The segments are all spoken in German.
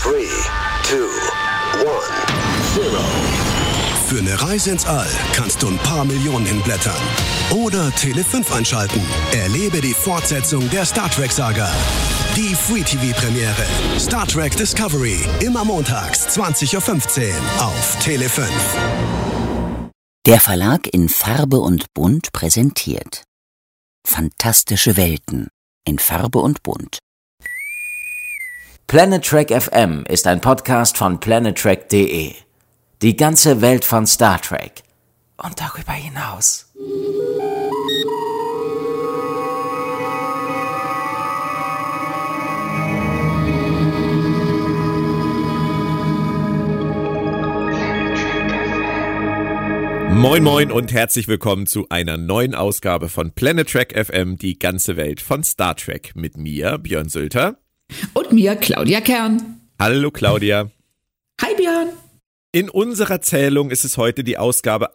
3, 2, 1, 0. Für eine Reise ins All kannst du ein paar Millionen hinblättern. Oder Tele 5 einschalten. Erlebe die Fortsetzung der Star Trek-Saga. Die Free-TV-Premiere. Star Trek Discovery. Immer montags, 20.15 Uhr auf Tele 5. Der Verlag in Farbe und Bunt präsentiert Fantastische Welten in Farbe und Bunt. Planet Trek FM ist ein Podcast von planettrek.de. Die ganze Welt von Star Trek und darüber hinaus. Moin moin und herzlich willkommen zu einer neuen Ausgabe von Planet Trek FM, die ganze Welt von Star Trek. Mit mir, Björn Sülter. Und mir, Claudia Kern. Hallo Claudia. Hi Björn. In unserer Zählung ist es heute die Ausgabe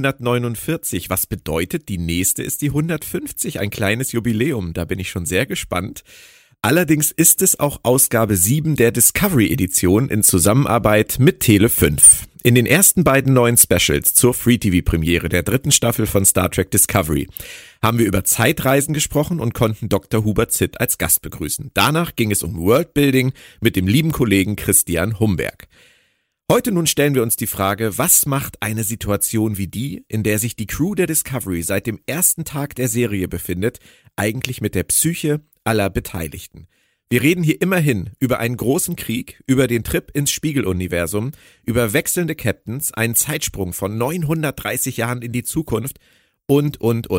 149. Was bedeutet, die nächste ist die 150, ein kleines Jubiläum. Da bin ich schon sehr gespannt. Allerdings ist es auch Ausgabe 7 der Discovery-Edition in Zusammenarbeit mit Tele 5. In den ersten beiden neuen Specials zur Free-TV-Premiere der 3. Staffel von Star Trek Discovery haben wir über Zeitreisen gesprochen und konnten Dr. Hubert Zitt als Gast begrüßen. Danach ging es um Worldbuilding mit dem lieben Kollegen Christian Humberg. Heute nun stellen wir uns die Frage, was macht eine Situation wie die, in der sich die Crew der Discovery seit dem ersten Tag der Serie befindet, eigentlich mit der Psyche aller Beteiligten? Wir reden hier immerhin über einen großen Krieg, über den Trip ins Spiegeluniversum, über wechselnde Captains, einen Zeitsprung von 930 Jahren in die Zukunft und.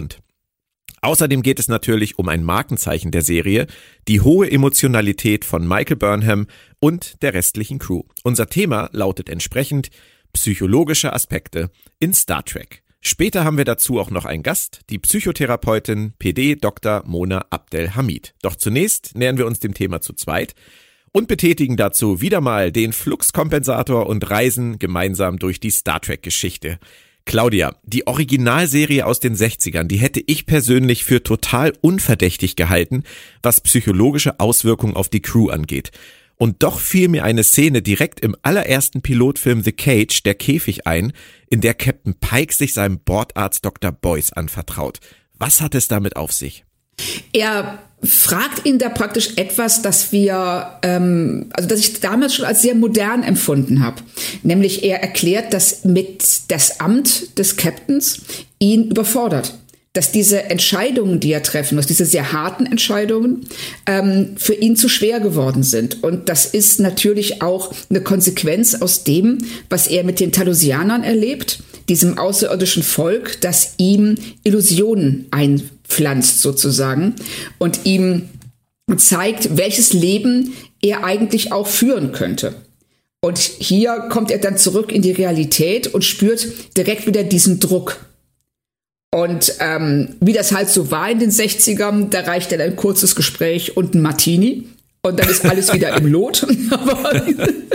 Außerdem geht es natürlich um ein Markenzeichen der Serie, die hohe Emotionalität von Michael Burnham und der restlichen Crew. Unser Thema lautet entsprechend psychologische Aspekte in Star Trek. Später haben wir dazu auch noch einen Gast, die Psychotherapeutin PD Dr. Mona Abdelhamid. Doch zunächst nähern wir uns dem Thema zu zweit und betätigen dazu wieder mal den Fluxkompensator und reisen gemeinsam durch die Star Trek-Geschichte. Claudia, die Originalserie aus den 60ern, die hätte ich persönlich für total unverdächtig gehalten, was psychologische Auswirkungen auf die Crew angeht. Und doch fiel mir eine Szene direkt im allerersten Pilotfilm The Cage, der Käfig, ein, in der Captain Pike sich seinem Bordarzt Dr. Boyce anvertraut. Was hat es damit auf sich? Er fragt ihn da praktisch etwas, das ich damals schon als sehr modern empfunden habe. Nämlich er erklärt, dass mit das Amt des Captains ihn überfordert. Dass diese Entscheidungen, die er treffen muss, diese sehr harten Entscheidungen, für ihn zu schwer geworden sind. Und das ist natürlich auch eine Konsequenz aus dem, was er mit den Talusianern erlebt, diesem außerirdischen Volk, das ihm Illusionen einpflanzt sozusagen und ihm zeigt, welches Leben er eigentlich auch führen könnte. Und hier kommt er dann zurück in die Realität und spürt direkt wieder diesen Druck. Und wie das halt so war in den 60ern, da reicht dann ein kurzes Gespräch und ein Martini und dann ist alles wieder im Lot. Aber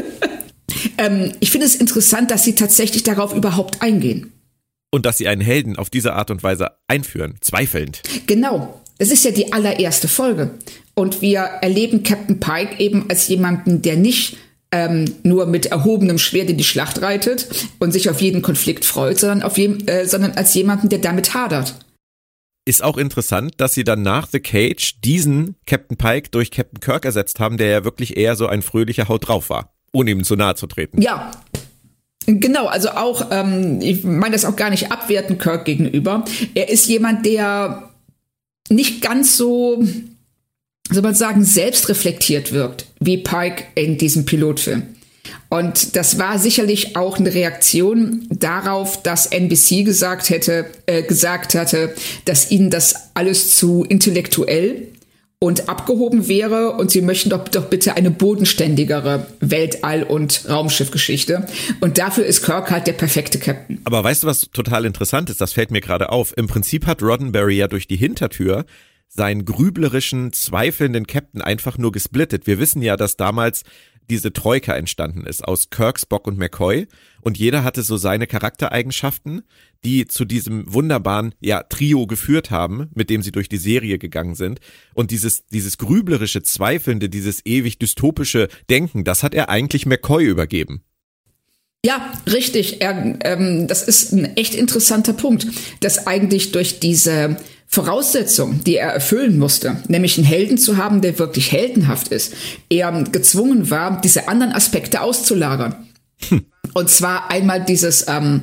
ich finde es interessant, dass sie tatsächlich darauf überhaupt eingehen. Und dass sie einen Helden auf diese Art und Weise einführen, zweifelnd. Genau, das ist ja die allererste Folge. Und wir erleben Captain Pike eben als jemanden, der nicht nur mit erhobenem Schwert in die Schlacht reitet und sich auf jeden Konflikt freut, sondern als jemanden, der damit hadert. Ist auch interessant, dass sie dann nach The Cage diesen Captain Pike durch Captain Kirk ersetzt haben, der ja wirklich eher so ein fröhlicher Haut drauf war, ohne ihm zu nahe zu treten. Ja, genau, also auch, ich meine das auch gar nicht abwertend Kirk gegenüber. Er ist jemand, der nicht ganz so, soll man sagen, selbstreflektiert wirkt, wie Pike in diesem Pilotfilm. Und das war sicherlich auch eine Reaktion darauf, dass NBC gesagt hatte, dass ihnen das alles zu intellektuell und abgehoben wäre und sie möchten doch bitte eine bodenständigere Weltall- und Raumschiffgeschichte. Und dafür ist Kirk halt der perfekte Captain. Aber weißt du, was total interessant ist? Das fällt mir gerade auf. Im Prinzip hat Roddenberry ja durch die Hintertür seinen grüblerischen, zweifelnden Captain einfach nur gesplittet. Wir wissen ja, dass damals diese Troika entstanden ist aus Kirk, Spock und McCoy und jeder hatte so seine Charaktereigenschaften, die zu diesem wunderbaren Trio geführt haben, mit dem sie durch die Serie gegangen sind und dieses grüblerische, zweifelnde, dieses ewig dystopische Denken, das hat er eigentlich McCoy übergeben. Ja, richtig. Das ist ein echt interessanter Punkt, dass eigentlich durch diese Voraussetzung, die er erfüllen musste, nämlich einen Helden zu haben, der wirklich heldenhaft ist, er gezwungen war, diese anderen Aspekte auszulagern. Und zwar einmal dieses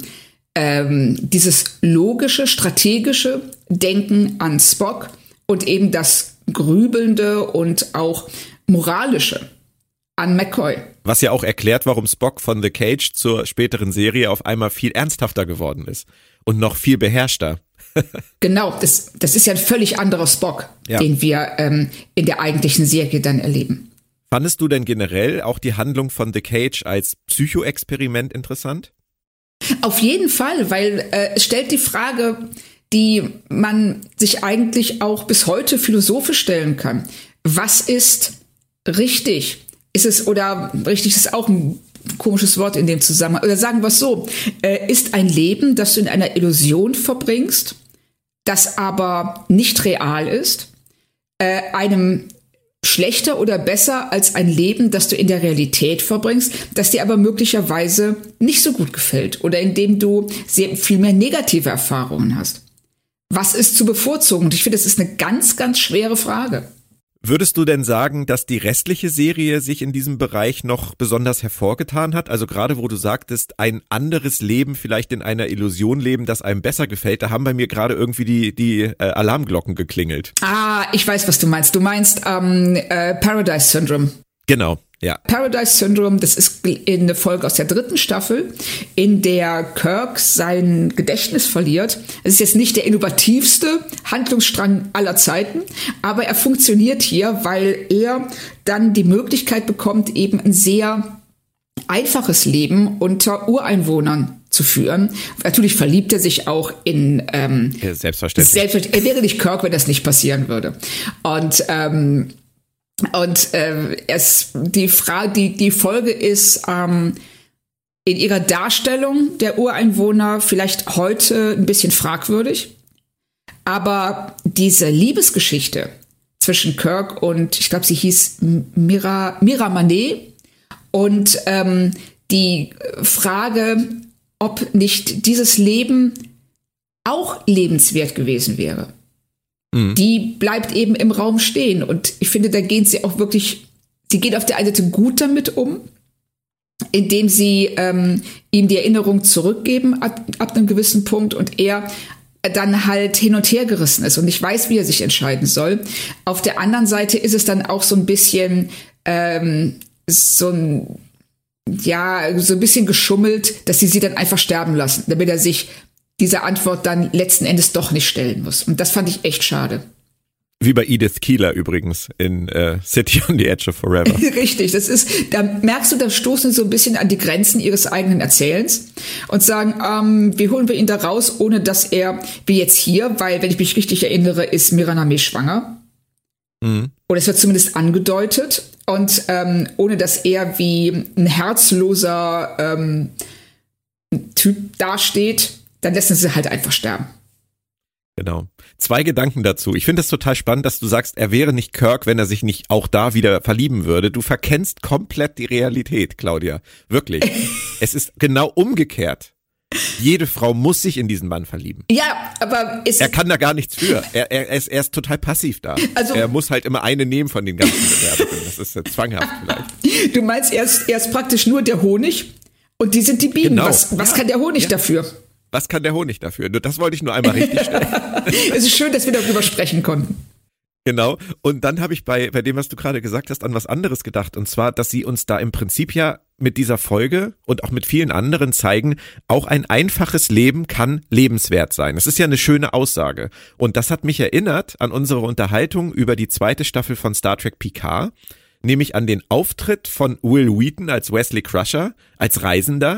logische, strategische Denken an Spock und eben das grübelnde und auch moralische an McCoy. Was ja auch erklärt, warum Spock von The Cage zur späteren Serie auf einmal viel ernsthafter geworden ist und noch viel beherrschter. Genau, das ist ja ein völlig anderer Spock, den wir in der eigentlichen Serie dann erleben. Fandest du denn generell auch die Handlung von The Cage als Psychoexperiment interessant? Auf jeden Fall, weil es stellt die Frage, die man sich eigentlich auch bis heute philosophisch stellen kann. Was ist richtig? Richtig ist auch ein komisches Wort in dem Zusammenhang. Oder sagen wir es so, ist ein Leben, das du in einer Illusion verbringst, das aber nicht real ist, einem schlechter oder besser als ein Leben, das du in der Realität verbringst, das dir aber möglicherweise nicht so gut gefällt oder in dem du sehr viel mehr negative Erfahrungen hast. Was ist zu bevorzugen? Und ich finde, das ist eine ganz, ganz schwere Frage. Würdest du denn sagen, dass die restliche Serie sich in diesem Bereich noch besonders hervorgetan hat? Also gerade wo du sagtest, ein anderes Leben, vielleicht in einer Illusion leben, das einem besser gefällt, da haben bei mir gerade irgendwie die Alarmglocken geklingelt. Ah, ich weiß, was du meinst. Du meinst Paradise Syndrome. Genau. Ja. Paradise Syndrome, das ist eine Folge aus der 3. Staffel, in der Kirk sein Gedächtnis verliert. Es ist jetzt nicht der innovativste Handlungsstrang aller Zeiten, aber er funktioniert hier, weil er dann die Möglichkeit bekommt, eben ein sehr einfaches Leben unter Ureinwohnern zu führen. Natürlich verliebt er sich auch in selbstverständlich. Er wäre nicht Kirk, wenn das nicht passieren würde. Die Folge ist in ihrer Darstellung der Ureinwohner vielleicht heute ein bisschen fragwürdig, aber diese Liebesgeschichte zwischen Kirk und, ich glaube, sie hieß Mira Manet und die Frage, ob nicht dieses Leben auch lebenswert gewesen wäre. Die bleibt eben im Raum stehen. Und ich finde, da gehen sie auch wirklich, sie geht auf der einen Seite gut damit um, indem sie ihm die Erinnerung zurückgeben ab einem gewissen Punkt und er dann halt hin und her gerissen ist und nicht weiß, wie er sich entscheiden soll. Auf der anderen Seite ist es dann auch so ein bisschen so ein bisschen geschummelt, dass sie dann einfach sterben lassen, damit er sich diese Antwort dann letzten Endes doch nicht stellen muss. Und das fand ich echt schade. Wie bei Edith Keeler übrigens in City on the Edge of Forever. Richtig, da merkst du, da stoßen sie so ein bisschen an die Grenzen ihres eigenen Erzählens und sagen, wie holen wir ihn da raus, ohne dass er, wie jetzt hier, weil, wenn ich mich richtig erinnere, ist Mira Manet schwanger. Mhm. Oder es wird zumindest angedeutet. Und ohne dass er wie ein herzloser Typ dasteht, dann lassen sie halt einfach sterben. Genau. 2 Gedanken dazu. Ich finde es total spannend, dass du sagst, er wäre nicht Kirk, wenn er sich nicht auch da wieder verlieben würde. Du verkennst komplett die Realität, Claudia. Wirklich. Es ist genau umgekehrt. Jede Frau muss sich in diesen Mann verlieben. Ja, aber er kann da gar nichts für. Er ist total passiv da. Also, er muss halt immer eine nehmen von den ganzen Bewerbungen. Das ist zwanghaft vielleicht. Du meinst, er ist praktisch nur der Honig und die sind die Bienen. Genau. Was kann der Honig dafür? Was kann der Honig dafür? Das wollte ich nur einmal richtig stellen. Es ist schön, dass wir darüber sprechen konnten. Genau. Und dann habe ich bei dem, was du gerade gesagt hast, an was anderes gedacht. Und zwar, dass sie uns da im Prinzip ja mit dieser Folge und auch mit vielen anderen zeigen, auch ein einfaches Leben kann lebenswert sein. Das ist ja eine schöne Aussage. Und das hat mich erinnert an unsere Unterhaltung über die 2. Staffel von Star Trek Picard, nämlich an den Auftritt von Will Wheaton als Wesley Crusher, als Reisender,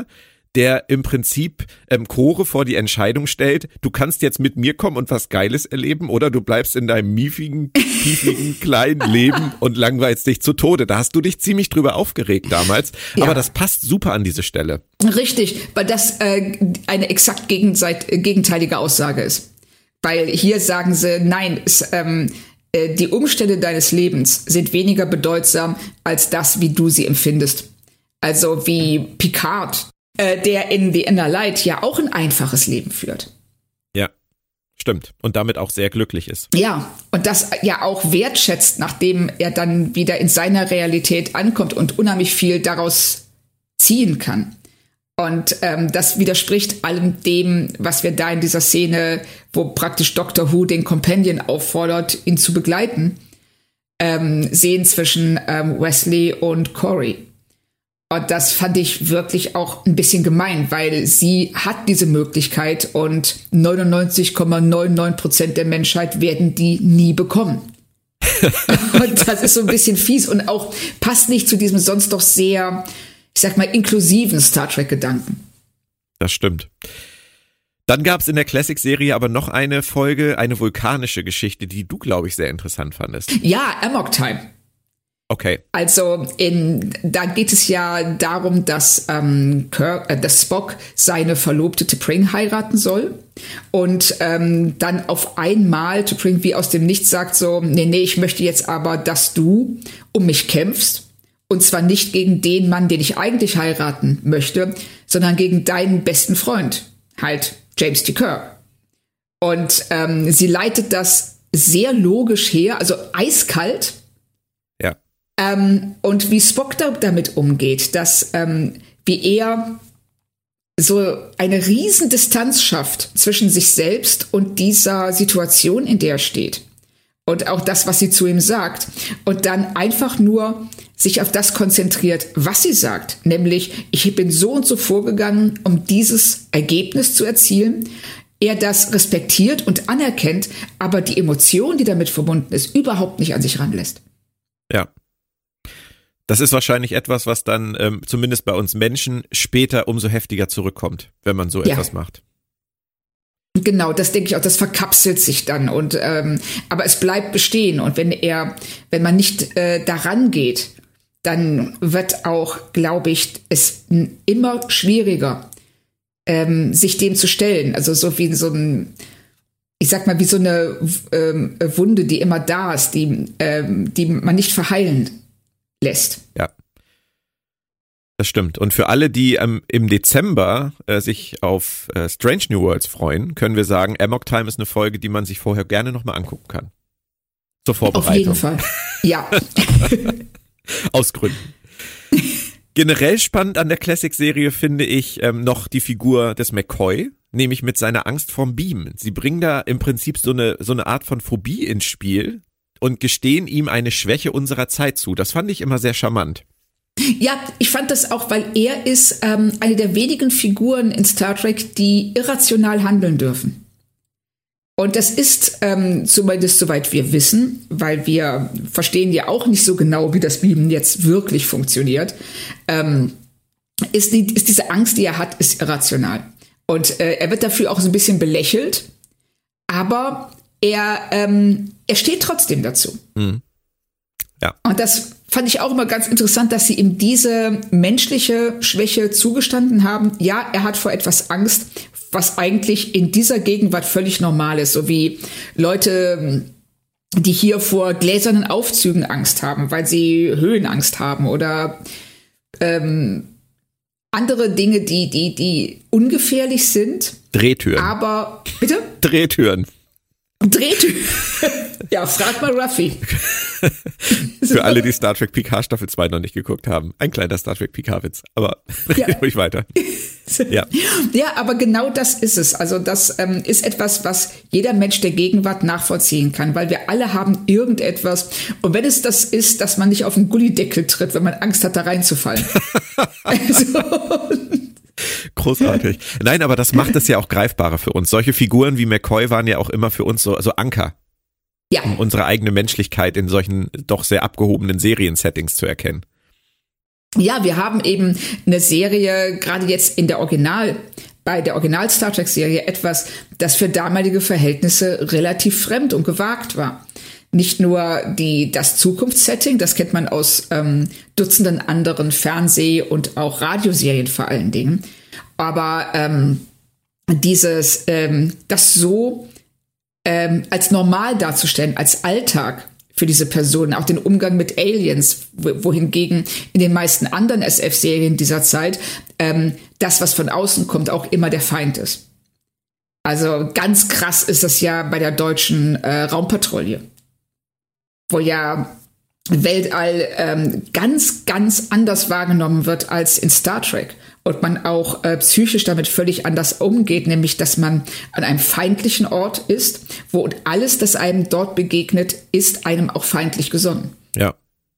der im Prinzip Chore vor die Entscheidung stellt, du kannst jetzt mit mir kommen und was Geiles erleben oder du bleibst in deinem miefigen, kleinen Leben und langweilst dich zu Tode. Da hast du dich ziemlich drüber aufgeregt damals, aber das passt super an diese Stelle. Richtig, weil das eine exakt gegenteilige Aussage ist. Weil hier sagen sie, nein, die Umstände deines Lebens sind weniger bedeutsam als das, wie du sie empfindest. Also wie Picard, der in The Inner Light ja auch ein einfaches Leben führt. Ja, stimmt. Und damit auch sehr glücklich ist. Ja, und das ja auch wertschätzt, nachdem er dann wieder in seiner Realität ankommt und unheimlich viel daraus ziehen kann. Und das widerspricht allem dem, was wir da in dieser Szene, wo praktisch Doctor Who den Companion auffordert, ihn zu begleiten, sehen zwischen Wesley und Corey. Und das fand ich wirklich auch ein bisschen gemein, weil sie hat diese Möglichkeit und 99,99% der Menschheit werden die nie bekommen. Und das ist so ein bisschen fies und auch passt nicht zu diesem sonst doch sehr, ich sag mal, inklusiven Star Trek-Gedanken. Das stimmt. Dann gab es in der Classic-Serie aber noch eine Folge, eine vulkanische Geschichte, die du, glaube ich, sehr interessant fandest. Ja, Amok Time. Okay. Also da geht es ja darum, dass Spock seine Verlobte T'Pring heiraten soll und dann auf einmal T'Pring wie aus dem Nichts sagt so, nee, ich möchte jetzt aber, dass du um mich kämpfst und zwar nicht gegen den Mann, den ich eigentlich heiraten möchte, sondern gegen deinen besten Freund, halt James T. Kirk. Und sie leitet das sehr logisch her, also eiskalt. Und wie Spock damit umgeht, dass wie er so eine riesen Distanz schafft zwischen sich selbst und dieser Situation, in der er steht. Und auch das, was sie zu ihm sagt. Und dann einfach nur sich auf das konzentriert, was sie sagt. Nämlich, ich bin so und so vorgegangen, um dieses Ergebnis zu erzielen. Er das respektiert und anerkennt, aber die Emotion, die damit verbunden ist, überhaupt nicht an sich ranlässt. Ja. Das ist wahrscheinlich etwas, was dann zumindest bei uns Menschen später umso heftiger zurückkommt, wenn man so etwas macht. Genau, das denke ich auch, das verkapselt sich dann und aber es bleibt bestehen und wenn man nicht daran geht, dann wird auch, glaube ich, es immer schwieriger, sich dem zu stellen. Also so wie so ein, ich sag mal, wie so eine Wunde, die immer da ist, die man nicht verheilen lässt. Ja, das stimmt. Und für alle, die im Dezember sich auf Strange New Worlds freuen, können wir sagen, Amok Time ist eine Folge, die man sich vorher gerne nochmal angucken kann. Zur Vorbereitung. Auf jeden Fall, ja. Aus Gründen. Generell spannend an der Classic-Serie finde ich noch die Figur des McCoy, nämlich mit seiner Angst vorm Beam. Sie bringen da im Prinzip so eine Art von Phobie ins Spiel und gestehen ihm eine Schwäche unserer Zeit zu. Das fand ich immer sehr charmant. Ja, ich fand das auch, weil er ist eine der wenigen Figuren in Star Trek, die irrational handeln dürfen. Und das ist, zumindest soweit wir wissen, weil wir verstehen ja auch nicht so genau, wie das Beamen jetzt wirklich funktioniert, ist diese Angst, die er hat, ist irrational. Und er wird dafür auch so ein bisschen belächelt, aber er steht trotzdem dazu. Mhm. Ja. Und das fand ich auch immer ganz interessant, dass sie ihm diese menschliche Schwäche zugestanden haben. Ja, er hat vor etwas Angst, was eigentlich in dieser Gegenwart völlig normal ist. So wie Leute, die hier vor gläsernen Aufzügen Angst haben, weil sie Höhenangst haben oder andere Dinge, die ungefährlich sind. Drehtüren. Aber, bitte? Drehtüren. Ja, frag mal Ruffy. Für alle, die Star Trek Picard Staffel 2 noch nicht geguckt haben. Ein kleiner Star Trek Picard-Witz, aber red ruhig weiter. Ja, aber genau das ist es. Also das ist etwas, was jeder Mensch der Gegenwart nachvollziehen kann, weil wir alle haben irgendetwas. Und wenn es das ist, dass man nicht auf den Gullideckel tritt, wenn man Angst hat, da reinzufallen. Großartig. Nein, aber das macht es ja auch greifbarer für uns. Solche Figuren wie McCoy waren ja auch immer für uns so Anker. Ja. Um unsere eigene Menschlichkeit in solchen doch sehr abgehobenen Serien-Settings zu erkennen. Ja, wir haben eben eine Serie, gerade jetzt bei der Original Star Trek Serie, etwas, das für damalige Verhältnisse relativ fremd und gewagt war. Nicht nur das Zukunftssetting, das kennt man aus Dutzenden anderen Fernseh- und auch Radioserien vor allen Dingen, aber das so als normal darzustellen, als Alltag für diese Personen, auch den Umgang mit Aliens, wohingegen in den meisten anderen SF-Serien dieser Zeit das, was von außen kommt, auch immer der Feind ist. Also ganz krass ist das ja bei der deutschen Raumpatrouille, wo ja Weltall ganz, ganz anders wahrgenommen wird als in Star Trek. Und man auch psychisch damit völlig anders umgeht, nämlich dass man an einem feindlichen Ort ist, wo alles, das einem dort begegnet, ist einem auch feindlich gesonnen. Ja.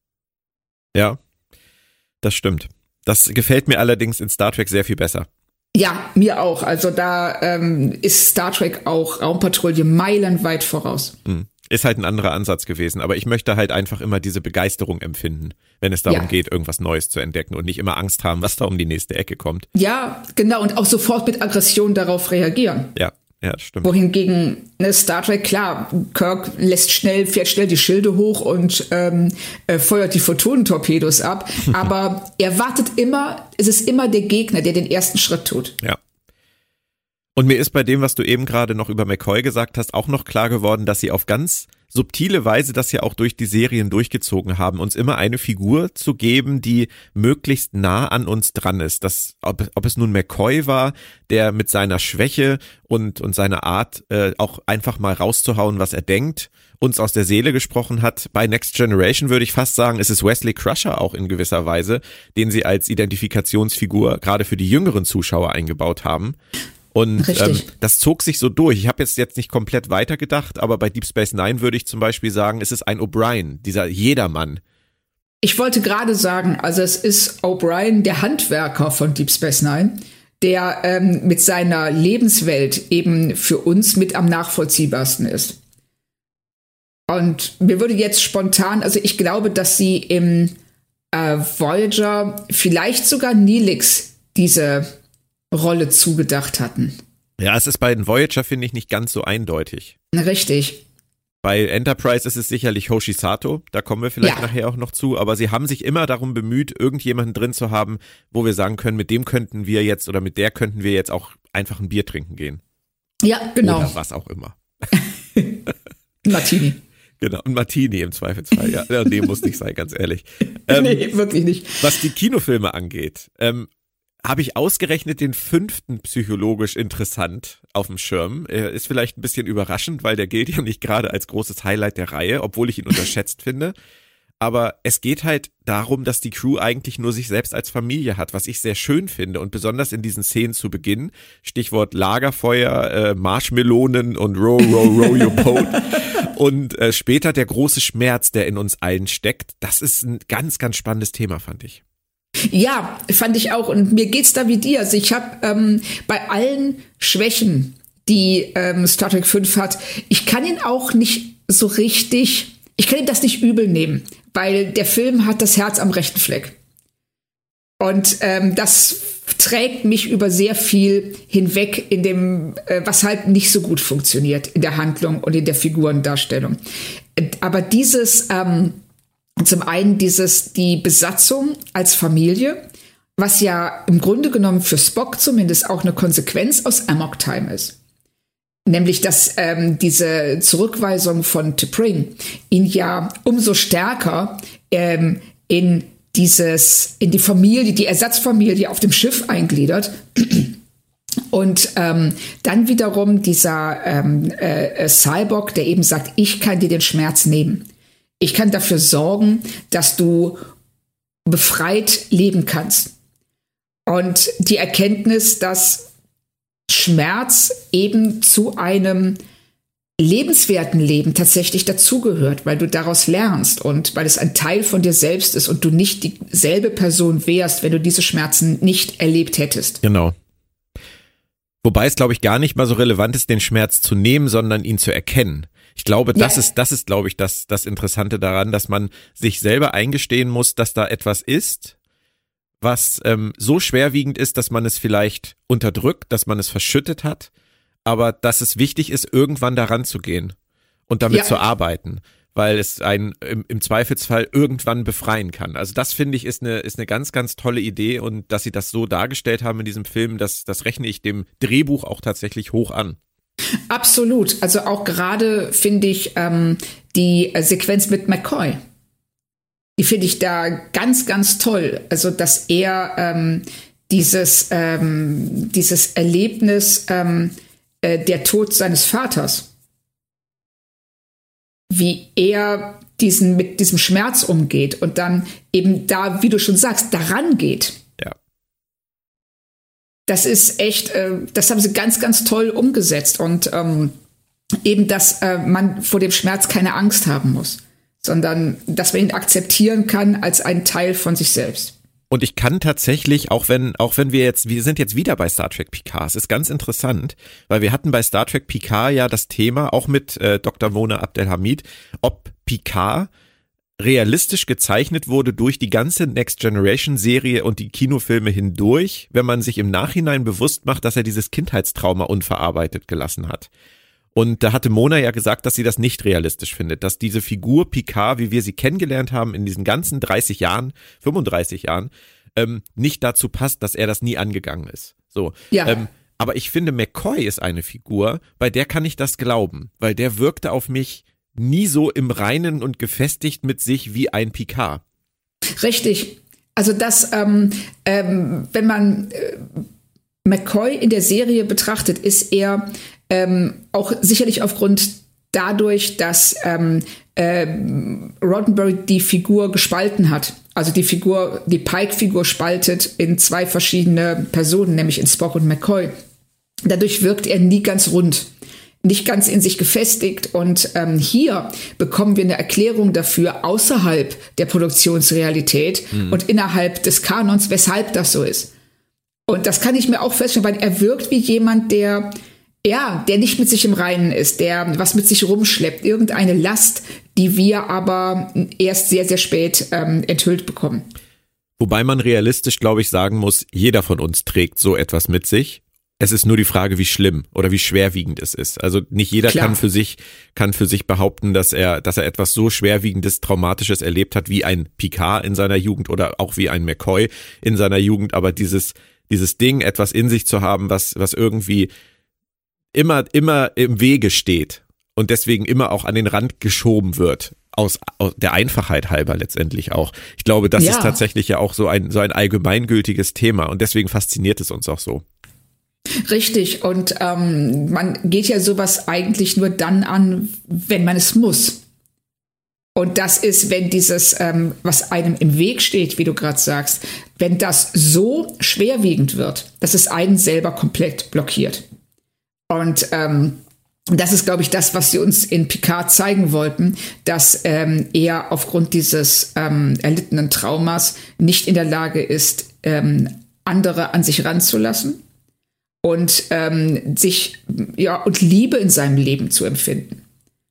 Ja, das stimmt. Das gefällt mir allerdings in Star Trek sehr viel besser. Ja, mir auch. Also da ist Star Trek auch Raumpatrouille meilenweit voraus. Ist halt ein anderer Ansatz gewesen, aber ich möchte halt einfach immer diese Begeisterung empfinden, wenn es darum geht, irgendwas Neues zu entdecken und nicht immer Angst haben, was da um die nächste Ecke kommt. Ja, genau, und auch sofort mit Aggression darauf reagieren. Ja, das stimmt. Wohingegen Star Trek, klar, Kirk fährt schnell die Schilde hoch und feuert die Photonentorpedos ab, aber er wartet immer, es ist immer der Gegner, der den ersten Schritt tut. Ja. Und mir ist bei dem, was du eben gerade noch über McCoy gesagt hast, auch noch klar geworden, dass sie auf ganz subtile Weise das ja auch durch die Serien durchgezogen haben, uns immer eine Figur zu geben, die möglichst nah an uns dran ist. Ob es nun McCoy war, der mit seiner Schwäche und seiner Art auch einfach mal rauszuhauen, was er denkt, uns aus der Seele gesprochen hat. Bei Next Generation würde ich fast sagen, ist es Wesley Crusher auch in gewisser Weise, den sie als Identifikationsfigur gerade für die jüngeren Zuschauer eingebaut haben. Und das zog sich so durch. Ich habe jetzt nicht komplett weitergedacht, aber bei Deep Space Nine würde ich zum Beispiel sagen, es ist ein O'Brien, dieser Jedermann. Ich wollte gerade sagen, also es ist O'Brien, der Handwerker von Deep Space Nine, der mit seiner Lebenswelt eben für uns mit am nachvollziehbarsten ist. Und mir würde jetzt spontan, also ich glaube, dass sie im Voyager vielleicht sogar Neelix diese Rolle zugedacht hatten. Ja, es ist bei den Voyager, finde ich, nicht ganz so eindeutig. Richtig. Bei Enterprise ist es sicherlich Hoshi Sato, da kommen wir vielleicht nachher auch noch zu, aber sie haben sich immer darum bemüht, irgendjemanden drin zu haben, wo wir sagen können, mit dem könnten wir jetzt oder mit der könnten wir jetzt auch einfach ein Bier trinken gehen. Ja, genau. Oder was auch immer. Martini. Genau, ein Martini im Zweifelsfall. Ja, nee, muss nicht sein, ganz ehrlich. Nee, wirklich nicht. Was die Kinofilme angeht, habe ich ausgerechnet den 5. psychologisch interessant auf dem Schirm. Ist vielleicht ein bisschen überraschend, weil der gilt ja nicht gerade als großes Highlight der Reihe, obwohl ich ihn unterschätzt finde. Aber es geht halt darum, dass die Crew eigentlich nur sich selbst als Familie hat, was ich sehr schön finde. Und besonders in diesen Szenen zu Beginn, Stichwort Lagerfeuer, Marshmelonen und row, your boat. Und später der große Schmerz, der in uns allen steckt. Das ist ein ganz, ganz spannendes Thema, fand ich. Ja, fand ich auch. Und mir geht's da wie dir. Also ich habe bei allen Schwächen, die Star Trek 5 hat, ich kann ihn auch nicht so richtig, ich kann ihm das nicht übel nehmen, weil der Film hat das Herz am rechten Fleck. Und das trägt mich über sehr viel hinweg in dem, was halt nicht so gut funktioniert in der Handlung und in der Figurendarstellung. Aber dieses zum einen die Besatzung als Familie, was ja im Grunde genommen für Spock zumindest auch eine Konsequenz aus Amok Time ist. Nämlich, dass diese Zurückweisung von T'Pring ihn ja umso stärker in die Familie, die Ersatzfamilie auf dem Schiff eingliedert. Und dann wiederum dieser Cyborg, der eben sagt, ich kann dir den Schmerz nehmen. Ich kann dafür sorgen, dass du befreit leben kannst. Und die Erkenntnis, dass Schmerz eben zu einem lebenswerten Leben tatsächlich dazugehört, weil du daraus lernst und weil es ein Teil von dir selbst ist und du nicht dieselbe Person wärst, wenn du diese Schmerzen nicht erlebt hättest. Genau. Wobei es, glaube ich, gar nicht mal so relevant ist, den Schmerz zu nehmen, sondern ihn zu erkennen. Ich glaube, das ist, glaube ich, das Interessante daran, dass man sich selber eingestehen muss, dass da etwas ist, was so schwerwiegend ist, dass man es vielleicht unterdrückt, dass man es verschüttet hat, aber dass es wichtig ist, irgendwann daran zu gehen und damit zu arbeiten, weil es einen im Zweifelsfall irgendwann befreien kann. Also das, finde ich, ist eine ganz, ganz tolle Idee, und dass sie das so dargestellt haben in diesem Film, das rechne ich dem Drehbuch auch tatsächlich hoch an. Absolut. Also auch gerade finde ich die Sequenz mit McCoy, die finde ich da ganz, ganz toll. Also dass er dieses Erlebnis der Tod seines Vaters, wie er mit diesem Schmerz umgeht und dann eben da, wie du schon sagst, daran geht. Ja. Das ist echt, das haben sie ganz, ganz toll umgesetzt, und eben, dass man vor dem Schmerz keine Angst haben muss, sondern dass man ihn akzeptieren kann als einen Teil von sich selbst. Und ich kann tatsächlich, auch wenn wir sind jetzt wieder bei Star Trek Picard, es ist ganz interessant, weil wir hatten bei Star Trek Picard ja das Thema, auch mit Dr. Mona Abdelhamid, ob Picard realistisch gezeichnet wurde durch die ganze Next Generation Serie und die Kinofilme hindurch, wenn man sich im Nachhinein bewusst macht, dass er dieses Kindheitstrauma unverarbeitet gelassen hat. Und da hatte Mona ja gesagt, dass sie das nicht realistisch findet, dass diese Figur Picard, wie wir sie kennengelernt haben in diesen ganzen 35 Jahren, nicht dazu passt, dass er das nie angegangen ist. So. Ja. Aber ich finde, McCoy ist eine Figur, bei der kann ich das glauben, weil der wirkte auf mich nie so im Reinen und gefestigt mit sich wie ein Picard. Richtig. Also das, wenn man McCoy in der Serie betrachtet, ist er auch sicherlich aufgrund dadurch, dass Roddenberry die Figur gespalten hat. Also die Pike-Figur spaltet in zwei verschiedene Personen, nämlich in Spock und McCoy. Dadurch wirkt er nie ganz rund, nicht ganz in sich gefestigt. Und hier bekommen wir eine Erklärung dafür außerhalb der Produktionsrealität und innerhalb des Kanons, weshalb das so ist. Und das kann ich mir auch feststellen, weil er wirkt wie jemand, der nicht mit sich im Reinen ist, der was mit sich rumschleppt, irgendeine Last, die wir aber erst sehr, sehr spät enthüllt bekommen. Wobei man realistisch, glaube ich, sagen muss, jeder von uns trägt so etwas mit sich. Es ist nur die Frage, wie schlimm oder wie schwerwiegend es ist. Also nicht jeder kann für sich behaupten, dass er etwas so schwerwiegendes, traumatisches erlebt hat wie ein Picard in seiner Jugend oder auch wie ein McCoy in seiner Jugend. Aber dieses Ding, etwas in sich zu haben, was irgendwie immer im Wege steht und deswegen immer auch an den Rand geschoben wird, aus der Einfachheit halber letztendlich auch. Ich glaube, das ist tatsächlich ja auch so ein allgemeingültiges Thema, und deswegen fasziniert es uns auch so. Richtig, und man geht ja sowas eigentlich nur dann an, wenn man es muss. Und das ist, wenn dieses, was einem im Weg steht, wie du gerade sagst, wenn das so schwerwiegend wird, dass es einen selber komplett blockiert. Und das ist, glaube ich, das, was sie uns in Picard zeigen wollten, dass er aufgrund dieses erlittenen Traumas nicht in der Lage ist, andere an sich ranzulassen und und Liebe in seinem Leben zu empfinden.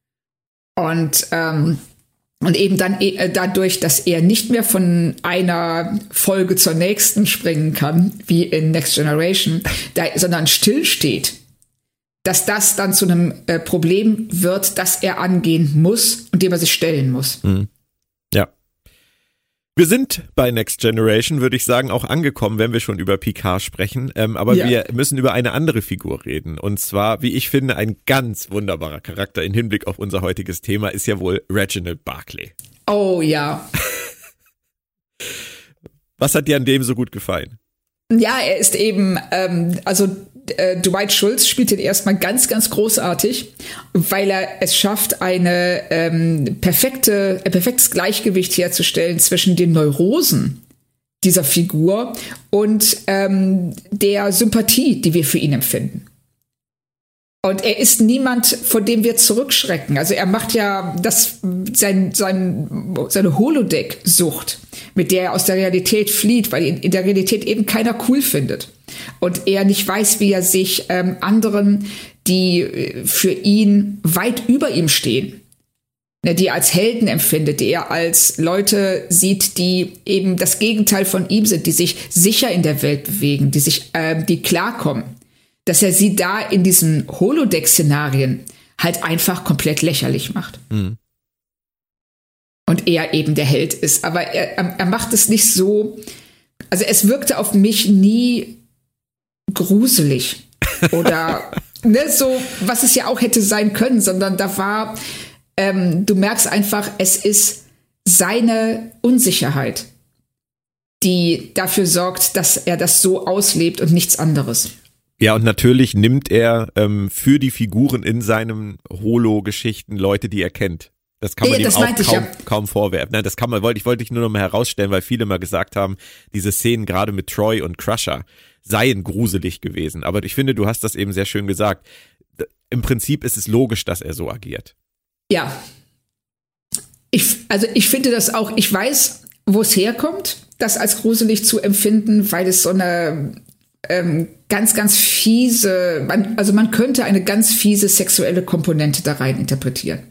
Und eben dann dadurch, dass er nicht mehr von einer Folge zur nächsten springen kann, wie in Next Generation, sondern stillsteht, dass das dann zu einem Problem wird, das er angehen muss und dem er sich stellen muss. Ja. Wir sind bei Next Generation, würde ich sagen, auch angekommen, wenn wir schon über Picard sprechen. Aber wir müssen über eine andere Figur reden. Und zwar, wie ich finde, ein ganz wunderbarer Charakter im Hinblick auf unser heutiges Thema ist ja wohl Reginald Barclay. Oh ja. Was hat dir an dem so gut gefallen? Ja, er ist eben, Dwight Schultz spielt ihn erstmal ganz, ganz großartig, weil er es schafft, ein perfektes Gleichgewicht herzustellen zwischen den Neurosen dieser Figur und der Sympathie, die wir für ihn empfinden. Und er ist niemand, vor dem wir zurückschrecken. Also er macht ja seine Holodeck-Sucht, mit der er aus der Realität flieht, weil ihn in der Realität eben keiner cool findet. Und er nicht weiß, wie er sich anderen, die für ihn weit über ihm stehen, die er als Helden empfindet, die er als Leute sieht, die eben das Gegenteil von ihm sind, die sich sicher in der Welt bewegen, die klarkommen, dass er sie da in diesen Holodeck-Szenarien halt einfach komplett lächerlich macht. Mhm. Und er eben der Held ist. Aber er macht es nicht so, also es wirkte auf mich nie gruselig oder so, was es ja auch hätte sein können, sondern da war, du merkst einfach, es ist seine Unsicherheit, die dafür sorgt, dass er das so auslebt und nichts anderes. Ja, und natürlich nimmt er für die Figuren in seinen Holo-Geschichten Leute, die er kennt. Das kann man ihm auch kaum vorwerfen. Nein, wollte ich nur noch mal herausstellen, weil viele mal gesagt haben, diese Szenen gerade mit Troy und Crusher seien gruselig gewesen. Aber ich finde, du hast das eben sehr schön gesagt. Im Prinzip ist es logisch, dass er so agiert. Ja. Ich finde das auch, ich weiß, wo es herkommt, das als gruselig zu empfinden, weil es so eine ganz, ganz fiese, man könnte eine ganz fiese sexuelle Komponente da rein interpretieren.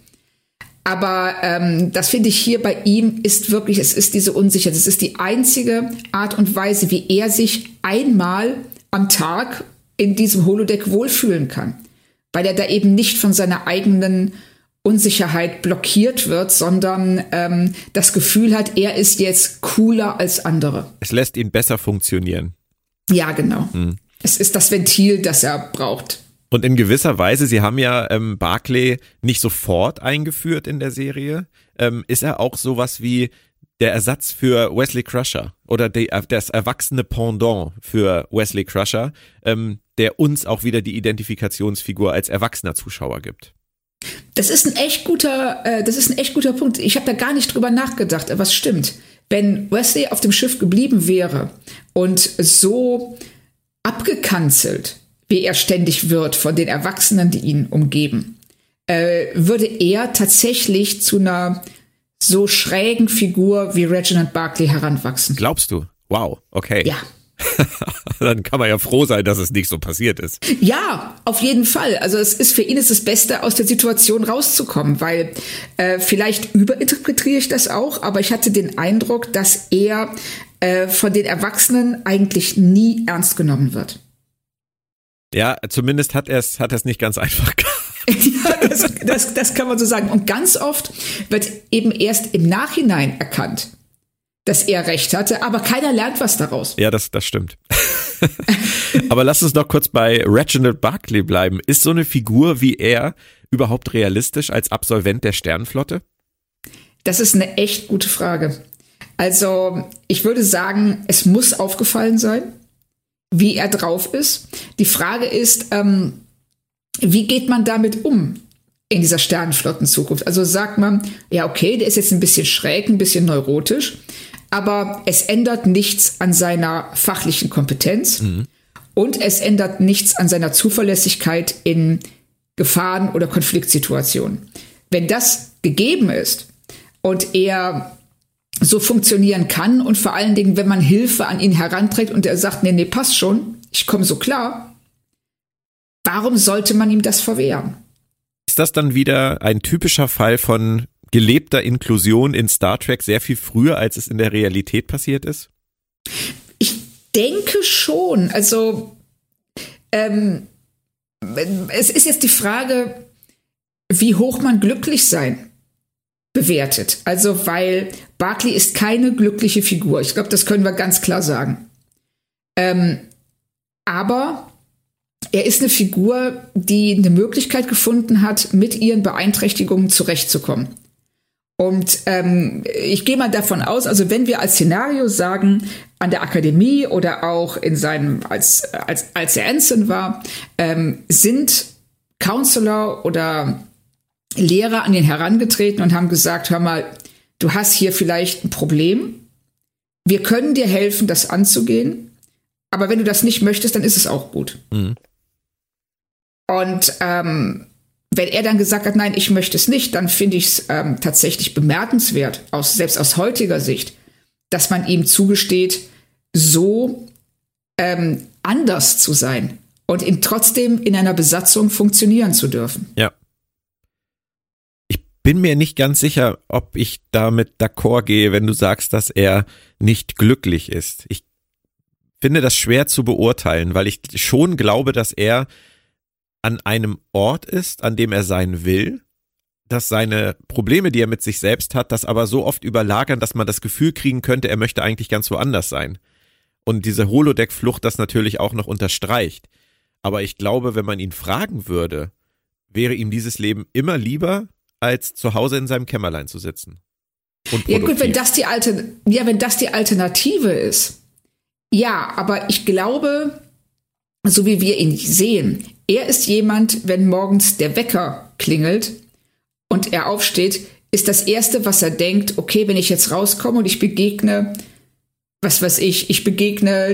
Aber das finde ich hier bei ihm ist wirklich, es ist diese Unsicherheit. Es ist die einzige Art und Weise, wie er sich einmal am Tag in diesem Holodeck wohlfühlen kann. Weil er da eben nicht von seiner eigenen Unsicherheit blockiert wird, sondern das Gefühl hat, er ist jetzt cooler als andere. Es lässt ihn besser funktionieren. Ja, genau. Es ist das Ventil, das er braucht. Und in gewisser Weise, sie haben ja Barclay nicht sofort eingeführt in der Serie, ist er auch sowas wie der Ersatz für Wesley Crusher oder das erwachsene Pendant für Wesley Crusher, der uns auch wieder die Identifikationsfigur als erwachsener Zuschauer gibt. Das ist ein echt guter Punkt. Ich habe da gar nicht drüber nachgedacht, aber es stimmt. Wenn Wesley auf dem Schiff geblieben wäre und so abgekanzelt, wie er ständig wird von den Erwachsenen, die ihn umgeben, würde er tatsächlich zu einer so schrägen Figur wie Reginald Barclay heranwachsen. Glaubst du? Wow, okay. Ja. Dann kann man ja froh sein, dass es nicht so passiert ist. Ja, auf jeden Fall. Also für ihn ist das Beste, aus der Situation rauszukommen, weil vielleicht überinterpretiere ich das auch, aber ich hatte den Eindruck, dass er von den Erwachsenen eigentlich nie ernst genommen wird. Ja, zumindest hat er es nicht ganz einfach gehabt. Ja, das kann man so sagen. Und ganz oft wird eben erst im Nachhinein erkannt, dass er recht hatte, aber keiner lernt was daraus. Ja, das stimmt. Aber lass uns noch kurz bei Reginald Barclay bleiben. Ist so eine Figur wie er überhaupt realistisch als Absolvent der Sternenflotte? Das ist eine echt gute Frage. Also ich würde sagen, es muss aufgefallen sein, wie er drauf ist. Die Frage ist, wie geht man damit um in dieser Sternenflottenzukunft? Also sagt man, ja okay, der ist jetzt ein bisschen schräg, ein bisschen neurotisch, aber es ändert nichts an seiner fachlichen Kompetenz und es ändert nichts an seiner Zuverlässigkeit in Gefahren- oder Konfliktsituationen. Wenn das gegeben ist und er so funktionieren kann und vor allen Dingen, wenn man Hilfe an ihn heranträgt und er sagt, nee, passt schon, ich komme so klar, warum sollte man ihm das verwehren? Ist das dann wieder ein typischer Fall von gelebter Inklusion in Star Trek sehr viel früher, als es in der Realität passiert ist? Ich denke schon. Also es ist jetzt die Frage, wie hoch man glücklich sein bewertet. Also weil Barclay ist keine glückliche Figur. Ich glaube, das können wir ganz klar sagen. Aber er ist eine Figur, die eine Möglichkeit gefunden hat, mit ihren Beeinträchtigungen zurechtzukommen. Und ich gehe mal davon aus, also wenn wir als Szenario sagen, an der Akademie oder auch in seinem, als er Ensign war, sind Counselor oder Lehrer an ihn herangetreten und haben gesagt, hör mal, du hast hier vielleicht ein Problem. Wir können dir helfen, das anzugehen. Aber wenn du das nicht möchtest, dann ist es auch gut. Mhm. Und wenn er dann gesagt hat, nein, ich möchte es nicht, dann finde ich es tatsächlich bemerkenswert, selbst aus heutiger Sicht, dass man ihm zugesteht, so anders zu sein und ihn trotzdem in einer Besatzung funktionieren zu dürfen. Ja. Ich bin mir nicht ganz sicher, ob ich damit d'accord gehe, wenn du sagst, dass er nicht glücklich ist. Ich finde das schwer zu beurteilen, weil ich schon glaube, dass er an einem Ort ist, an dem er sein will, dass seine Probleme, die er mit sich selbst hat, das aber so oft überlagern, dass man das Gefühl kriegen könnte, er möchte eigentlich ganz woanders sein. Und diese Holodeck-Flucht das natürlich auch noch unterstreicht. Aber ich glaube, wenn man ihn fragen würde, wäre ihm dieses Leben immer lieber, als zu Hause in seinem Kämmerlein zu sitzen. Ja gut, wenn das die Alternative ist. Ja, aber ich glaube, so wie wir ihn sehen, er ist jemand, wenn morgens der Wecker klingelt und er aufsteht, ist das Erste, was er denkt, okay, wenn ich jetzt rauskomme und ich begegne, was weiß ich begegne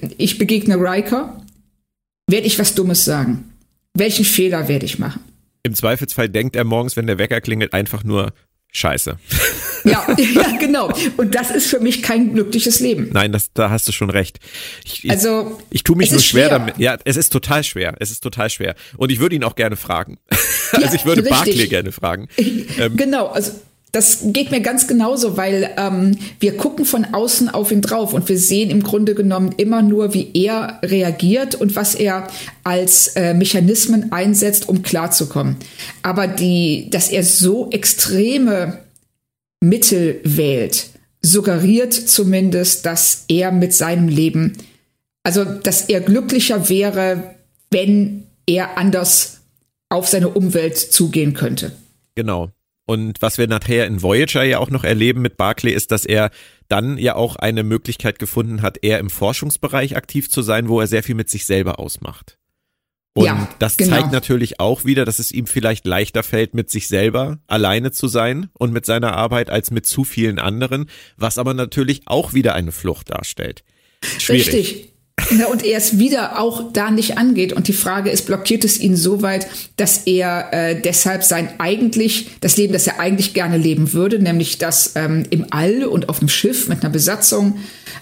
Riker, werde ich was Dummes sagen. Welchen Fehler werde ich machen? Im Zweifelsfall denkt er morgens, wenn der Wecker klingelt, einfach nur Scheiße. Ja, genau. Und das ist für mich kein glückliches Leben. Nein, da hast du schon recht. Ich tue mich nur schwer damit. Ja, es ist total schwer. Und ich würde ihn auch gerne fragen. Also ich würde Barclay gerne fragen. Genau, also das geht mir ganz genauso, weil wir gucken von außen auf ihn drauf und wir sehen im Grunde genommen immer nur, wie er reagiert und was er als Mechanismen einsetzt, um klarzukommen. Aber dass er so extreme Mittel wählt, suggeriert zumindest, dass er mit seinem Leben, also dass er glücklicher wäre, wenn er anders auf seine Umwelt zugehen könnte. Genau. Und was wir nachher in Voyager ja auch noch erleben mit Barclay ist, dass er dann ja auch eine Möglichkeit gefunden hat, eher im Forschungsbereich aktiv zu sein, wo er sehr viel mit sich selber ausmacht. Und das zeigt natürlich auch wieder, dass es ihm vielleicht leichter fällt, mit sich selber alleine zu sein und mit seiner Arbeit als mit zu vielen anderen, was aber natürlich auch wieder eine Flucht darstellt. Schwierig. Richtig. Ja, und er es wieder auch da nicht angeht. Und die Frage ist, blockiert es ihn so weit, dass er deshalb das Leben, das er eigentlich gerne leben würde, nämlich das im All und auf dem Schiff mit einer Besatzung,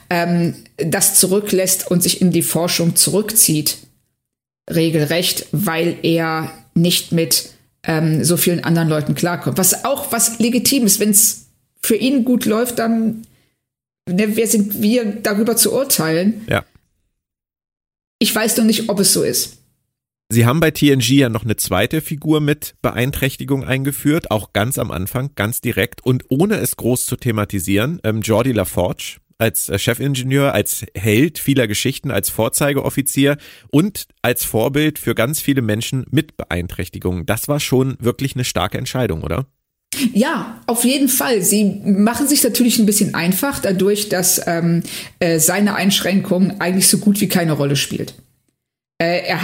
das zurücklässt und sich in die Forschung zurückzieht, regelrecht, weil er nicht mit so vielen anderen Leuten klarkommt. Was legitim ist, wenn es für ihn gut läuft, dann wer sind wir, darüber zu urteilen? Ja. Ich weiß noch nicht, ob es so ist. Sie haben bei TNG ja noch eine zweite Figur mit Beeinträchtigung eingeführt, auch ganz am Anfang, ganz direkt und ohne es groß zu thematisieren. Geordi LaForge als Chefingenieur, als Held vieler Geschichten, als Vorzeigeoffizier und als Vorbild für ganz viele Menschen mit Beeinträchtigungen. Das war schon wirklich eine starke Entscheidung, oder? Ja, auf jeden Fall. Sie machen sich natürlich ein bisschen einfach dadurch, dass seine Einschränkung eigentlich so gut wie keine Rolle spielt. Er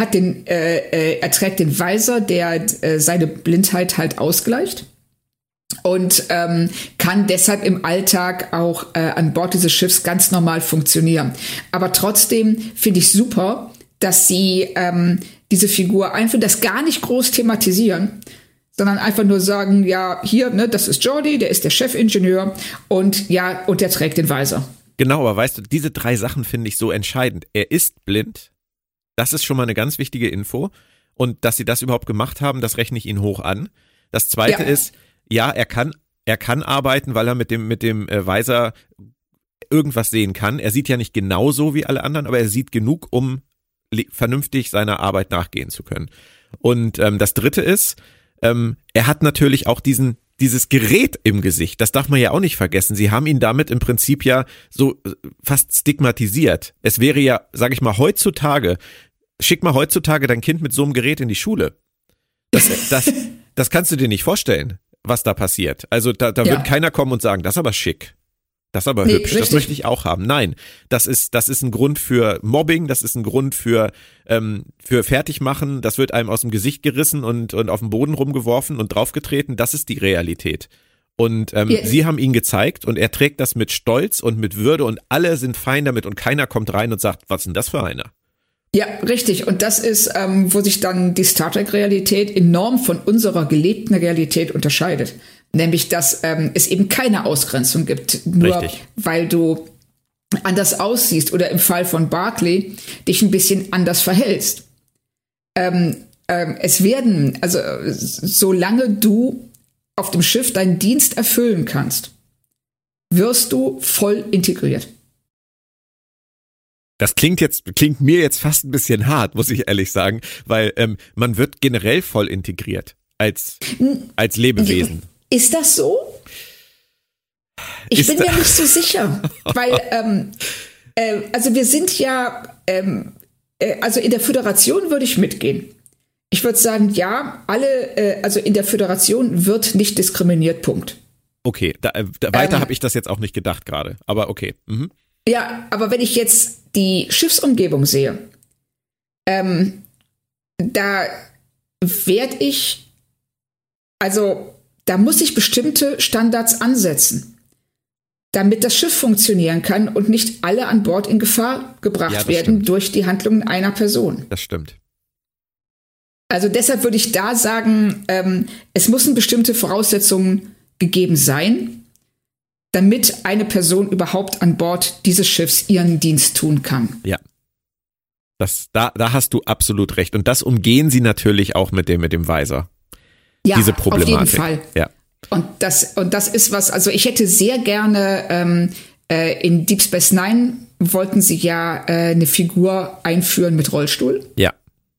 trägt den Visor, der seine Blindheit halt ausgleicht und kann deshalb im Alltag auch an Bord dieses Schiffs ganz normal funktionieren. Aber trotzdem finde ich super, dass sie diese Figur einfach das gar nicht groß thematisieren, sondern einfach nur sagen, ja, hier, ne, das ist Geordi, der ist der Chefingenieur und der trägt den Visor. Genau, aber weißt du, diese 3 Sachen finde ich so entscheidend. Er ist blind, das ist schon mal eine ganz wichtige Info und dass sie das überhaupt gemacht haben, das rechne ich ihnen hoch an. Das Zweite ist, ja, er kann arbeiten, weil er mit dem Visor irgendwas sehen kann. Er sieht ja nicht genauso wie alle anderen, aber er sieht genug, um vernünftig seiner Arbeit nachgehen zu können. Und das Dritte ist, er hat natürlich auch dieses Gerät im Gesicht, das darf man ja auch nicht vergessen. Sie haben ihn damit im Prinzip ja so fast stigmatisiert. Es wäre ja, sag ich mal, schick mal heutzutage dein Kind mit so einem Gerät in die Schule. Das kannst du dir nicht vorstellen, was da passiert. Also da wird keiner kommen und sagen, das ist aber schick. Das ist aber hübsch, richtig. Das möchte ich auch haben. Nein, das ist ein Grund für Mobbing, das ist ein Grund für Fertigmachen, das wird einem aus dem Gesicht gerissen und auf den Boden rumgeworfen und draufgetreten, das ist die Realität. Und sie haben ihn gezeigt und er trägt das mit Stolz und mit Würde und alle sind fein damit und keiner kommt rein und sagt, was ist denn das für einer? Ja, richtig. Und das ist, wo sich dann die Star Trek-Realität enorm von unserer gelebten Realität unterscheidet. Nämlich, dass es eben keine Ausgrenzung gibt, nur richtig, weil du anders aussiehst oder im Fall von Barclay dich ein bisschen anders verhältst. Es werden, also solange du auf dem Schiff deinen Dienst erfüllen kannst, wirst du voll integriert. Das klingt mir jetzt fast ein bisschen hart, muss ich ehrlich sagen, weil man wird generell voll integriert als Lebewesen. Ist das so? Ich bin mir nicht so sicher, weil also wir sind ja, also in der Föderation würde ich mitgehen. Ich würde sagen, ja, also in der Föderation wird nicht diskriminiert, Punkt. Okay, weiter habe ich das jetzt auch nicht gedacht gerade, aber okay. Mhm. Ja, aber wenn ich jetzt die Schiffsumgebung sehe, da da muss ich bestimmte Standards ansetzen, damit das Schiff funktionieren kann und nicht alle an Bord in Gefahr gebracht werden durch die Handlungen einer Person. Das stimmt. Also deshalb würde ich da sagen, es müssen bestimmte Voraussetzungen gegeben sein, damit eine Person überhaupt an Bord dieses Schiffs ihren Dienst tun kann. Ja. Da hast du absolut recht. Und das umgehen sie natürlich auch mit dem Visor. Ja, diese Problematik. Auf jeden Fall. Ja. Und das ist was, also ich hätte sehr gerne in Deep Space Nine wollten sie ja eine Figur einführen mit Rollstuhl. Ja.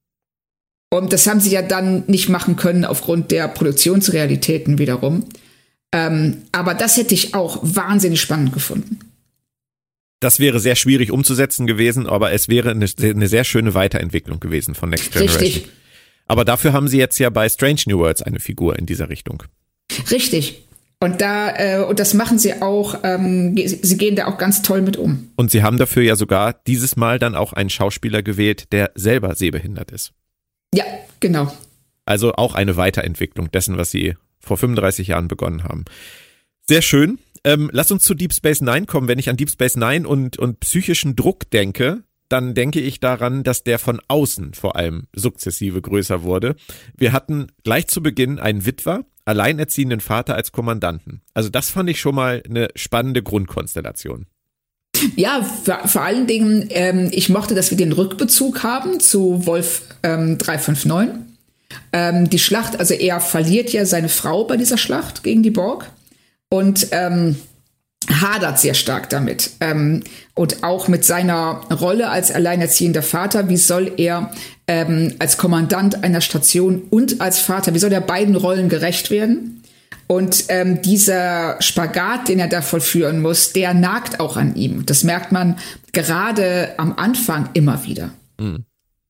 Und das haben sie ja dann nicht machen können aufgrund der Produktionsrealitäten wiederum. Aber das hätte ich auch wahnsinnig spannend gefunden. Das wäre sehr schwierig umzusetzen gewesen, aber es wäre eine sehr schöne Weiterentwicklung gewesen von Next Generation. Richtig. Aber dafür haben sie jetzt ja bei Strange New Worlds eine Figur in dieser Richtung. Richtig. Und das machen sie auch, sie gehen da auch ganz toll mit um. Und sie haben dafür ja sogar dieses Mal dann auch einen Schauspieler gewählt, der selber sehbehindert ist. Ja, genau. Also auch eine Weiterentwicklung dessen, was sie vor 35 Jahren begonnen haben. Sehr schön. Lass uns zu Deep Space Nine kommen. Wenn ich an Deep Space Nine und psychischen Druck denke, dann denke ich daran, dass der von außen vor allem sukzessive größer wurde. Wir hatten gleich zu Beginn einen Witwer, alleinerziehenden Vater als Kommandanten. Also das fand ich schon mal eine spannende Grundkonstellation. Ja, vor allen Dingen, ich mochte, dass wir den Rückbezug haben zu Wolf 359. Die Schlacht, also er verliert ja seine Frau bei dieser Schlacht gegen die Borg und hadert sehr stark damit. Und auch mit seiner Rolle als alleinerziehender Vater, wie soll er als Kommandant einer Station und als Vater, wie soll er beiden Rollen gerecht werden? Und dieser Spagat, den er da vollführen muss, der nagt auch an ihm. Das merkt man gerade am Anfang immer wieder. Mhm.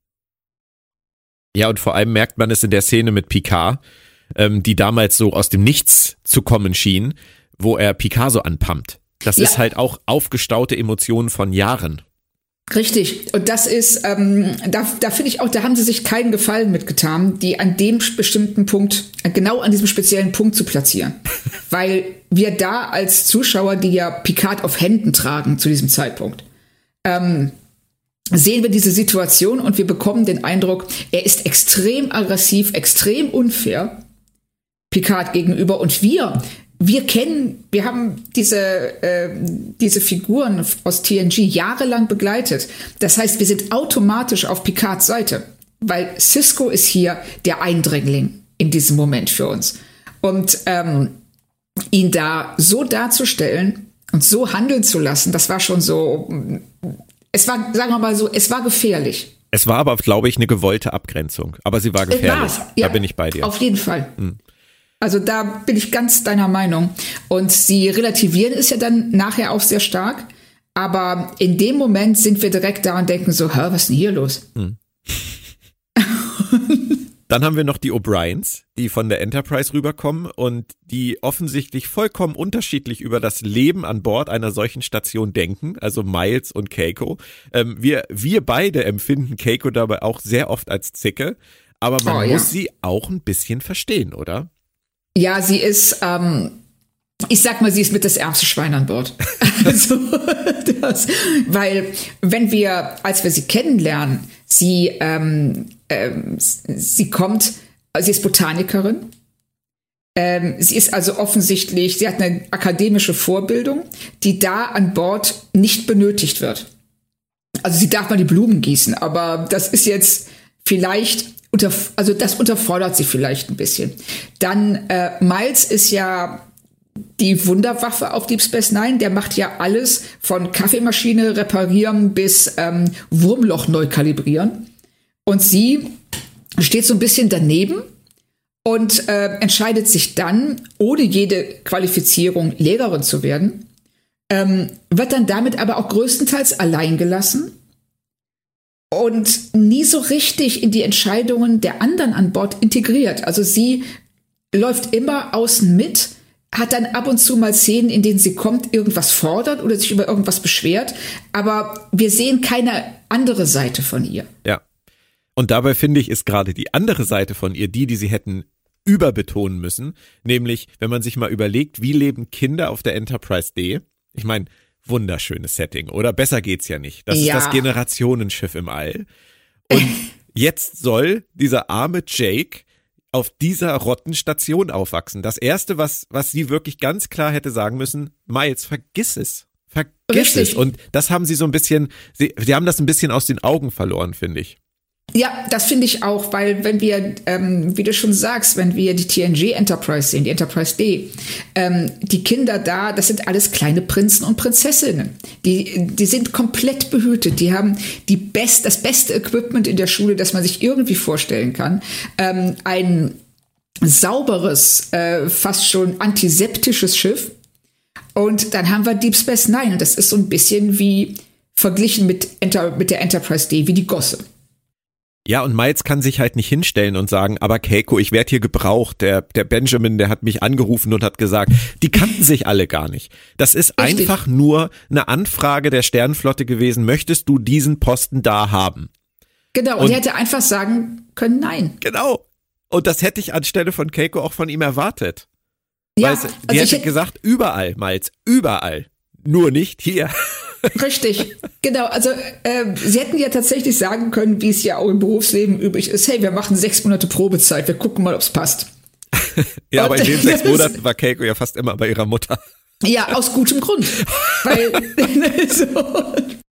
Ja, und vor allem merkt man es in der Szene mit Picard, die damals so aus dem Nichts zu kommen schien, wo er Picard so anpumpt. Das ist halt auch aufgestaute Emotionen von Jahren. Richtig. Und das ist, da finde ich auch, da haben sie sich keinen Gefallen mitgetan, die an dem bestimmten Punkt, genau an diesem speziellen Punkt zu platzieren. Weil wir da als Zuschauer, die ja Picard auf Händen tragen zu diesem Zeitpunkt, sehen wir diese Situation und wir bekommen den Eindruck, er ist extrem aggressiv, extrem unfair Picard gegenüber und wir haben diese Figuren aus TNG jahrelang begleitet. Das heißt, wir sind automatisch auf Picards Seite, weil Sisko ist hier der Eindringling in diesem Moment für uns. Und ihn da so darzustellen und so handeln zu lassen, das war schon so, es war, sagen wir mal so, es war gefährlich. Es war aber, glaube ich, eine gewollte Abgrenzung. Aber sie war gefährlich. Ja, da bin ich bei dir. Auf jeden Fall. Also da bin ich ganz deiner Meinung. Und sie relativieren es ja dann nachher auch sehr stark. Aber in dem Moment sind wir direkt da und denken so, was ist denn hier los? Dann haben wir noch die O'Briens, die von der Enterprise rüberkommen und die offensichtlich vollkommen unterschiedlich über das Leben an Bord einer solchen Station denken, also Miles und Keiko. Wir beide empfinden Keiko dabei auch sehr oft als Zicke, aber man muss sie auch ein bisschen verstehen, oder? Ja, sie ist, ich sag mal, sie ist mit das ärmste Schwein an Bord. Also, weil als wir sie kennenlernen, sie ist Botanikerin. Sie ist also offensichtlich, sie hat eine akademische Vorbildung, die da an Bord nicht benötigt wird. Also sie darf mal die Blumen gießen, aber das ist jetzt vielleicht also das unterfordert sie vielleicht ein bisschen. Dann Miles ist ja die Wunderwaffe auf Deep Space Nine. Der macht ja alles von Kaffeemaschine reparieren bis Wurmloch neu kalibrieren. Und sie steht so ein bisschen daneben und entscheidet sich dann, ohne jede Qualifizierung Lehrerin zu werden, wird dann damit aber auch größtenteils allein gelassen und nie so richtig in die Entscheidungen der anderen an Bord integriert. Also sie läuft immer außen mit, hat dann ab und zu mal Szenen, in denen sie kommt, irgendwas fordert oder sich über irgendwas beschwert, aber wir sehen keine andere Seite von ihr. Ja. Und dabei finde ich, ist gerade die andere Seite von ihr die sie hätten überbetonen müssen, nämlich, wenn man sich mal überlegt, wie leben Kinder auf der Enterprise D? Ich meine, wunderschönes Setting, oder? Besser geht's ja nicht. Das ist das Generationenschiff im All. Und jetzt soll dieser arme Jake auf dieser Rottenstation aufwachsen. Das Erste, was sie wirklich ganz klar hätte sagen müssen, Miles, vergiss es. Vergiss es. Und das haben sie so ein bisschen, sie haben das ein bisschen aus den Augen verloren, finde ich. Ja, das finde ich auch, weil wenn wir, wie du schon sagst, wenn wir die TNG Enterprise sehen, die Enterprise D, die Kinder da, das sind alles kleine Prinzen und Prinzessinnen. Die sind komplett behütet. Die haben das beste Equipment in der Schule, das man sich irgendwie vorstellen kann. Ein sauberes, fast schon antiseptisches Schiff. Und dann haben wir Deep Space Nine. Und das ist so ein bisschen wie verglichen mit der Enterprise D, wie die Gosse. Ja, und Miles kann sich halt nicht hinstellen und sagen, aber Keiko, ich werde hier gebraucht. Der Benjamin, der hat mich angerufen und hat gesagt, die kannten sich alle gar nicht. Das ist Richtig. Einfach nur eine Anfrage der Sternenflotte gewesen, möchtest du diesen Posten da haben? Genau, und er hätte einfach sagen können, nein. Genau. Und das hätte ich anstelle von Keiko auch von ihm erwartet. Ja, Weißt, die hätte gesagt, überall, Miles, überall. Nur nicht hier. Richtig, genau. Also sie hätten ja tatsächlich sagen können, wie es ja auch im Berufsleben üblich ist, hey, wir machen 6 Monate Probezeit, wir gucken mal, ob es passt. Ja, aber in den 6 Monaten war Keiko ja fast immer bei ihrer Mutter. Ja, aus gutem Grund. Weil so.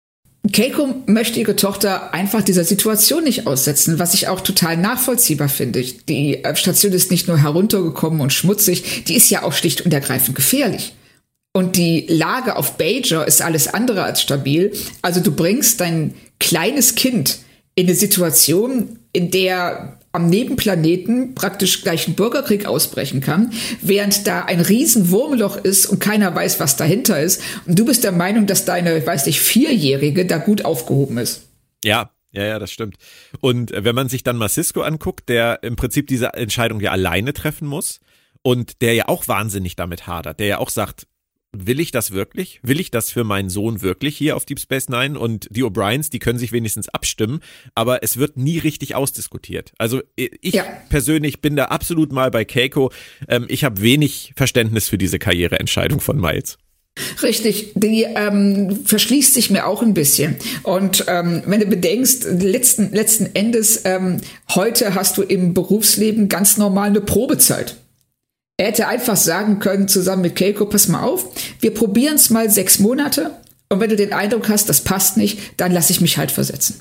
Keiko möchte ihre Tochter einfach dieser Situation nicht aussetzen, was ich auch total nachvollziehbar finde. Die Station ist nicht nur heruntergekommen und schmutzig, die ist ja auch schlicht und ergreifend gefährlich. Und die Lage auf Bajor ist alles andere als stabil. Also du bringst dein kleines Kind in eine Situation, in der am Nebenplaneten praktisch gleich ein Bürgerkrieg ausbrechen kann, während da ein riesen Wurmloch ist und keiner weiß, was dahinter ist. Und du bist der Meinung, dass deine, 4-Jährige da gut aufgehoben ist. Ja, das stimmt. Und wenn man sich dann mal Sisko anguckt, der im Prinzip diese Entscheidung ja alleine treffen muss und der ja auch wahnsinnig damit hadert, der ja auch sagt, will ich das wirklich? Will ich das für meinen Sohn wirklich hier auf Deep Space Nine? Und die O'Briens, die können sich wenigstens abstimmen, aber es wird nie richtig ausdiskutiert. Also ich persönlich bin da absolut mal bei Keiko. Ich habe wenig Verständnis für diese Karriereentscheidung von Miles. Richtig, die verschließt sich mir auch ein bisschen. Und wenn du bedenkst, letzten Endes, heute hast du im Berufsleben ganz normal eine Probezeit. Er hätte einfach sagen können, zusammen mit Keiko, pass mal auf, wir probieren es mal 6 Monate und wenn du den Eindruck hast, das passt nicht, dann lasse ich mich halt versetzen.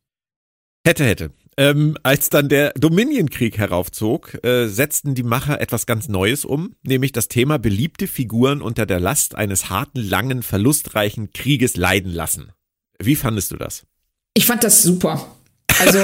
Hätte. Als dann der Dominion-Krieg heraufzog, setzten die Macher etwas ganz Neues um, nämlich das Thema beliebte Figuren unter der Last eines harten, langen, verlustreichen Krieges leiden lassen. Wie fandest du das? Ich fand das super. Also,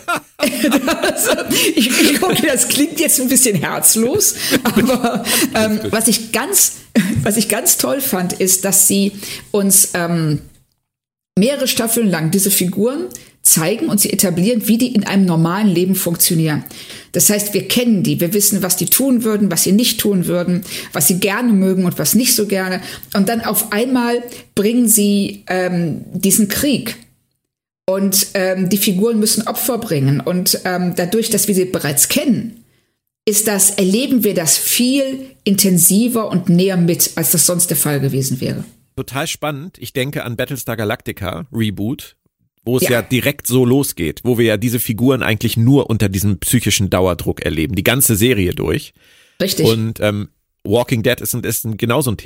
ich gucke, das klingt jetzt ein bisschen herzlos, aber was ich ganz toll fand, ist, dass sie uns mehrere Staffeln lang diese Figuren zeigen und sie etablieren, wie die in einem normalen Leben funktionieren. Das heißt, wir kennen die, wir wissen, was die tun würden, was sie nicht tun würden, was sie gerne mögen und was nicht so gerne. Und dann auf einmal bringen sie diesen Krieg. Und die Figuren müssen Opfer bringen. Und dadurch, dass wir sie bereits kennen, erleben wir das viel intensiver und näher mit, als das sonst der Fall gewesen wäre. Total spannend. Ich denke an Battlestar Galactica Reboot, wo es ja direkt so losgeht, wo wir ja diese Figuren eigentlich nur unter diesem psychischen Dauerdruck erleben, die ganze Serie durch. Richtig. Und Walking Dead ist genauso ein Thema.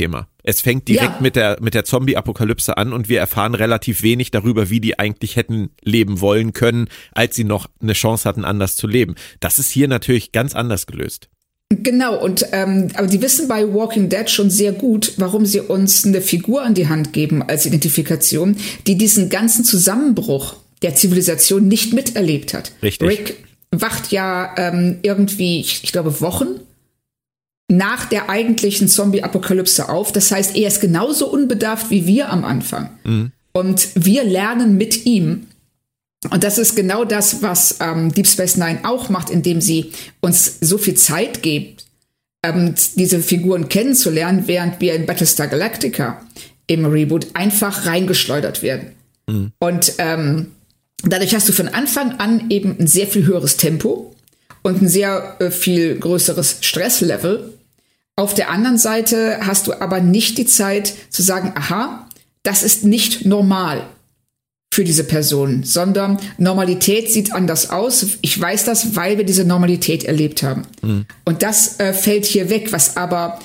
Es fängt direkt mit der Zombie-Apokalypse an und wir erfahren relativ wenig darüber, wie die eigentlich hätten leben wollen können, als sie noch eine Chance hatten, anders zu leben. Das ist hier natürlich ganz anders gelöst. Genau, und aber die wissen bei Walking Dead schon sehr gut, warum sie uns eine Figur an die Hand geben als Identifikation, die diesen ganzen Zusammenbruch der Zivilisation nicht miterlebt hat. Richtig. Rick wacht ja irgendwie, ich glaube, Wochen nach der eigentlichen Zombie-Apokalypse auf. Das heißt, er ist genauso unbedarft wie wir am Anfang. Mhm. Und wir lernen mit ihm. Und das ist genau das, was Deep Space Nine auch macht, indem sie uns so viel Zeit gibt, diese Figuren kennenzulernen, während wir in Battlestar Galactica im Reboot einfach reingeschleudert werden. Mhm. Und dadurch hast du von Anfang an eben ein sehr viel höheres Tempo und ein sehr viel größeres Stresslevel. Auf der anderen Seite hast du aber nicht die Zeit zu sagen, aha, das ist nicht normal für diese Person, sondern Normalität sieht anders aus. Ich weiß das, weil wir diese Normalität erlebt haben. Mhm. Und das fällt hier weg, was aber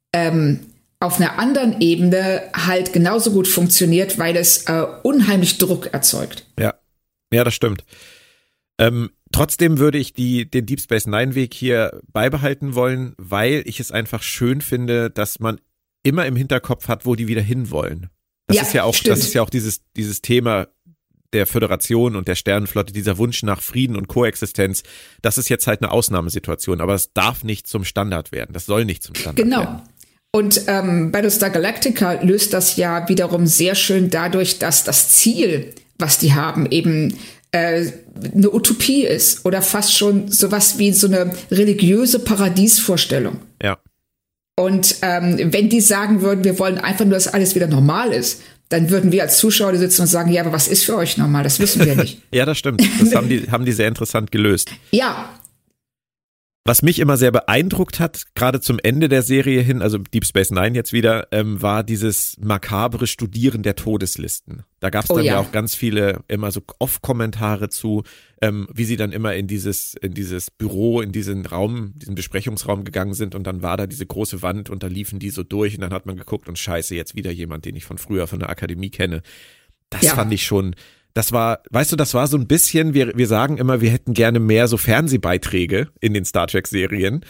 auf einer anderen Ebene halt genauso gut funktioniert, weil es unheimlich Druck erzeugt. Ja, das stimmt. Trotzdem würde ich den Deep Space Nine Weg hier beibehalten wollen, weil ich es einfach schön finde, dass man immer im Hinterkopf hat, wo die wieder hinwollen. Das ist ja auch dieses Thema der Föderation und der Sternenflotte, dieser Wunsch nach Frieden und Koexistenz. Das ist jetzt halt eine Ausnahmesituation, aber es darf nicht zum Standard werden. Das soll nicht zum Standard werden. Und Battlestar Galactica löst das ja wiederum sehr schön dadurch, dass das Ziel, was die haben, eben eine Utopie ist oder fast schon sowas wie so eine religiöse Paradiesvorstellung. Ja. Und wenn die sagen würden, wir wollen einfach nur, dass alles wieder normal ist, dann würden wir als Zuschauer sitzen und sagen, ja, aber was ist für euch normal? Das wissen wir nicht. Ja, das stimmt. Das haben die sehr interessant gelöst. Ja. Was mich immer sehr beeindruckt hat, gerade zum Ende der Serie hin, also Deep Space Nine jetzt wieder, war dieses makabre Studieren der Todeslisten. Da gab es dann ja auch ganz viele immer so Off-Kommentare zu, wie sie dann immer in dieses Büro, in diesen Besprechungsraum gegangen sind und dann war da diese große Wand und da liefen die so durch und dann hat man geguckt und scheiße, jetzt wieder jemand, den ich von früher von der Akademie kenne. Das fand ich schon... Das war so ein bisschen, wir sagen immer, wir hätten gerne mehr so Fernsehbeiträge in den Star Trek-Serien.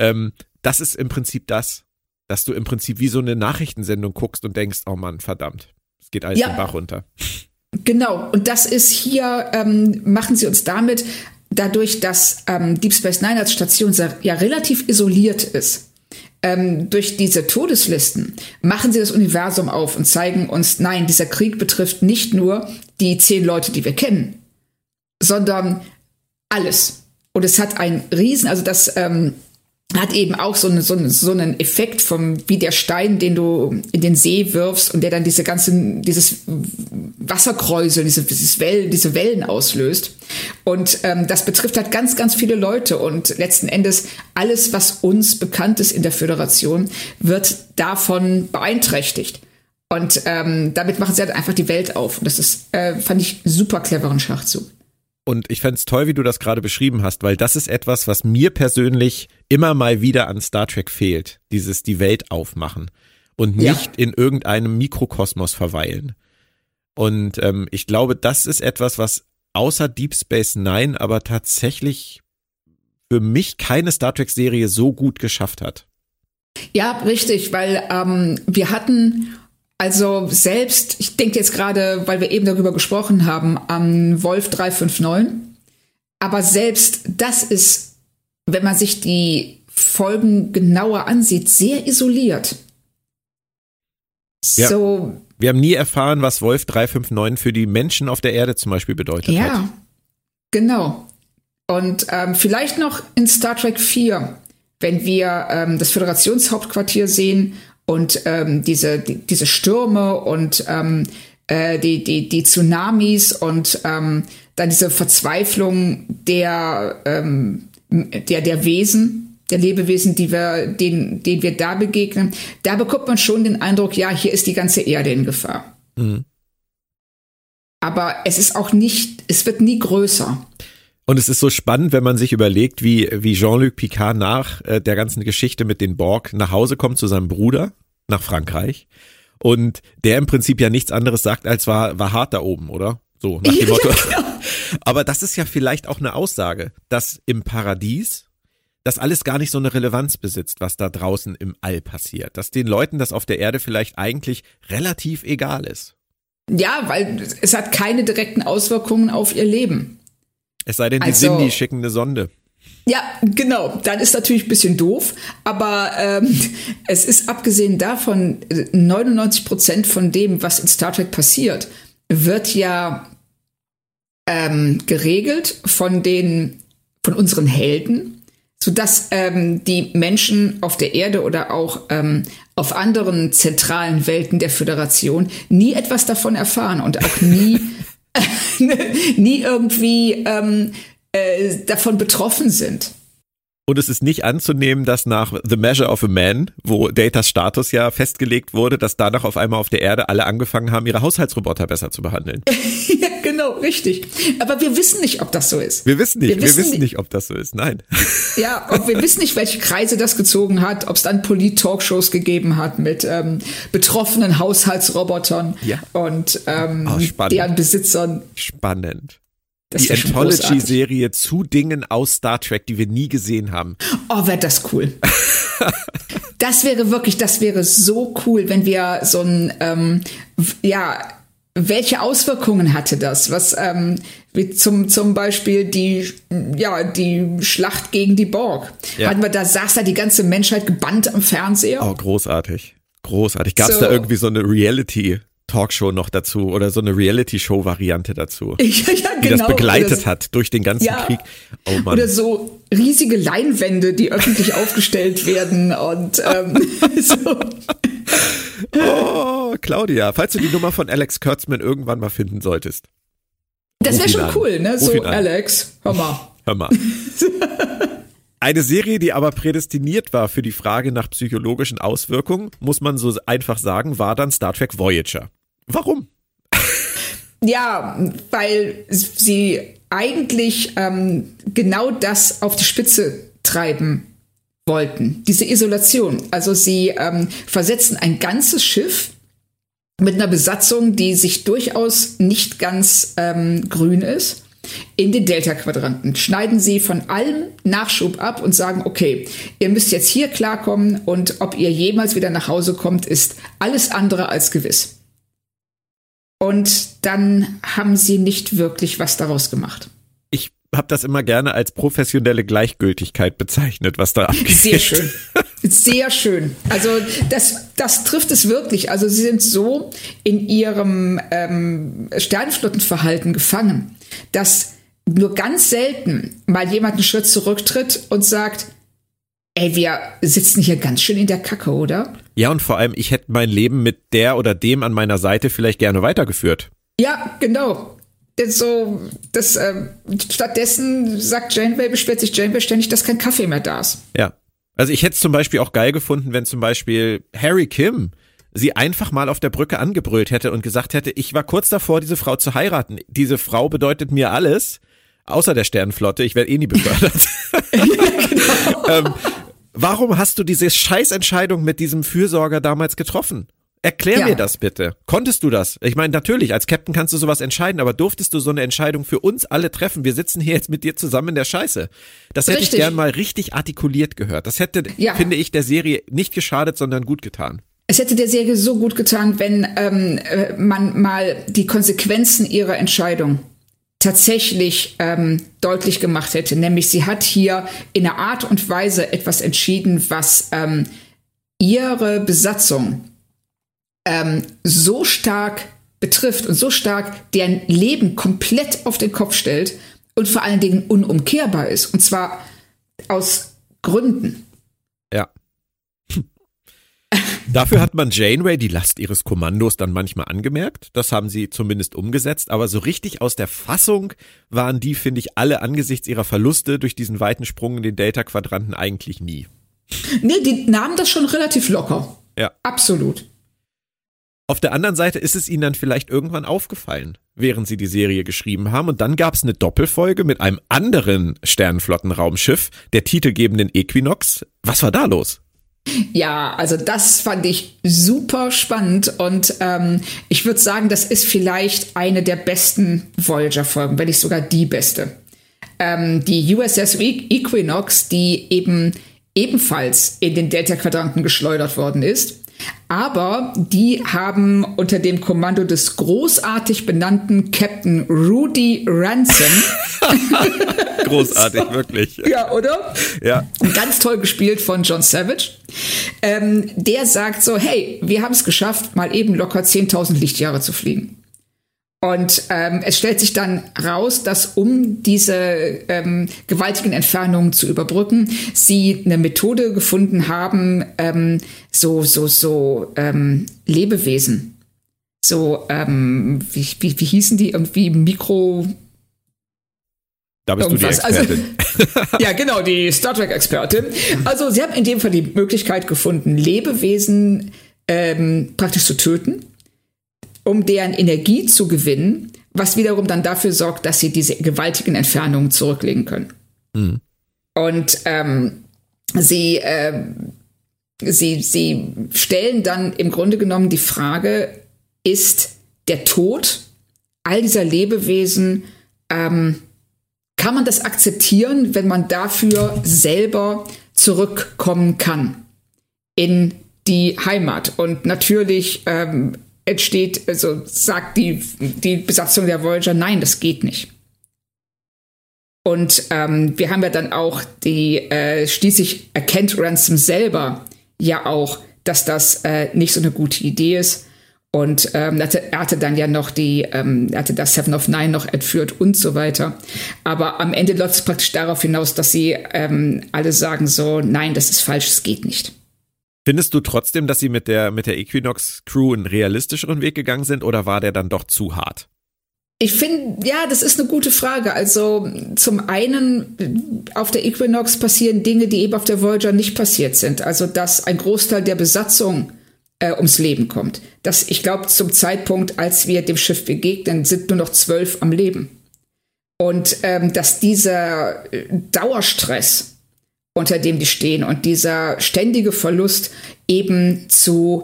Das ist im Prinzip das, dass du im Prinzip wie so eine Nachrichtensendung guckst und denkst, oh Mann, verdammt, es geht alles den Bach runter. Genau, und das ist hier, machen sie uns damit, dadurch, dass Deep Space Nine als Station ja relativ isoliert ist. Durch diese Todeslisten machen sie das Universum auf und zeigen uns, nein, dieser Krieg betrifft nicht nur die 10 Leute, die wir kennen, sondern alles. Und es hat einen also das hat eben auch so einen Effekt wie der Stein, den du in den See wirfst und der dann dieses Wasserkräuseln, diese Wellen auslöst. Und das betrifft halt ganz, ganz viele Leute. Und letzten Endes alles, was uns bekannt ist in der Föderation, wird davon beeinträchtigt. Und damit machen sie halt einfach die Welt auf. Und das ist, fand ich, super cleveren Schachzug. Und ich fänd's toll, wie du das gerade beschrieben hast, weil das ist etwas, was mir persönlich immer mal wieder an Star Trek fehlt. Dieses die Welt aufmachen und nicht in irgendeinem Mikrokosmos verweilen. Und ich glaube, das ist etwas, was außer Deep Space Nine aber tatsächlich für mich keine Star Trek-Serie so gut geschafft hat. Ja, richtig, weil wir hatten... Also selbst, ich denke jetzt gerade, weil wir eben darüber gesprochen haben, an Wolf 359. Aber selbst das ist, wenn man sich die Folgen genauer ansieht, sehr isoliert. Ja. So, wir haben nie erfahren, was Wolf 359 für die Menschen auf der Erde zum Beispiel bedeutet hat. Ja, genau. Und vielleicht noch in Star Trek 4, wenn wir das Föderationshauptquartier sehen und diese Stürme und die Tsunamis und dann diese Verzweiflung der Wesen, der Lebewesen, denen wir da begegnen, da bekommt man schon den Eindruck, ja, hier ist die ganze Erde in Gefahr. Mhm. Aber es wird nie größer. Und es ist so spannend, wenn man sich überlegt, wie Jean-Luc Picard nach der ganzen Geschichte mit den Borg nach Hause kommt zu seinem Bruder, nach Frankreich. Und der im Prinzip ja nichts anderes sagt, als war hart da oben, oder? So, nach dem Motto. Aber das ist ja vielleicht auch eine Aussage, dass im Paradies das alles gar nicht so eine Relevanz besitzt, was da draußen im All passiert. Dass den Leuten das auf der Erde vielleicht eigentlich relativ egal ist. Ja, weil es hat keine direkten Auswirkungen auf ihr Leben. Es sei denn, die Cindy schicken eine Sonde. Ja, genau. Dann ist natürlich ein bisschen doof. Aber es ist abgesehen davon, 99% von dem, was in Star Trek passiert, wird ja geregelt von unseren Helden, sodass die Menschen auf der Erde oder auch auf anderen zentralen Welten der Föderation nie etwas davon erfahren und auch nie irgendwie davon betroffen sind. Und es ist nicht anzunehmen, dass nach The Measure of a Man, wo Datas Status ja festgelegt wurde, dass danach auf einmal auf der Erde alle angefangen haben, ihre Haushaltsroboter besser zu behandeln. Ja, genau, richtig. Aber wir wissen nicht, ob das so ist. Wir wissen nicht, ob das so ist, nein. Ja, und wir wissen nicht, welche Kreise das gezogen hat, ob es dann Polit-Talkshows gegeben hat mit betroffenen Haushaltsrobotern und deren Besitzern. Spannend. Das die Anthology-Serie zu Dingen aus Star Trek, die wir nie gesehen haben. Oh, wäre das cool. Das wäre so cool, wenn wir so ein, welche Auswirkungen hatte das? Was, wie zum Beispiel die Schlacht gegen die Borg. Ja. Saß da die ganze Menschheit gebannt am Fernseher. Oh, großartig. Großartig. Gab es da irgendwie so eine Reality-Talkshow noch dazu oder so eine Reality-Show-Variante dazu, die das begleitet hat durch den ganzen Krieg. Oh Mann. Oder so riesige Leinwände, die öffentlich aufgestellt werden und so. Oh, Claudia, falls du die Nummer von Alex Kurtzman irgendwann mal finden solltest. Das wäre schon cool, ne? So, Alex, hör mal. Eine Serie, die aber prädestiniert war für die Frage nach psychologischen Auswirkungen, muss man so einfach sagen, war dann Star Trek Voyager. Warum? Ja, weil sie eigentlich genau das auf die Spitze treiben wollten. Diese Isolation. Also sie versetzen ein ganzes Schiff mit einer Besatzung, die sich durchaus nicht ganz grün ist, in den Delta-Quadranten, schneiden sie von allem Nachschub ab und sagen, okay, ihr müsst jetzt hier klarkommen und ob ihr jemals wieder nach Hause kommt, ist alles andere als gewiss. Und dann haben sie nicht wirklich was daraus gemacht. Ich habe das immer gerne als professionelle Gleichgültigkeit bezeichnet, was da abgeht. Sehr schön. Sehr schön. Also das trifft es wirklich. Also sie sind so in ihrem Sternenflottenverhalten gefangen, dass nur ganz selten mal jemand einen Schritt zurücktritt und sagt, ey, wir sitzen hier ganz schön in der Kacke, oder? Ja, und vor allem, ich hätte mein Leben mit der oder dem an meiner Seite vielleicht gerne weitergeführt. Ja, genau. Stattdessen beschwert sich Janeway ständig, dass kein Kaffee mehr da ist. Ja. Also ich hätte es zum Beispiel auch geil gefunden, wenn zum Beispiel Harry Kim sie einfach mal auf der Brücke angebrüllt hätte und gesagt hätte, ich war kurz davor, diese Frau zu heiraten. Diese Frau bedeutet mir alles, außer der Sternenflotte. Ich werde eh nie befördert. Ja, genau. Warum hast du diese Scheißentscheidung mit diesem Fürsorger damals getroffen? Erklär mir das bitte. Konntest du das? Ich meine, natürlich, als Captain kannst du sowas entscheiden, aber durftest du so eine Entscheidung für uns alle treffen? Wir sitzen hier jetzt mit dir zusammen in der Scheiße. Das hätte ich gern mal richtig artikuliert gehört. Das hätte, finde ich, der Serie nicht geschadet, sondern gut getan. Es hätte der Serie so gut getan, wenn man mal die Konsequenzen ihrer Entscheidung tatsächlich deutlich gemacht hätte. Nämlich, sie hat hier in einer Art und Weise etwas entschieden, was ihre Besatzung so stark betrifft und so stark deren Leben komplett auf den Kopf stellt und vor allen Dingen unumkehrbar ist. Und zwar aus Gründen. Ja. Dafür hat man Janeway die Last ihres Kommandos dann manchmal angemerkt. Das haben sie zumindest umgesetzt. Aber so richtig aus der Fassung waren die, finde ich, alle angesichts ihrer Verluste durch diesen weiten Sprung in den Delta-Quadranten eigentlich nie. Nee, die nahmen das schon relativ locker. Ja. Absolut. Auf der anderen Seite ist es ihnen dann vielleicht irgendwann aufgefallen, während sie die Serie geschrieben haben. Und dann gab es eine Doppelfolge mit einem anderen Sternenflottenraumschiff, der titelgebenden Equinox. Was war da los? Ja, also das fand ich super spannend und ich würde sagen, das ist vielleicht eine der besten Voyager-Folgen, wenn nicht sogar die beste. Die USS Equinox, die ebenfalls in den Delta-Quadranten geschleudert worden ist. Aber die haben unter dem Kommando des großartig benannten Captain Rudy Ransom. Großartig, so, wirklich. Ja, oder? Ja. Ganz toll gespielt von John Savage. Der sagt so, hey, wir haben es geschafft, mal eben locker 10.000 Lichtjahre zu fliegen. Und es stellt sich dann raus, dass um diese gewaltigen Entfernungen zu überbrücken, sie eine Methode gefunden haben, Lebewesen. Wie hießen die? Irgendwie Mikro... Da bist irgendwas. Du die Expertin. Also, ja, genau, die Star Trek-Expertin. Also sie haben in dem Fall die Möglichkeit gefunden, Lebewesen praktisch zu töten, um deren Energie zu gewinnen, was wiederum dann dafür sorgt, dass sie diese gewaltigen Entfernungen zurücklegen können. Mhm. Und sie stellen dann im Grunde genommen die Frage, ist der Tod all dieser Lebewesen, kann man das akzeptieren, wenn man dafür selber zurückkommen kann in die Heimat? Und natürlich entsteht, also sagt die Besatzung der Voyager, nein, das geht nicht. Und wir haben ja dann auch schließlich erkennt Ransom selber ja auch, dass das nicht so eine gute Idee ist. Und er hatte dann ja noch er hatte das Seven of Nine noch entführt und so weiter. Aber am Ende läuft es praktisch darauf hinaus, dass sie alle sagen so, nein, das ist falsch, es geht nicht. Findest du trotzdem, dass sie mit der Equinox-Crew einen realistischeren Weg gegangen sind oder war der dann doch zu hart? Ich finde, ja, das ist eine gute Frage. Also zum einen, auf der Equinox passieren Dinge, die eben auf der Voyager nicht passiert sind. Also dass ein Großteil der Besatzung ums Leben kommt. Ich glaube, zum Zeitpunkt, als wir dem Schiff begegnen, sind nur noch 12 am Leben. Und dass dieser Dauerstress, unter dem die stehen und dieser ständige Verlust eben zu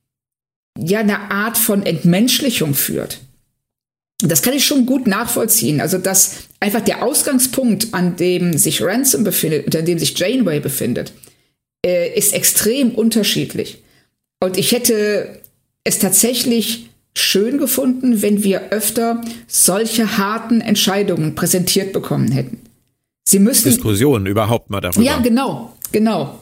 einer Art von Entmenschlichung führt. Das kann ich schon gut nachvollziehen. Also, dass einfach der Ausgangspunkt, an dem sich Ransom befindet und an dem sich Janeway befindet, ist extrem unterschiedlich. Und ich hätte es tatsächlich schön gefunden, wenn wir öfter solche harten Entscheidungen präsentiert bekommen hätten. Sie müssen Diskussionen überhaupt mal darüber. Ja, genau.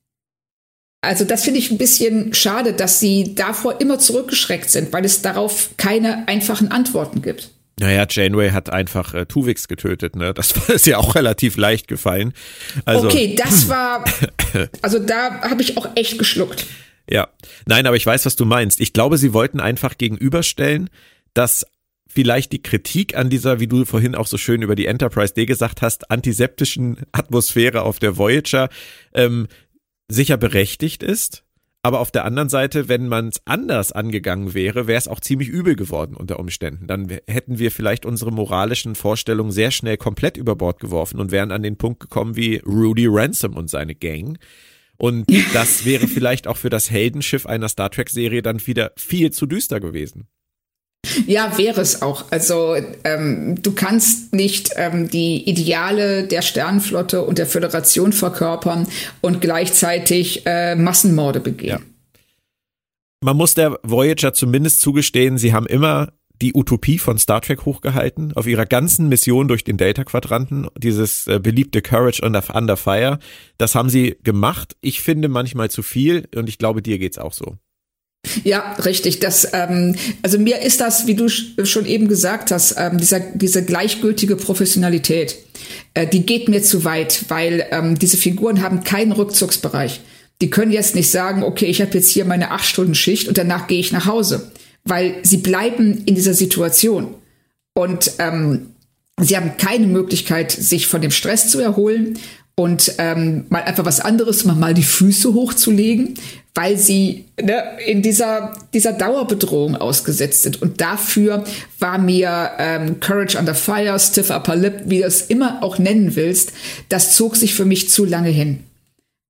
Also das finde ich ein bisschen schade, dass sie davor immer zurückgeschreckt sind, weil es darauf keine einfachen Antworten gibt. Naja, Janeway hat einfach Tuvix getötet, ne? Das ist ja auch relativ leicht gefallen. Also, okay, das war, also da habe ich auch echt geschluckt. Ja, nein, aber ich weiß, was du meinst. Ich glaube, sie wollten einfach gegenüberstellen, dass vielleicht die Kritik an dieser, wie du vorhin auch so schön über die Enterprise D gesagt hast, antiseptischen Atmosphäre auf der Voyager sicher berechtigt ist. Aber auf der anderen Seite, wenn man es anders angegangen wäre, wäre es auch ziemlich übel geworden unter Umständen. Dann hätten wir vielleicht unsere moralischen Vorstellungen sehr schnell komplett über Bord geworfen und wären an den Punkt gekommen wie Rudy Ransom und seine Gang. Und das wäre vielleicht auch für das Heldenschiff einer Star Trek-Serie dann wieder viel zu düster gewesen. Ja, wäre es auch. Also du kannst nicht die Ideale der Sternenflotte und der Föderation verkörpern und gleichzeitig Massenmorde begehen. Ja. Man muss der Voyager zumindest zugestehen, sie haben immer die Utopie von Star Trek hochgehalten, auf ihrer ganzen Mission durch den Delta-Quadranten, dieses beliebte Courage Under Fire, das haben sie gemacht. Ich finde manchmal zu viel und ich glaube, dir geht's auch so. Ja, richtig. Also mir ist das, wie du schon eben gesagt hast, diese gleichgültige Professionalität, die geht mir zu weit, weil diese Figuren haben keinen Rückzugsbereich. Die können jetzt nicht sagen, okay, ich habe jetzt hier meine 8-Stunden-Schicht und danach gehe ich nach Hause. Weil sie bleiben in dieser Situation und sie haben keine Möglichkeit, sich von dem Stress zu erholen und mal einfach was anderes, mal die Füße hochzulegen, weil sie in dieser Dauerbedrohung ausgesetzt sind. Und dafür war mir Courage Under Fire, Stiff Upper Lip, wie du es immer auch nennen willst, das zog sich für mich zu lange hin.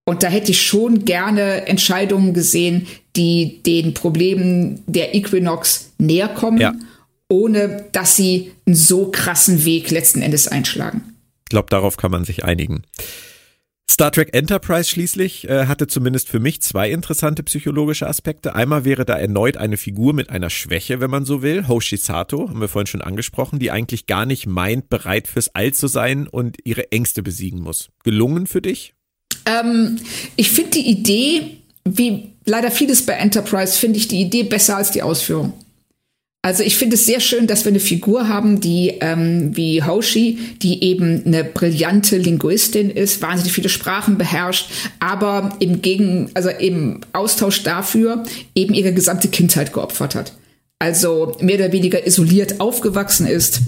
Und da hätte ich schon gerne Entscheidungen gesehen, die den Problemen der Equinox näher kommen, ohne dass sie einen so krassen Weg letzten Endes einschlagen. Ich glaube, darauf kann man sich einigen. Star Trek Enterprise schließlich hatte zumindest für mich 2 interessante psychologische Aspekte. Einmal wäre da erneut eine Figur mit einer Schwäche, wenn man so will, Hoshi Sato, haben wir vorhin schon angesprochen, die eigentlich gar nicht meint, bereit fürs All zu sein und ihre Ängste besiegen muss. Gelungen für dich? Ich finde die Idee, wie leider vieles bei Enterprise, finde ich die Idee besser als die Ausführung. Also ich finde es sehr schön, dass wir eine Figur haben, die wie Hoshi, die eben eine brillante Linguistin ist, wahnsinnig viele Sprachen beherrscht, aber im Austausch dafür eben ihre gesamte Kindheit geopfert hat. Also mehr oder weniger isoliert aufgewachsen ist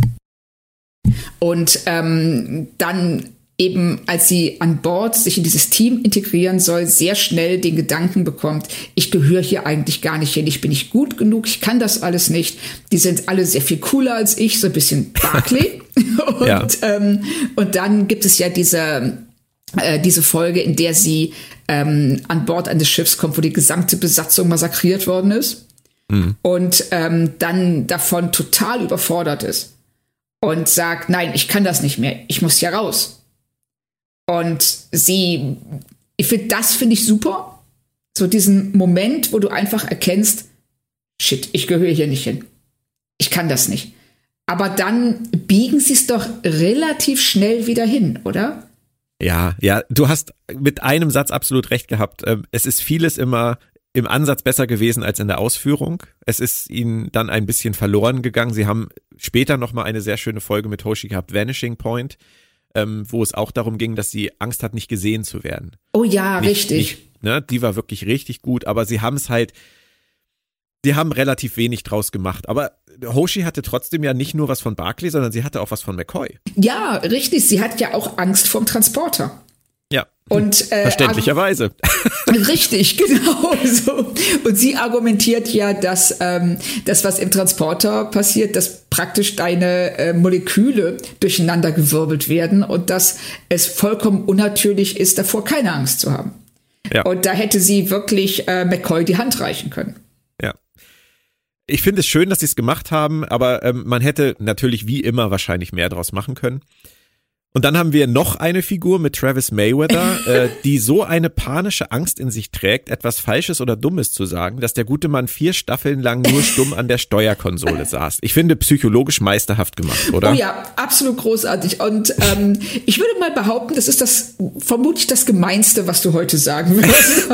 und dann eben, als sie an Bord sich in dieses Team integrieren soll, sehr schnell den Gedanken bekommt, ich gehöre hier eigentlich gar nicht hin, ich bin nicht gut genug, ich kann das alles nicht. Die sind alle sehr viel cooler als ich, so ein bisschen Barclay. Und dann gibt es ja diese Folge, in der sie an Bord eines Schiffs kommt, wo die gesamte Besatzung massakriert worden ist und dann davon total überfordert ist und sagt, nein, ich kann das nicht mehr, ich muss hier raus. Und ich finde ich super. So diesen Moment, wo du einfach erkennst, shit, ich gehöre hier nicht hin. Ich kann das nicht. Aber dann biegen sie es doch relativ schnell wieder hin, oder? Ja, du hast mit einem Satz absolut recht gehabt. Es ist vieles immer im Ansatz besser gewesen als in der Ausführung. Es ist ihnen dann ein bisschen verloren gegangen. Sie haben später nochmal eine sehr schöne Folge mit Hoshi gehabt, Vanishing Point, wo es auch darum ging, dass sie Angst hat, nicht gesehen zu werden. Oh ja, richtig. Die war wirklich richtig gut, aber sie haben relativ wenig draus gemacht. Aber Hoshi hatte trotzdem ja nicht nur was von Barclay, sondern sie hatte auch was von McCoy. Ja, richtig. Sie hat ja auch Angst vorm Transporter. Ja, und, verständlicherweise. Richtig, genau so. Und sie argumentiert ja, dass das, was im Transporter passiert, dass praktisch deine Moleküle durcheinandergewirbelt werden und dass es vollkommen unnatürlich ist, davor keine Angst zu haben. Ja. Und da hätte sie wirklich McCoy die Hand reichen können. Ja. Ich finde es schön, dass sie es gemacht haben, aber man hätte natürlich wie immer wahrscheinlich mehr draus machen können. Und dann haben wir noch eine Figur mit Travis Mayweather, die so eine panische Angst in sich trägt, etwas Falsches oder Dummes zu sagen, dass der gute Mann 4 Staffeln lang nur stumm an der Steuerkonsole saß. Ich finde, psychologisch meisterhaft gemacht, oder? Oh ja, absolut großartig. Und ich würde mal behaupten, das ist vermutlich das Gemeinste, was du heute sagen wirst.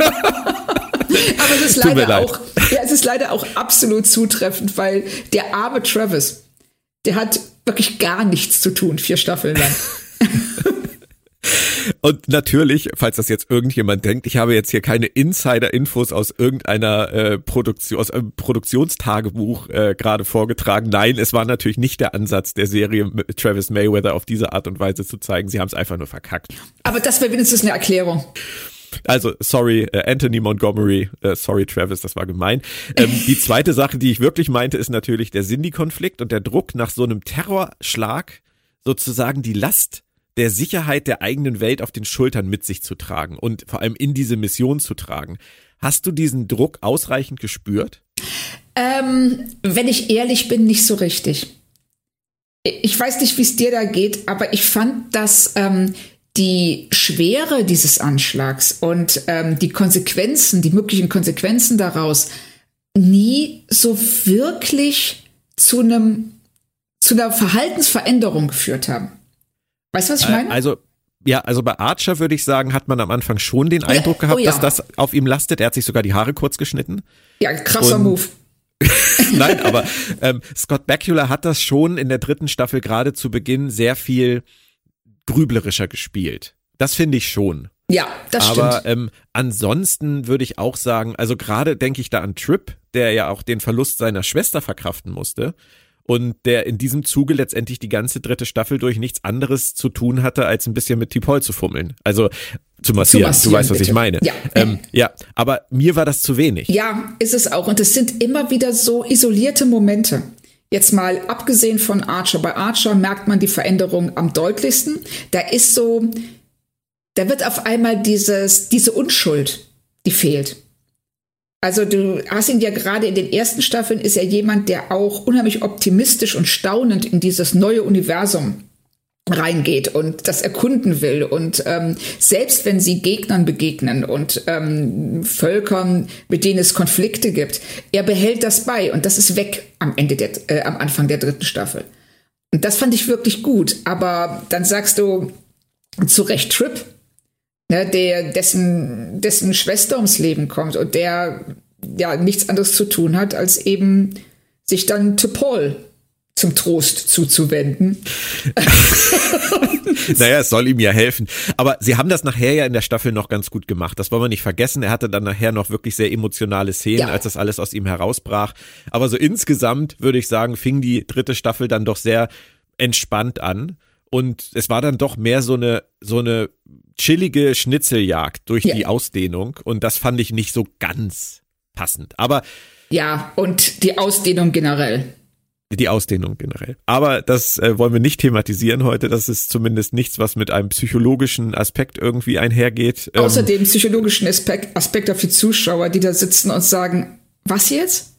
Aber es ist leider auch absolut zutreffend, weil der arme Travis, der hat wirklich gar nichts zu tun, 4 Staffeln lang. Und natürlich, falls das jetzt irgendjemand denkt, ich habe jetzt hier keine Insider-Infos aus irgendeiner Produktion, aus einem Produktionstagebuch gerade vorgetragen. Nein, es war natürlich nicht der Ansatz der Serie, mit Travis Mayweather auf diese Art und Weise zu zeigen. Sie haben es einfach nur verkackt. Aber das wäre wenigstens eine Erklärung. Also, sorry, Anthony Montgomery, sorry Travis, das war gemein. Die zweite Sache, die ich wirklich meinte, ist natürlich der Cindy-Konflikt und der Druck, nach so einem Terrorschlag sozusagen die Last der Sicherheit der eigenen Welt auf den Schultern mit sich zu tragen und vor allem in diese Mission zu tragen. Hast du diesen Druck ausreichend gespürt? Wenn ich ehrlich bin, nicht so richtig. Ich weiß nicht, wie es dir da geht, aber ich fand, dass die Schwere dieses Anschlags und die möglichen Konsequenzen daraus nie so wirklich zu einer Verhaltensveränderung geführt haben. Weißt du, was ich meine? Also bei Archer würde ich sagen, hat man am Anfang schon den Eindruck gehabt, dass das auf ihm lastet. Er hat sich sogar die Haare kurz geschnitten. Ja, krasser Move. Nein, aber Scott Bakula hat das schon in der 3. Staffel gerade zu Beginn sehr viel grüblerischer gespielt. Das finde ich schon. Ja, das stimmt. Aber ansonsten würde ich auch sagen, also gerade denke ich da an Trip, der ja auch den Verlust seiner Schwester verkraften musste und der in diesem Zuge letztendlich die ganze 3. Staffel durch nichts anderes zu tun hatte, als ein bisschen mit T'Pol zu fummeln. Also zu massieren, du weißt, was bitte. Ich meine. Ja. Ja, aber mir war das zu wenig. Ja, ist es auch. Und es sind immer wieder so isolierte Momente. Jetzt mal abgesehen von Archer. Bei Archer merkt man die Veränderung am deutlichsten. Da ist so da wird auf einmal diese Unschuld, die fehlt. Also du hast ihn ja gerade in den ersten Staffeln, ist er jemand, der auch unheimlich optimistisch und staunend in dieses neue Universum reingeht und das erkunden will. Und selbst wenn sie Gegnern begegnen und Völkern, mit denen es Konflikte gibt, er behält das bei und das ist weg am Anfang der 3. Staffel. Und das fand ich wirklich gut. Aber dann sagst du zu Recht Trip, ne, dessen Schwester ums Leben kommt und der ja nichts anderes zu tun hat, als eben sich dann T'Pol zum Trost zuzuwenden. Naja, es soll ihm ja helfen. Aber sie haben das nachher ja in der Staffel noch ganz gut gemacht. Das wollen wir nicht vergessen. Er hatte dann nachher noch wirklich sehr emotionale Szenen, als das alles aus ihm herausbrach. Aber so insgesamt würde ich sagen, fing die 3. Staffel dann doch sehr entspannt an. Und es war dann doch mehr so eine chillige Schnitzeljagd durch die Ausdehnung. Und das fand ich nicht so ganz passend. Aber ja, und die Ausdehnung generell. Aber das wollen wir nicht thematisieren heute. Das ist zumindest nichts, was mit einem psychologischen Aspekt irgendwie einhergeht. Außer dem psychologischen Aspekt auf die Zuschauer, die da sitzen und sagen, was jetzt?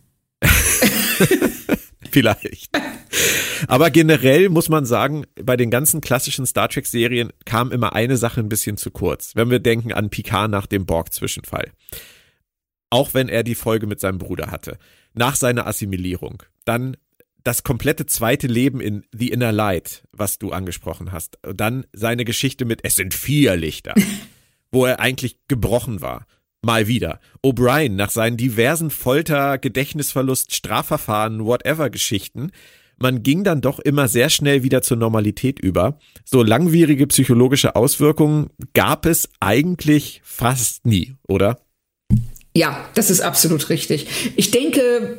Vielleicht. Aber generell muss man sagen, bei den ganzen klassischen Star Trek-Serien kam immer eine Sache ein bisschen zu kurz. Wenn wir denken an Picard nach dem Borg-Zwischenfall. Auch wenn er die Folge mit seinem Bruder hatte. Nach seiner Assimilierung. Dann das komplette zweite Leben in The Inner Light, was du angesprochen hast. Dann seine Geschichte mit Es sind 4 Lichter, wo er eigentlich gebrochen war. Mal wieder. O'Brien nach seinen diversen Folter-, Gedächtnisverlust-, Strafverfahren-, whatever-Geschichten. Man ging dann doch immer sehr schnell wieder zur Normalität über. So langwierige psychologische Auswirkungen gab es eigentlich fast nie, oder? Ja, das ist absolut richtig. Ich denke,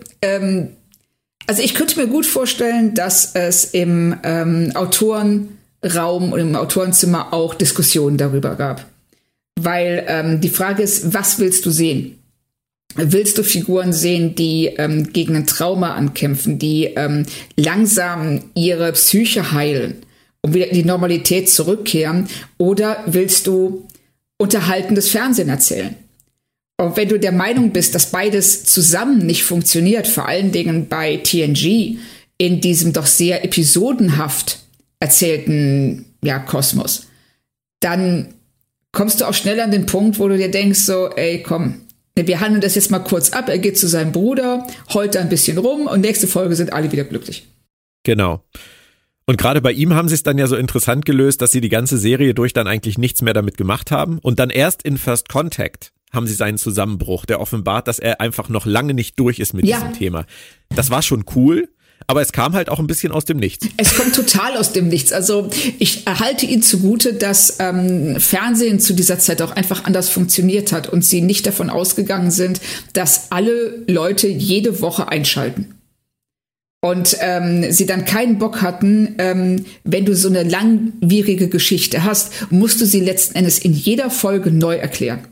also ich könnte mir gut vorstellen, dass es im Autorenraum und im Autorenzimmer auch Diskussionen darüber gab. Weil die Frage ist, was willst du sehen? Willst du Figuren sehen, die gegen ein Trauma ankämpfen, die langsam ihre Psyche heilen und wieder in die Normalität zurückkehren? Oder willst du unterhaltendes Fernsehen erzählen? Und wenn du der Meinung bist, dass beides zusammen nicht funktioniert, vor allen Dingen bei TNG, in diesem doch sehr episodenhaft erzählten Kosmos, dann kommst du auch schnell an den Punkt, wo du dir denkst, so, ey, komm, wir handeln das jetzt mal kurz ab, er geht zu seinem Bruder, heult ein bisschen rum und nächste Folge sind alle wieder glücklich. Genau. Und gerade bei ihm haben sie es dann ja so interessant gelöst, dass sie die ganze Serie durch dann eigentlich nichts mehr damit gemacht haben und dann erst in First Contact haben sie seinen Zusammenbruch, der offenbart, dass er einfach noch lange nicht durch ist mit diesem Thema. Das war schon cool, aber es kam halt auch ein bisschen aus dem Nichts. Es kommt total aus dem Nichts. Also ich halte ihn zugute, dass Fernsehen zu dieser Zeit auch einfach anders funktioniert hat und sie nicht davon ausgegangen sind, dass alle Leute jede Woche einschalten. Und sie dann keinen Bock hatten, wenn du so eine langwierige Geschichte hast, musst du sie letzten Endes in jeder Folge neu erklären.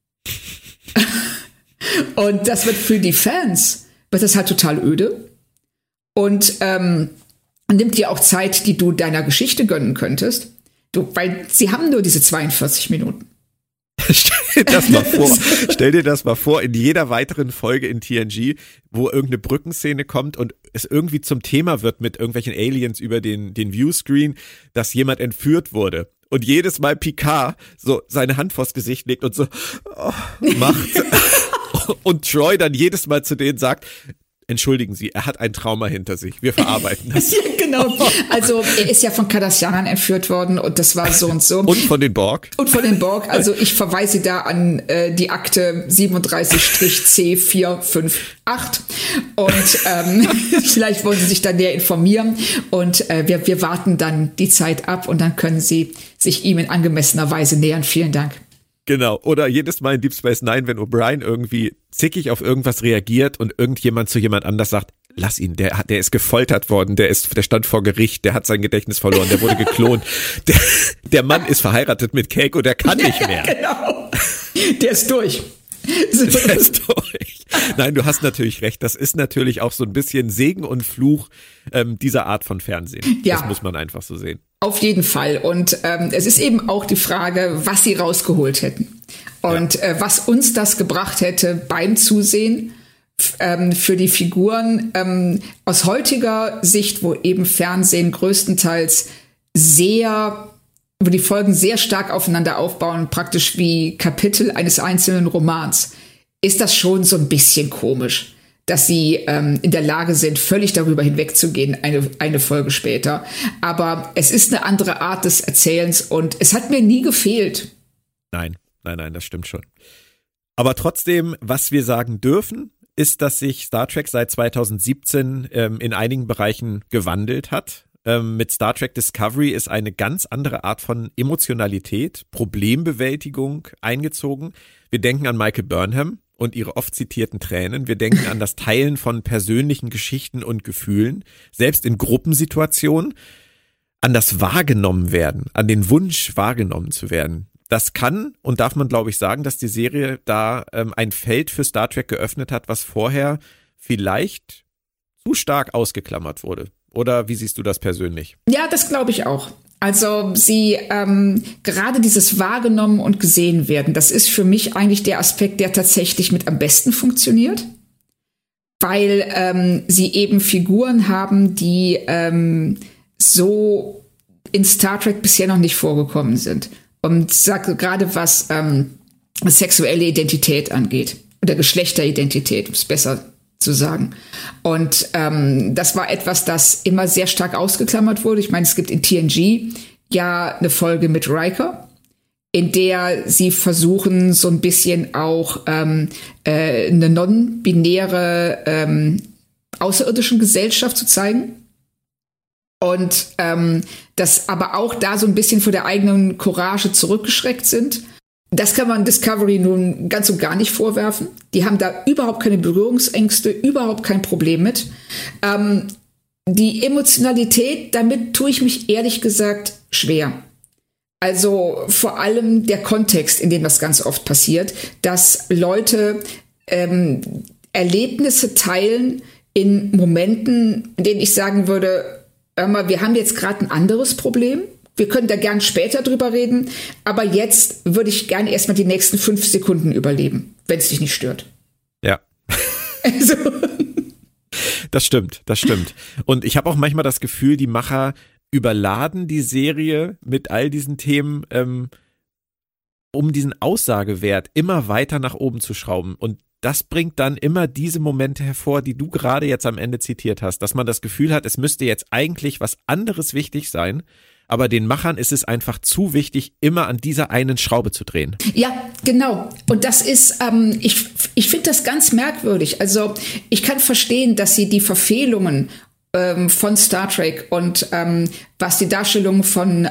Und das wird für die Fans, wird das halt total öde und nimmt dir auch Zeit, die du deiner Geschichte gönnen könntest. Weil sie haben nur diese 42 Minuten. Stell dir das mal vor, in jeder weiteren Folge in TNG, wo irgendeine Brückenszene kommt und es irgendwie zum Thema wird mit irgendwelchen Aliens über den Viewscreen, dass jemand entführt wurde. Und jedes Mal Picard so seine Hand vors Gesicht legt und so macht. Und Troy dann jedes Mal zu denen sagt, entschuldigen Sie, er hat ein Trauma hinter sich. Wir verarbeiten das. Ja, genau. Also er ist ja von Cardassianern entführt worden und das war so und so. Und von den Borg. Also ich verweise da an die Akte 37-C458 und vielleicht wollen Sie sich da näher informieren und wir warten dann die Zeit ab und dann können Sie sich ihm in angemessener Weise nähern. Vielen Dank. Genau, oder jedes Mal in Deep Space Nine, wenn O'Brien irgendwie zickig auf irgendwas reagiert und irgendjemand zu jemand anders sagt, lass ihn, der ist gefoltert worden, der stand vor Gericht, der hat sein Gedächtnis verloren, der wurde geklont, der Mann ist verheiratet mit Keiko, der kann nicht mehr. Genau, der ist durch. Der ist durch. Nein, du hast natürlich recht, das ist natürlich auch so ein bisschen Segen und Fluch dieser Art von Fernsehen. Ja. Das muss man einfach so sehen. Auf jeden Fall. Und es ist eben auch die Frage, was sie rausgeholt hätten. Und was uns das gebracht hätte beim Zusehen für die Figuren aus heutiger Sicht, wo eben Fernsehen größtenteils wo die Folgen sehr stark aufeinander aufbauen, praktisch wie Kapitel eines einzelnen Romans, ist das schon so ein bisschen komisch, dass sie in der Lage sind, völlig darüber hinwegzugehen, eine Folge später. Aber es ist eine andere Art des Erzählens und es hat mir nie gefehlt. Nein, das stimmt schon. Aber trotzdem, was wir sagen dürfen, ist, dass sich Star Trek seit 2017 in einigen Bereichen gewandelt hat. Mit Star Trek Discovery ist eine ganz andere Art von Emotionalität, Problembewältigung eingezogen. Wir denken an Michael Burnham und ihre oft zitierten Tränen. Wir denken an das Teilen von persönlichen Geschichten und Gefühlen, selbst in Gruppensituationen, an das wahrgenommen werden, an den Wunsch wahrgenommen zu werden. Das kann und darf man, glaube ich, sagen, dass die Serie da ein Feld für Star Trek geöffnet hat, was vorher vielleicht zu stark ausgeklammert wurde. Oder wie siehst du das persönlich? Ja, das glaube ich auch. Also sie gerade dieses wahrgenommen und gesehen werden, das ist für mich eigentlich der Aspekt, der tatsächlich mit am besten funktioniert, weil sie eben Figuren haben, die so in Star Trek bisher noch nicht vorgekommen sind. Und sage gerade was sexuelle Identität angeht oder Geschlechteridentität, um es besser zu sagen. Und das war etwas, das immer sehr stark ausgeklammert wurde. Ich meine, es gibt in TNG ja eine Folge mit Riker, in der sie versuchen, so ein bisschen auch eine non-binäre außerirdischen Gesellschaft zu zeigen. Und dass aber auch da so ein bisschen vor der eigenen Courage zurückgeschreckt sind. Das kann man Discovery nun ganz und gar nicht vorwerfen. Die haben da überhaupt keine Berührungsängste, überhaupt kein Problem mit. Die Emotionalität, damit tue ich mich ehrlich gesagt schwer. Also vor allem der Kontext, in dem das ganz oft passiert, dass Leute Erlebnisse teilen in Momenten, in denen ich sagen würde, wir haben jetzt gerade ein anderes Problem. Wir können da gern später drüber reden. Aber jetzt würde ich gern erstmal die nächsten 5 Sekunden überleben, wenn es dich nicht stört. Ja. Also. Das stimmt. Und ich habe auch manchmal das Gefühl, die Macher überladen die Serie mit all diesen Themen, um diesen Aussagewert immer weiter nach oben zu schrauben. Und das bringt dann immer diese Momente hervor, die du gerade jetzt am Ende zitiert hast, dass man das Gefühl hat, es müsste jetzt eigentlich was anderes wichtig sein, aber den Machern ist es einfach zu wichtig, immer an dieser einen Schraube zu drehen. Ja, genau. Und das ist, ich finde das ganz merkwürdig. Also ich kann verstehen, dass sie die Verfehlungen von Star Trek und was die Darstellung von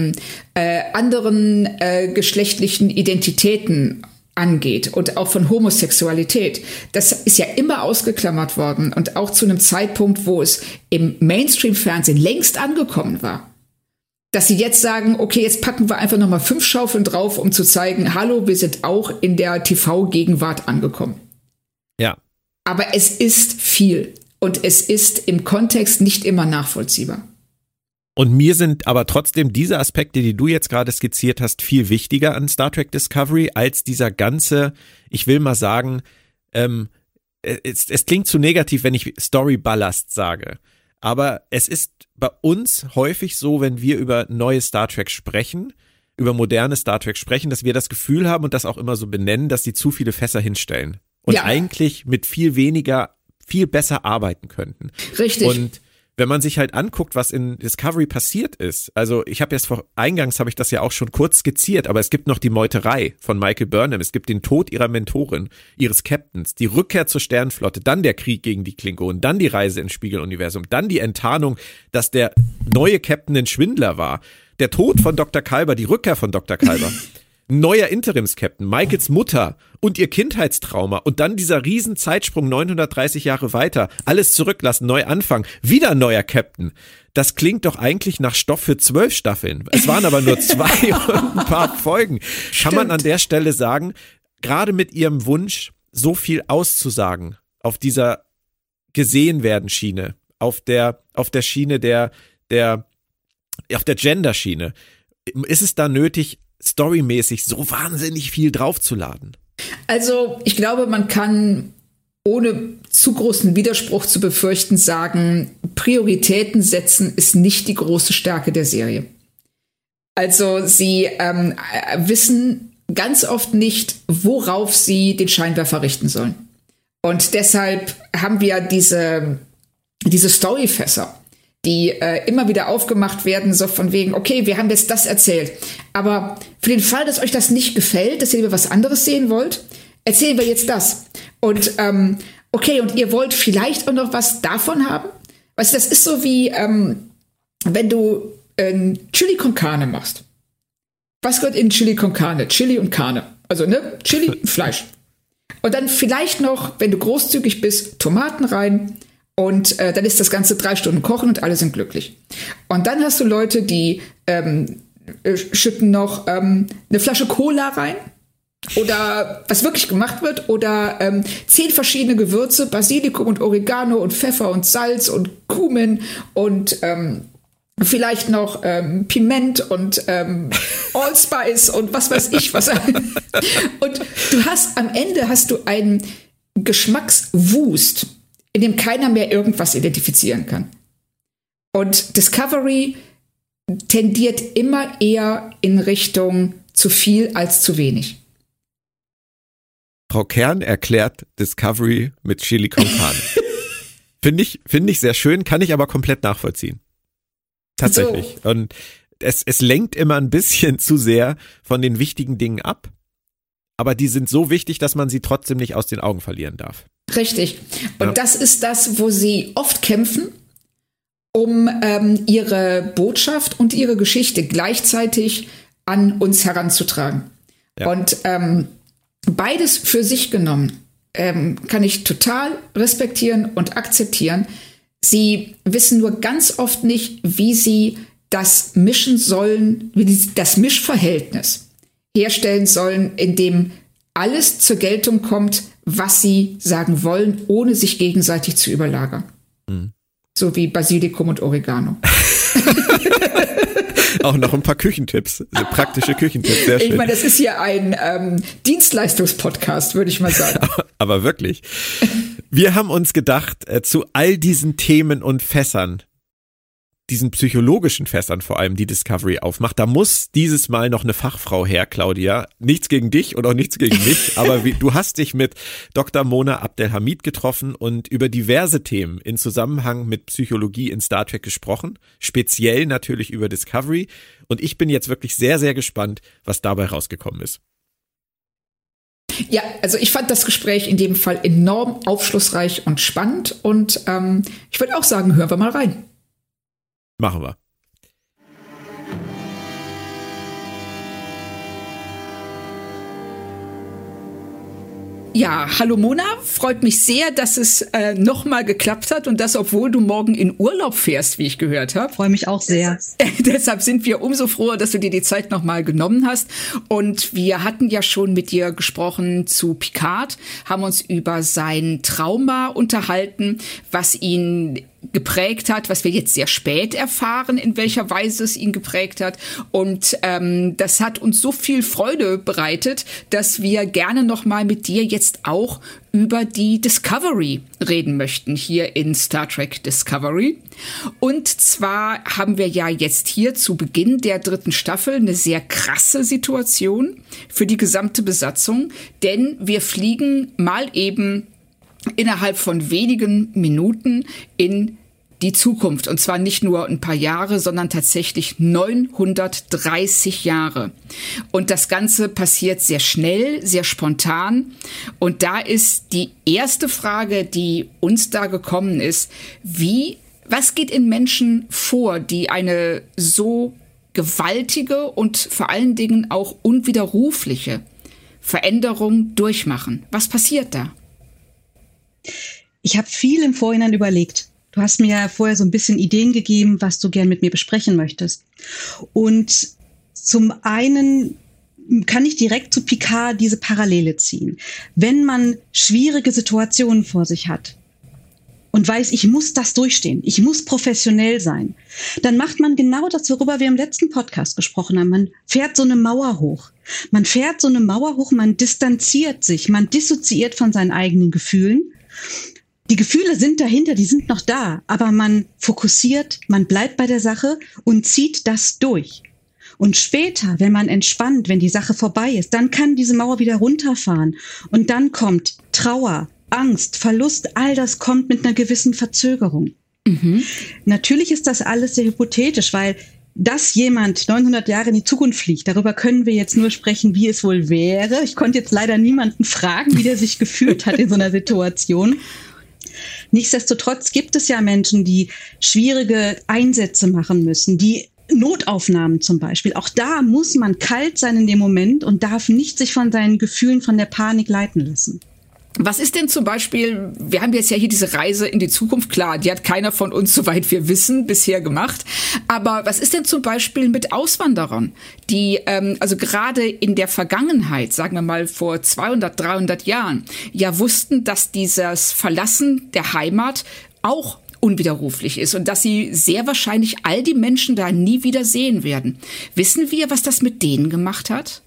anderen geschlechtlichen Identitäten angeht und auch von Homosexualität. Das ist ja immer ausgeklammert worden und auch zu einem Zeitpunkt, wo es im Mainstream-Fernsehen längst angekommen war. Dass sie jetzt sagen, okay, jetzt packen wir einfach nochmal 5 Schaufeln drauf, um zu zeigen, hallo, wir sind auch in der TV-Gegenwart angekommen. Ja. Aber es ist viel und es ist im Kontext nicht immer nachvollziehbar. Und mir sind aber trotzdem diese Aspekte, die du jetzt gerade skizziert hast, viel wichtiger an Star Trek Discovery als dieser ganze, ich will mal sagen, es klingt zu negativ, wenn ich Story-Ballast sage. Aber es ist bei uns häufig so, wenn wir über neue Star Trek sprechen, über moderne Star Trek sprechen, dass wir das Gefühl haben und das auch immer so benennen, dass sie zu viele Fässer hinstellen. Und eigentlich mit viel weniger, viel besser arbeiten könnten. Richtig. Und wenn man sich halt anguckt, was in Discovery passiert ist, also ich habe jetzt eingangs habe ich das ja auch schon kurz skizziert, aber es gibt noch die Meuterei von Michael Burnham, es gibt den Tod ihrer Mentorin, ihres Captains, die Rückkehr zur Sternenflotte, dann der Krieg gegen die Klingonen, dann die Reise ins Spiegeluniversum, dann die Enttarnung, dass der neue Captain ein Schwindler war, der Tod von Dr. Kalber, die Rückkehr von Dr. Kalber. Neuer Interims-Captain, Michaels Mutter und ihr Kindheitstrauma und dann dieser riesen Zeitsprung 930 Jahre weiter, alles zurücklassen, neu anfangen, wieder ein neuer Captain. Das klingt doch eigentlich nach Stoff für 12 Staffeln. Es waren aber nur 2 und ein paar Folgen. Kann man an der Stelle sagen, gerade mit ihrem Wunsch, so viel auszusagen, auf dieser gesehen werden Schiene, auf der Schiene der auf der Gender-Schiene, ist es da nötig, storymäßig so wahnsinnig viel draufzuladen? Also ich glaube, man kann ohne zu großen Widerspruch zu befürchten sagen, Prioritäten setzen ist nicht die große Stärke der Serie. Also sie wissen ganz oft nicht, worauf sie den Scheinwerfer richten sollen. Und deshalb haben wir diese Storyfässer, die immer wieder aufgemacht werden, so von wegen, okay, wir haben jetzt das erzählt. Aber für den Fall, dass euch das nicht gefällt, dass ihr lieber was anderes sehen wollt, erzählen wir jetzt das. Und okay, und ihr wollt vielleicht auch noch was davon haben? Weißt du, das ist so wie, wenn du Chili con Carne machst. Was gehört in Chili con Carne? Chili und Carne. Also, ne? Chili, Fleisch. Und dann vielleicht noch, wenn du großzügig bist, Tomaten rein. Und dann ist das Ganze 3 Stunden kochen und alle sind glücklich. Und dann hast du Leute, die schütten noch eine Flasche Cola rein. Oder was wirklich gemacht wird. Oder 10 verschiedene Gewürze, Basilikum und Oregano und Pfeffer und Salz und Kumin und vielleicht noch Piment und Allspice und was weiß ich was. Und am Ende hast du einen Geschmackswust, in dem keiner mehr irgendwas identifizieren kann. Und Discovery tendiert immer eher in Richtung zu viel als zu wenig. Frau Kern erklärt Discovery mit Chili con Carne. Finde ich sehr schön, kann ich aber komplett nachvollziehen. Tatsächlich. So. Und es lenkt immer ein bisschen zu sehr von den wichtigen Dingen ab. Aber die sind so wichtig, dass man sie trotzdem nicht aus den Augen verlieren darf. Richtig. Und das ist das, wo sie oft kämpfen, um ihre Botschaft und ihre Geschichte gleichzeitig an uns heranzutragen. Ja. Und beides für sich genommen kann ich total respektieren und akzeptieren. Sie wissen nur ganz oft nicht, wie sie das mischen sollen, wie sie das Mischverhältnis herstellen sollen, in dem alles zur Geltung kommt, was sie sagen wollen, ohne sich gegenseitig zu überlagern. Mhm. So wie Basilikum und Oregano. Auch noch ein paar Küchentipps, also praktische Küchentipps, sehr schön. Ich meine, das ist ja ein Dienstleistungspodcast, würde ich mal sagen. Aber wirklich. Wir haben uns gedacht, zu all diesen Themen und Fässern, diesen psychologischen Fässern vor allem, die Discovery aufmacht, da muss dieses Mal noch eine Fachfrau her, Claudia. Nichts gegen dich und auch nichts gegen mich, aber du hast dich mit Dr. Mona Abdelhamid getroffen und über diverse Themen in Zusammenhang mit Psychologie in Star Trek gesprochen, speziell natürlich über Discovery. Und ich bin jetzt wirklich sehr, sehr gespannt, was dabei rausgekommen ist. Ja, also ich fand das Gespräch in dem Fall enorm aufschlussreich und spannend und ich würde auch sagen, hören wir mal rein. Machen wir. Ja, hallo Mona, freut mich sehr, dass es nochmal geklappt hat und das, obwohl du morgen in Urlaub fährst, wie ich gehört habe. Freue mich auch sehr. Deshalb sind wir umso froher, dass du dir die Zeit nochmal genommen hast. Und wir hatten ja schon mit dir gesprochen zu Picard, haben uns über sein Trauma unterhalten, was ihn geprägt hat, was wir jetzt sehr spät erfahren, in welcher Weise es ihn geprägt hat. Und das hat uns so viel Freude bereitet, dass wir gerne noch mal mit dir jetzt auch über die Discovery reden möchten, hier in Star Trek Discovery. Und zwar haben wir ja jetzt hier zu Beginn der 3. Staffel eine sehr krasse Situation für die gesamte Besatzung, denn wir fliegen mal eben innerhalb von wenigen Minuten in die Zukunft. Und zwar nicht nur ein paar Jahre, sondern tatsächlich 930 Jahre. Und das Ganze passiert sehr schnell, sehr spontan. Und da ist die erste Frage, die uns da gekommen ist, was geht in Menschen vor, die eine so gewaltige und vor allen Dingen auch unwiderrufliche Veränderung durchmachen? Was passiert da? Ich habe viel im Vorhinein überlegt. Du hast mir ja vorher so ein bisschen Ideen gegeben, was du gern mit mir besprechen möchtest. Und zum einen kann ich direkt zu Picard diese Parallele ziehen. Wenn man schwierige Situationen vor sich hat und weiß, ich muss das durchstehen, ich muss professionell sein, dann macht man genau das, worüber wir im letzten Podcast gesprochen haben. Man fährt so eine Mauer hoch. Man distanziert sich, man dissoziiert von seinen eigenen Gefühlen. Die Gefühle sind dahinter, die sind noch da, aber man fokussiert, man bleibt bei der Sache und zieht das durch. Und später, wenn man entspannt, wenn die Sache vorbei ist, dann kann diese Mauer wieder runterfahren. Und dann kommt Trauer, Angst, Verlust, all das kommt mit einer gewissen Verzögerung. Mhm. Natürlich ist das alles sehr hypothetisch, weil dass jemand 900 Jahre in die Zukunft fliegt, darüber können wir jetzt nur sprechen, wie es wohl wäre. Ich konnte jetzt leider niemanden fragen, wie der sich gefühlt hat in so einer Situation. Nichtsdestotrotz gibt es ja Menschen, die schwierige Einsätze machen müssen, die Notaufnahmen zum Beispiel. Auch da muss man kalt sein in dem Moment und darf nicht sich von seinen Gefühlen, von der Panik leiten lassen. Was ist denn zum Beispiel, wir haben jetzt ja hier diese Reise in die Zukunft, klar, die hat keiner von uns, soweit wir wissen, bisher gemacht. Aber was ist denn zum Beispiel mit Auswanderern, die also gerade in der Vergangenheit, sagen wir mal vor 200, 300 Jahren, ja wussten, dass dieses Verlassen der Heimat auch unwiderruflich ist und dass sie sehr wahrscheinlich all die Menschen da nie wieder sehen werden. Wissen wir, was das mit denen gemacht hat?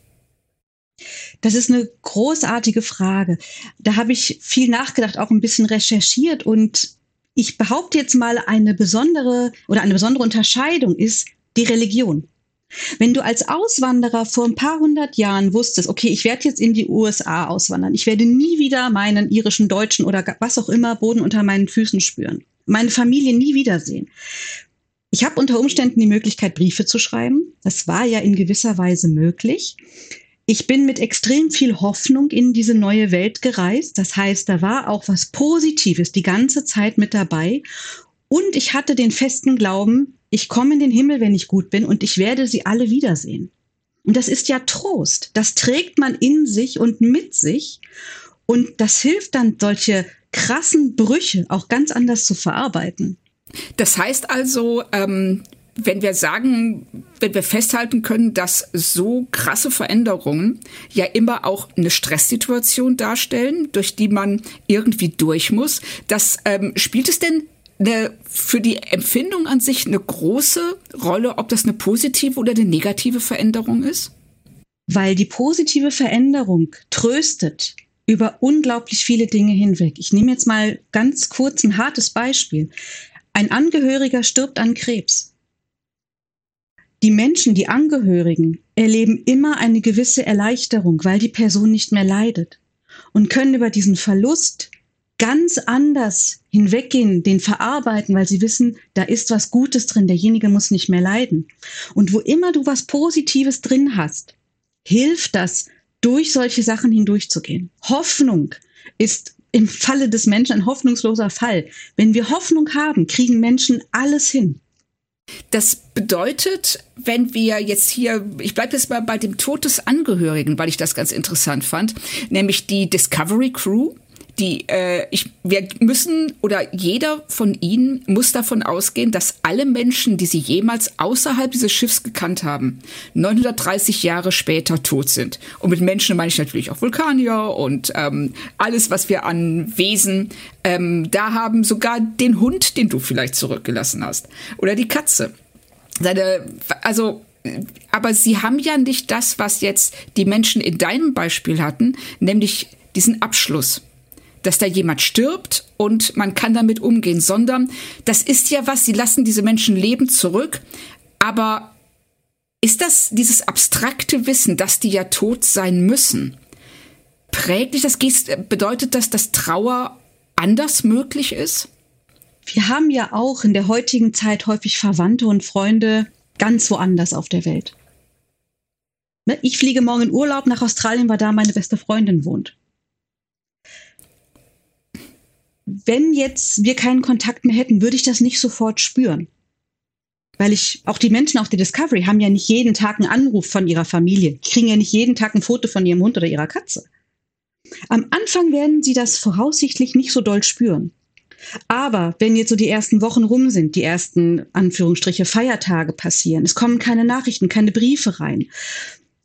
Das ist eine großartige Frage. Da habe ich viel nachgedacht, auch ein bisschen recherchiert und ich behaupte jetzt mal, eine besondere Unterscheidung ist die Religion. Wenn du als Auswanderer vor ein paar hundert Jahren wusstest, okay, ich werde jetzt in die USA auswandern, ich werde nie wieder meinen irischen, deutschen oder was auch immer Boden unter meinen Füßen spüren, meine Familie nie wiedersehen. Ich habe unter Umständen die Möglichkeit, Briefe zu schreiben. Das war ja in gewisser Weise möglich. Ich bin mit extrem viel Hoffnung in diese neue Welt gereist. Das heißt, da war auch was Positives die ganze Zeit mit dabei. Und ich hatte den festen Glauben, ich komme in den Himmel, wenn ich gut bin und ich werde sie alle wiedersehen. Und das ist ja Trost. Das trägt man in sich und mit sich. Und das hilft dann, solche krassen Brüche auch ganz anders zu verarbeiten. Das heißt also, wenn wir festhalten können, dass so krasse Veränderungen ja immer auch eine Stresssituation darstellen, durch die man irgendwie durch muss, spielt es denn für die Empfindung an sich eine große Rolle, ob das eine positive oder eine negative Veränderung ist? Weil die positive Veränderung tröstet über unglaublich viele Dinge hinweg. Ich nehme jetzt mal ganz kurz ein hartes Beispiel. Ein Angehöriger stirbt an Krebs. Die Menschen, die Angehörigen, erleben immer eine gewisse Erleichterung, weil die Person nicht mehr leidet und können über diesen Verlust ganz anders hinweggehen, den verarbeiten, weil sie wissen, da ist was Gutes drin, derjenige muss nicht mehr leiden. Und wo immer du was Positives drin hast, hilft das, durch solche Sachen hindurchzugehen. Hoffnung ist im Falle des Menschen ein hoffnungsloser Fall. Wenn wir Hoffnung haben, kriegen Menschen alles hin. Das bedeutet, wenn wir jetzt hier, ich bleibe jetzt mal bei dem Tod des Angehörigen, weil ich das ganz interessant fand, nämlich die Discovery Crew, wir müssen oder jeder von ihnen muss davon ausgehen, dass alle Menschen, die sie jemals außerhalb dieses Schiffs gekannt haben, 930 Jahre später tot sind. Und mit Menschen meine ich natürlich auch Vulkanier und alles, was wir an Wesen da haben, sogar den Hund, den du vielleicht zurückgelassen hast. Oder die Katze. Aber sie haben ja nicht das, was jetzt die Menschen in deinem Beispiel hatten, nämlich diesen Abschluss. Dass da jemand stirbt und man kann damit umgehen, sondern das ist ja was, sie lassen diese Menschen leben zurück, aber ist das dieses abstrakte Wissen, dass die ja tot sein müssen, prägt dich das, bedeutet das, dass Trauer anders möglich ist? Wir haben ja auch in der heutigen Zeit häufig Verwandte und Freunde ganz woanders auf der Welt. Ich fliege morgen in Urlaub nach Australien, weil da meine beste Freundin wohnt. Wenn jetzt wir keinen Kontakt mehr hätten, würde ich das nicht sofort spüren. Weil auch die Menschen auf der Discovery haben ja nicht jeden Tag einen Anruf von ihrer Familie. Die kriegen ja nicht jeden Tag ein Foto von ihrem Hund oder ihrer Katze. Am Anfang werden sie das voraussichtlich nicht so doll spüren. Aber wenn jetzt so die ersten Wochen rum sind, die ersten, Anführungsstriche, Feiertage passieren, es kommen keine Nachrichten, keine Briefe rein,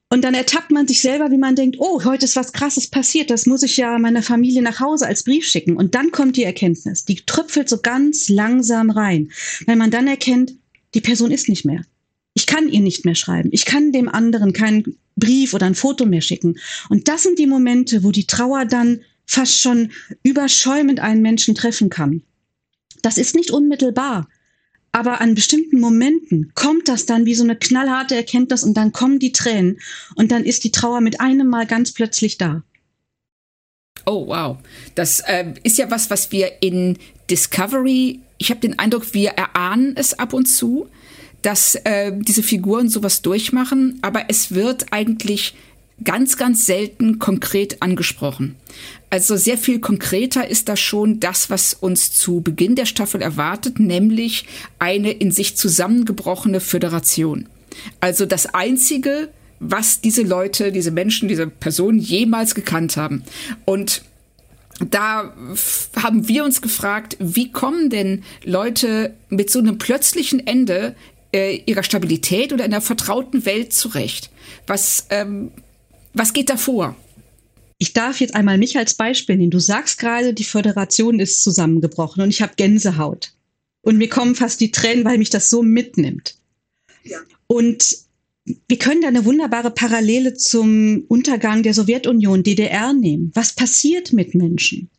Und dann ertappt man sich selber, wie man denkt, oh, heute ist was Krasses passiert, das muss ich ja meiner Familie nach Hause als Brief schicken. Und dann kommt die Erkenntnis, die tröpfelt so ganz langsam rein, weil man dann erkennt, die Person ist nicht mehr. Ich kann ihr nicht mehr schreiben. Ich kann dem anderen keinen Brief oder ein Foto mehr schicken. Und das sind die Momente, wo die Trauer dann fast schon überschäumend einen Menschen treffen kann. Das ist nicht unmittelbar. Aber an bestimmten Momenten kommt das dann wie so eine knallharte Erkenntnis und dann kommen die Tränen und dann ist die Trauer mit einem Mal ganz plötzlich da. Oh, wow. Das ist ja was wir in Discovery, ich habe den Eindruck, wir erahnen es ab und zu, dass diese Figuren sowas durchmachen, aber es wird eigentlich ganz, ganz selten konkret angesprochen. Also sehr viel konkreter ist das schon das, was uns zu Beginn der Staffel erwartet, nämlich eine in sich zusammengebrochene Föderation. Also das Einzige, was diese Leute, diese Menschen, diese Personen jemals gekannt haben. Und da haben wir uns gefragt, wie kommen denn Leute mit so einem plötzlichen Ende ihrer Stabilität oder in der vertrauten Welt zurecht? Was geht da vor? Ich darf jetzt einmal mich als Beispiel nehmen. Du sagst gerade, die Föderation ist zusammengebrochen und ich habe Gänsehaut. Und mir kommen fast die Tränen, weil mich das so mitnimmt. Ja. Und wir können da eine wunderbare Parallele zum Untergang der Sowjetunion, DDR, nehmen. Was passiert mit Menschen?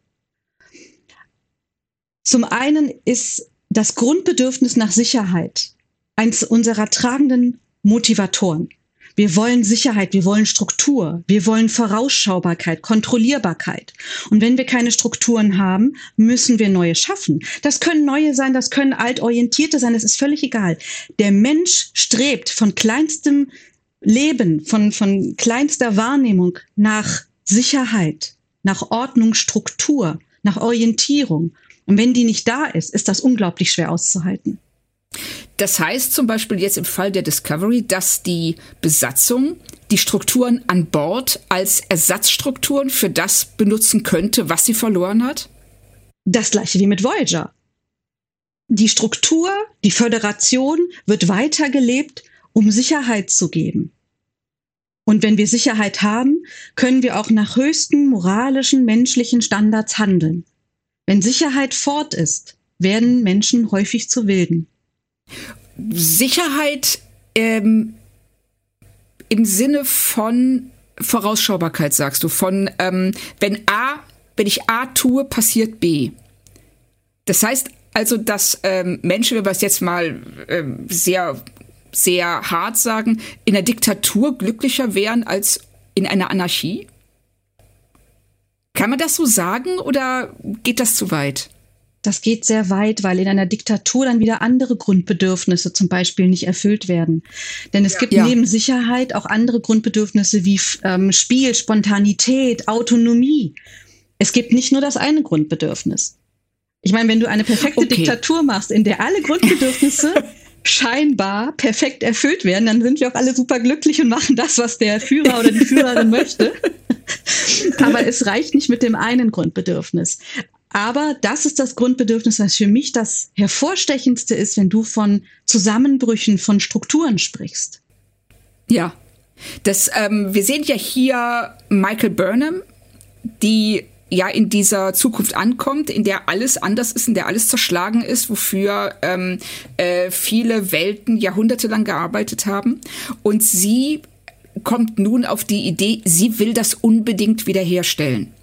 Zum einen ist das Grundbedürfnis nach Sicherheit eins unserer tragenden Motivatoren. Wir wollen Sicherheit, wir wollen Struktur, wir wollen Vorausschaubarkeit, Kontrollierbarkeit. Und wenn wir keine Strukturen haben, müssen wir neue schaffen. Das können neue sein, das können altorientierte sein, das ist völlig egal. Der Mensch strebt von kleinstem Leben, von kleinster Wahrnehmung nach Sicherheit, nach Ordnung, Struktur, nach Orientierung. Und wenn die nicht da ist, ist das unglaublich schwer auszuhalten. Das heißt zum Beispiel jetzt im Fall der Discovery, dass die Besatzung die Strukturen an Bord als Ersatzstrukturen für das benutzen könnte, was sie verloren hat? Das gleiche wie mit Voyager. Die Struktur, die Föderation wird weitergelebt, um Sicherheit zu geben. Und wenn wir Sicherheit haben, können wir auch nach höchsten moralischen, menschlichen Standards handeln. Wenn Sicherheit fort ist, werden Menschen häufig zu Wilden. Sicherheit im Sinne von Vorausschaubarkeit, sagst du, von wenn ich A tue, passiert B. Das heißt also, dass Menschen, wenn wir es jetzt mal sehr, sehr hart sagen, in der Diktatur glücklicher wären als in einer Anarchie? Kann man das so sagen oder geht das zu weit? Das geht sehr weit, weil in einer Diktatur dann wieder andere Grundbedürfnisse zum Beispiel nicht erfüllt werden. Denn es gibt neben Sicherheit auch andere Grundbedürfnisse wie Spiel, Spontanität, Autonomie. Es gibt nicht nur das eine Grundbedürfnis. Ich meine, wenn du eine perfekte Diktatur machst, in der alle Grundbedürfnisse scheinbar perfekt erfüllt werden, dann sind wir auch alle super glücklich und machen das, was der Führer oder die Führerin möchte. Aber es reicht nicht mit dem einen Grundbedürfnis. Aber das ist das Grundbedürfnis, was für mich das Hervorstechendste ist, wenn du von Zusammenbrüchen von Strukturen sprichst. Ja, wir sehen ja hier Michael Burnham, die ja in dieser Zukunft ankommt, in der alles anders ist, in der alles zerschlagen ist, wofür viele Welten jahrhundertelang gearbeitet haben. Und sie kommt nun auf die Idee, sie will das unbedingt wiederherstellen.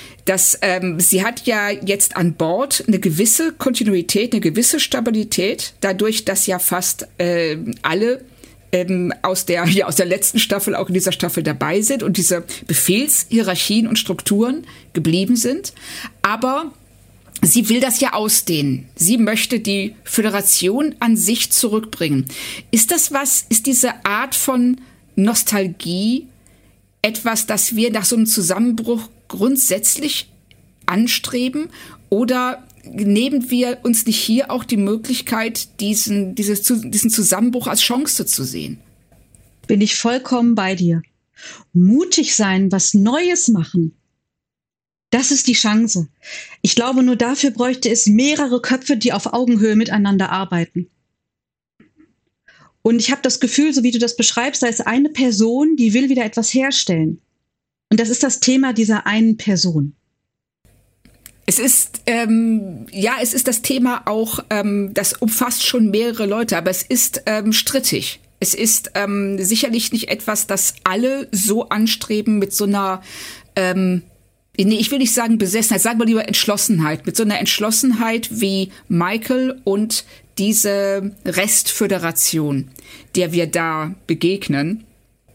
Sie hat ja jetzt an Bord eine gewisse Kontinuität, eine gewisse Stabilität, dadurch, dass ja fast alle aus der letzten Staffel auch in dieser Staffel dabei sind und diese Befehlshierarchien und Strukturen geblieben sind. Aber sie will das ja ausdehnen. Sie möchte die Föderation an sich zurückbringen. Ist diese Art von Nostalgie etwas, das wir nach so einem Zusammenbruch grundsätzlich anstreben? Oder nehmen wir uns nicht hier auch die Möglichkeit, diesen Zusammenbruch als Chance zu sehen? Bin ich vollkommen bei dir. Mutig sein, was Neues machen, das ist die Chance. Ich glaube, nur dafür bräuchte es mehrere Köpfe, die auf Augenhöhe miteinander arbeiten. Und ich habe das Gefühl, so wie du das beschreibst, da ist eine Person, die will wieder etwas herstellen. Und das ist das Thema dieser einen Person. Es ist, es ist das Thema auch, das umfasst schon mehrere Leute, aber es ist strittig. Es ist sicherlich nicht etwas, das alle so anstreben mit so einer, ich will nicht sagen Besessenheit, sagen wir lieber Entschlossenheit. Mit so einer Entschlossenheit wie Michael und diese Restföderation, der wir da begegnen.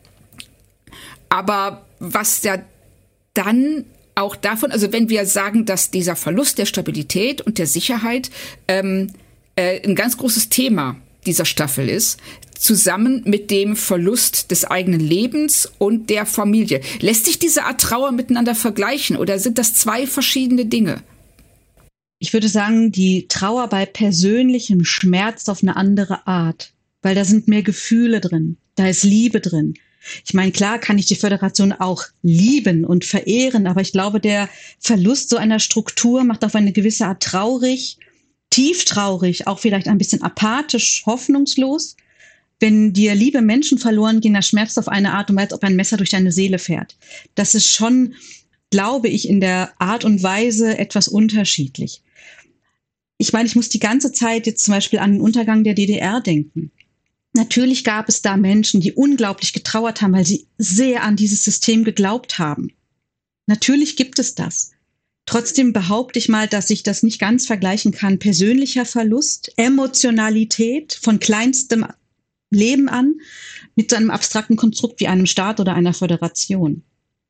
Aber was ja dann auch davon, also wenn wir sagen, dass dieser Verlust der Stabilität und der Sicherheit ein ganz großes Thema dieser Staffel ist, zusammen mit dem Verlust des eigenen Lebens und der Familie. Lässt sich diese Art Trauer miteinander vergleichen oder sind das zwei verschiedene Dinge? Ich würde sagen, die Trauer bei persönlichem Schmerz auf eine andere Art, weil da sind mehr Gefühle drin, da ist Liebe drin. Ich meine, klar kann ich die Föderation auch lieben und verehren, aber ich glaube, der Verlust so einer Struktur macht auf eine gewisse Art traurig, tief traurig, auch vielleicht ein bisschen apathisch, hoffnungslos. Wenn dir liebe Menschen verloren gehen, das schmerzt auf eine Art und Weise, als ob ein Messer durch deine Seele fährt. Das ist schon, glaube ich, in der Art und Weise etwas unterschiedlich. Ich meine, ich muss die ganze Zeit jetzt zum Beispiel an den Untergang der DDR denken. Natürlich gab es da Menschen, die unglaublich getrauert haben, weil sie sehr an dieses System geglaubt haben. Natürlich gibt es das. Trotzdem behaupte ich mal, dass ich das nicht ganz vergleichen kann. Persönlicher Verlust, Emotionalität von kleinstem Leben an mit so einem abstrakten Konstrukt wie einem Staat oder einer Föderation.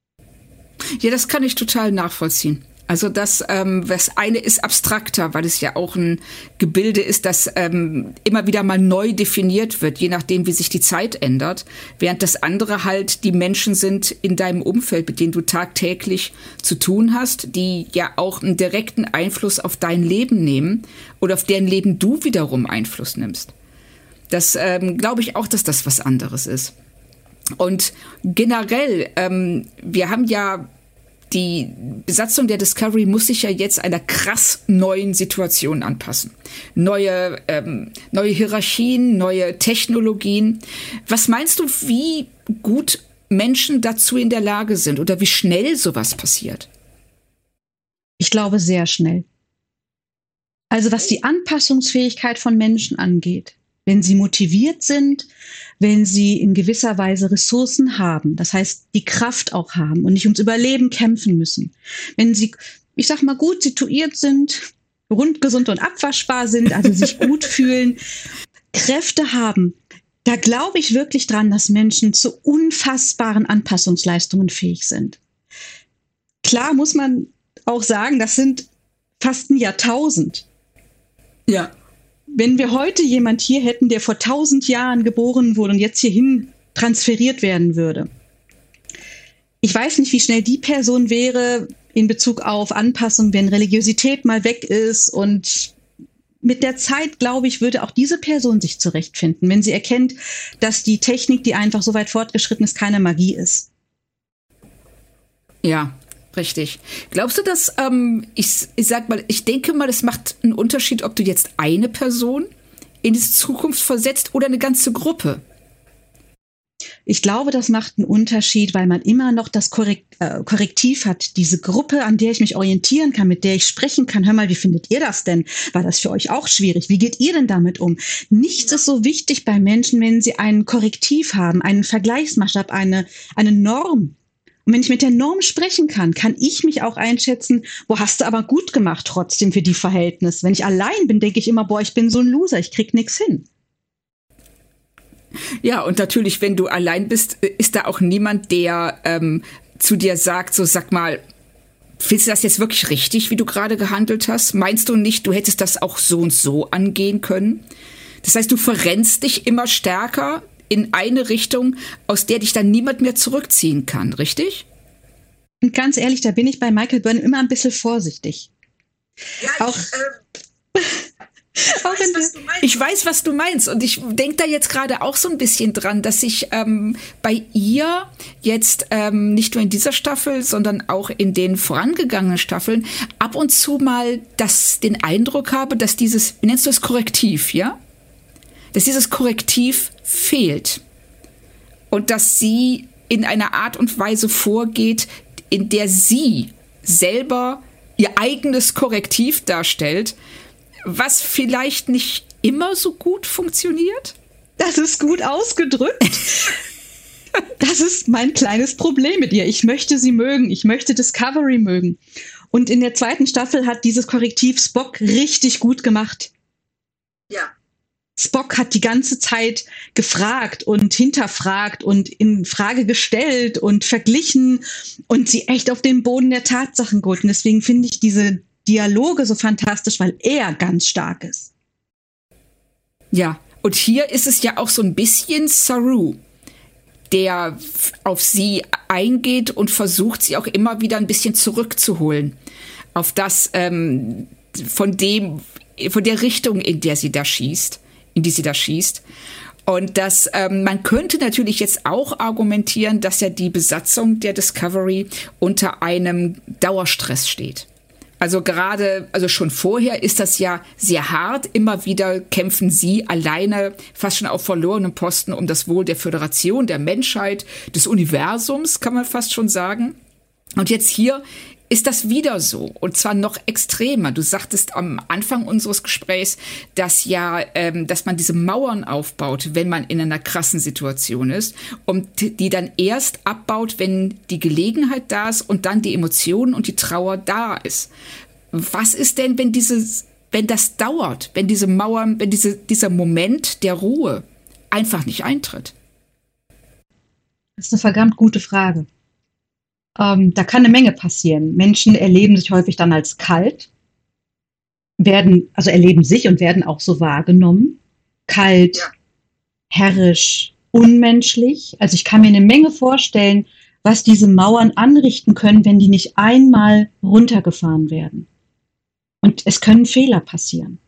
Ja, das kann ich total nachvollziehen. Also das eine ist abstrakter, weil es ja auch ein Gebilde ist, das immer wieder mal neu definiert wird, je nachdem, wie sich die Zeit ändert, während das andere halt die Menschen sind in deinem Umfeld, mit denen du tagtäglich zu tun hast, die ja auch einen direkten Einfluss auf dein Leben nehmen oder auf deren Leben du wiederum Einfluss nimmst. Das glaube ich auch, dass das was anderes ist. Und generell, wir haben ja die Besatzung der Discovery muss sich ja jetzt einer krass neuen Situation anpassen. Neue Hierarchien, neue Technologien. Was meinst du, wie gut Menschen dazu in der Lage sind oder wie schnell sowas passiert? Ich glaube, sehr schnell. Also was die Anpassungsfähigkeit von Menschen angeht, wenn sie motiviert sind, wenn sie in gewisser Weise Ressourcen haben, das heißt, die Kraft auch haben und nicht ums Überleben kämpfen müssen. Wenn sie, ich sag mal, gut situiert sind, gesund und abwaschbar sind, also sich gut fühlen, Kräfte haben, da glaube ich wirklich dran, dass Menschen zu unfassbaren Anpassungsleistungen fähig sind. Klar muss man auch sagen, das sind fast ein Jahrtausend. Ja. Wenn wir heute jemand hier hätten, der vor 1000 Jahren geboren wurde und jetzt hierhin transferiert werden würde. Ich weiß nicht, wie schnell die Person wäre in Bezug auf Anpassung, wenn Religiosität mal weg ist. Und mit der Zeit, glaube ich, würde auch diese Person sich zurechtfinden, wenn sie erkennt, dass die Technik, die einfach so weit fortgeschritten ist, keine Magie ist. Ja. Richtig. Glaubst du, dass, ich denke mal, es macht einen Unterschied, ob du jetzt eine Person in diese Zukunft versetzt oder eine ganze Gruppe? Ich glaube, das macht einen Unterschied, weil man immer noch das Korrektiv hat, diese Gruppe, an der ich mich orientieren kann, mit der ich sprechen kann. Hör mal, wie findet ihr das denn? War das für euch auch schwierig? Wie geht ihr denn damit um? Nichts ist so wichtig bei Menschen, wenn sie ein Korrektiv haben, einen Vergleichsmaßstab, eine Norm. Und wenn ich mit der Norm sprechen kann, kann ich mich auch einschätzen, hast du aber gut gemacht trotzdem für die Verhältnisse. Wenn ich allein bin, denke ich immer, ich bin so ein Loser, ich krieg nichts hin. Ja, und natürlich, wenn du allein bist, ist da auch niemand, der zu dir sagt, so sag mal, findest du das jetzt wirklich richtig, wie du gerade gehandelt hast? Meinst du nicht, du hättest das auch so und so angehen können? Das heißt, du verrennst dich immer stärker in eine Richtung, aus der dich dann niemand mehr zurückziehen kann, richtig? Und ganz ehrlich, da bin ich bei Michael Burnham immer ein bisschen vorsichtig. Ja, ich weiß, was du meinst. Und ich denke da jetzt gerade auch so ein bisschen dran, dass ich bei ihr jetzt nicht nur in dieser Staffel, sondern auch in den vorangegangenen Staffeln ab und zu mal den Eindruck habe, dass dieses, wie nennst du es, Korrektiv, ja? dass dieses Korrektiv fehlt und dass sie in einer Art und Weise vorgeht, in der sie selber ihr eigenes Korrektiv darstellt, was vielleicht nicht immer so gut funktioniert? Das ist gut ausgedrückt. Das ist mein kleines Problem mit ihr. Ich möchte sie mögen. Ich möchte Discovery mögen. Und in der 2. Staffel hat dieses Korrektiv Spock richtig gut gemacht. Ja. Spock hat die ganze Zeit gefragt und hinterfragt und in Frage gestellt und verglichen und sie echt auf den Boden der Tatsachen geholt. Und deswegen finde ich diese Dialoge so fantastisch, weil er ganz stark ist. Ja, und hier ist es ja auch so ein bisschen Saru, der auf sie eingeht und versucht, sie auch immer wieder ein bisschen zurückzuholen auf das von der Richtung, in die sie da schießt. Und das, man könnte natürlich jetzt auch argumentieren, dass ja die Besatzung der Discovery unter einem Dauerstress steht. Also schon vorher ist das ja sehr hart. Immer wieder kämpfen sie alleine, fast schon auf verlorenem Posten, um das Wohl der Föderation, der Menschheit, des Universums, kann man fast schon sagen. Und jetzt hier ist das wieder so, und zwar noch extremer. Du sagtest am Anfang unseres Gesprächs, dass man diese Mauern aufbaut, wenn man in einer krassen Situation ist, und die dann erst abbaut, wenn die Gelegenheit da ist und dann die Emotionen und die Trauer da ist. Was ist denn, wenn das dauert, wenn diese Mauern, wenn dieser Moment der Ruhe einfach nicht eintritt? Das ist eine verdammt gute Frage. Da kann eine Menge passieren. Menschen erleben sich häufig dann als kalt, erleben sich und werden auch so wahrgenommen. Kalt, herrisch, unmenschlich. Also ich kann mir eine Menge vorstellen, was diese Mauern anrichten können, wenn die nicht einmal runtergefahren werden. Und es können Fehler passieren.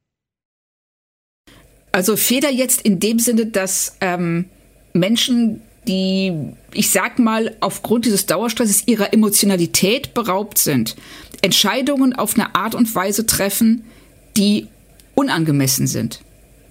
Also Fehler jetzt in dem Sinne, dass Menschen, die, ich sag mal, aufgrund dieses Dauerstresses ihrer Emotionalität beraubt sind, Entscheidungen auf eine Art und Weise treffen, die unangemessen sind.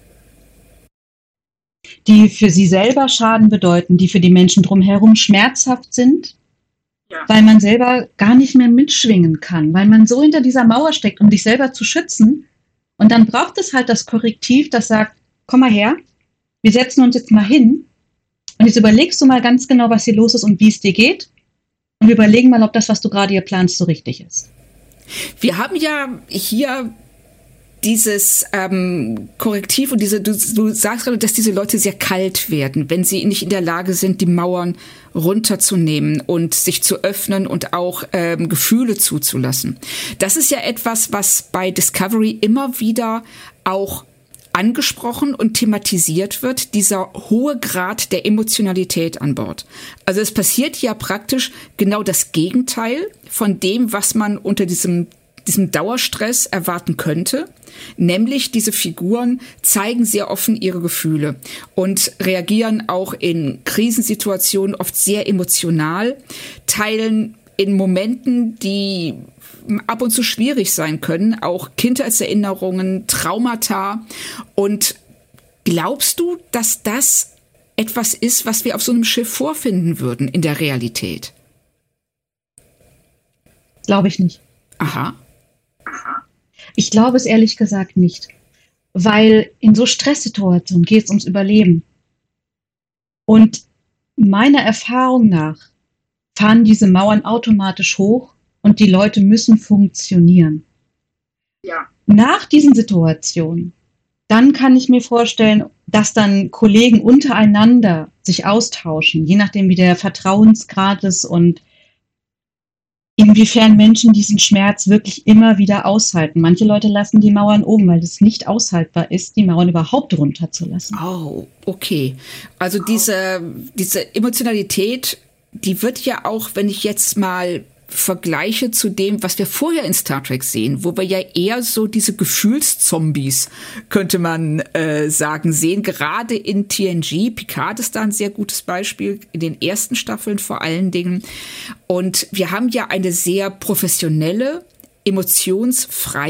Die für sie selber Schaden bedeuten, die für die Menschen drumherum schmerzhaft sind, weil man selber gar nicht mehr mitschwingen kann, weil man so hinter dieser Mauer steckt, um sich selber zu schützen. Und dann braucht es halt das Korrektiv, das sagt, komm mal her, wir setzen uns jetzt mal hin. Und jetzt überlegst du mal ganz genau, was hier los ist und wie es dir geht. Und wir überlegen mal, ob das, was du gerade hier planst, so richtig ist. Wir haben ja hier dieses Korrektiv und du sagst gerade, dass diese Leute sehr kalt werden, wenn sie nicht in der Lage sind, die Mauern runterzunehmen und sich zu öffnen und auch Gefühle zuzulassen. Das ist ja etwas, was bei Discovery immer wieder auch angesprochen und thematisiert wird, dieser hohe Grad der Emotionalität an Bord. Also es passiert ja praktisch genau das Gegenteil von dem, was man unter diesem Dauerstress erwarten könnte. Nämlich diese Figuren zeigen sehr offen ihre Gefühle und reagieren auch in Krisensituationen oft sehr emotional, teilen in Momenten, die ab und zu schwierig sein können, auch Kindheitserinnerungen, Traumata. Und glaubst du, dass das etwas ist, was wir auf so einem Schiff vorfinden würden in der Realität? Glaube ich nicht. Aha. Ich glaube es ehrlich gesagt nicht. Weil in so Stresssituationen geht es ums Überleben. Und meiner Erfahrung nach fahren diese Mauern automatisch hoch und die Leute müssen funktionieren. Ja. Nach diesen Situationen, dann kann ich mir vorstellen, dass dann Kollegen untereinander sich austauschen, je nachdem wie der Vertrauensgrad ist und inwiefern Menschen diesen Schmerz wirklich immer wieder aushalten. Manche Leute lassen die Mauern oben, weil es nicht aushaltbar ist, die Mauern überhaupt runterzulassen. Oh, okay. Also diese Emotionalität, die wird ja auch, wenn ich jetzt mal vergleiche zu dem, was wir vorher in Star Trek sehen, wo wir ja eher so diese Gefühlszombies, könnte man sagen, sehen. Gerade in TNG, Picard ist da ein sehr gutes Beispiel, in den ersten Staffeln vor allen Dingen. Und wir haben ja eine sehr professionelle, emotionsfreie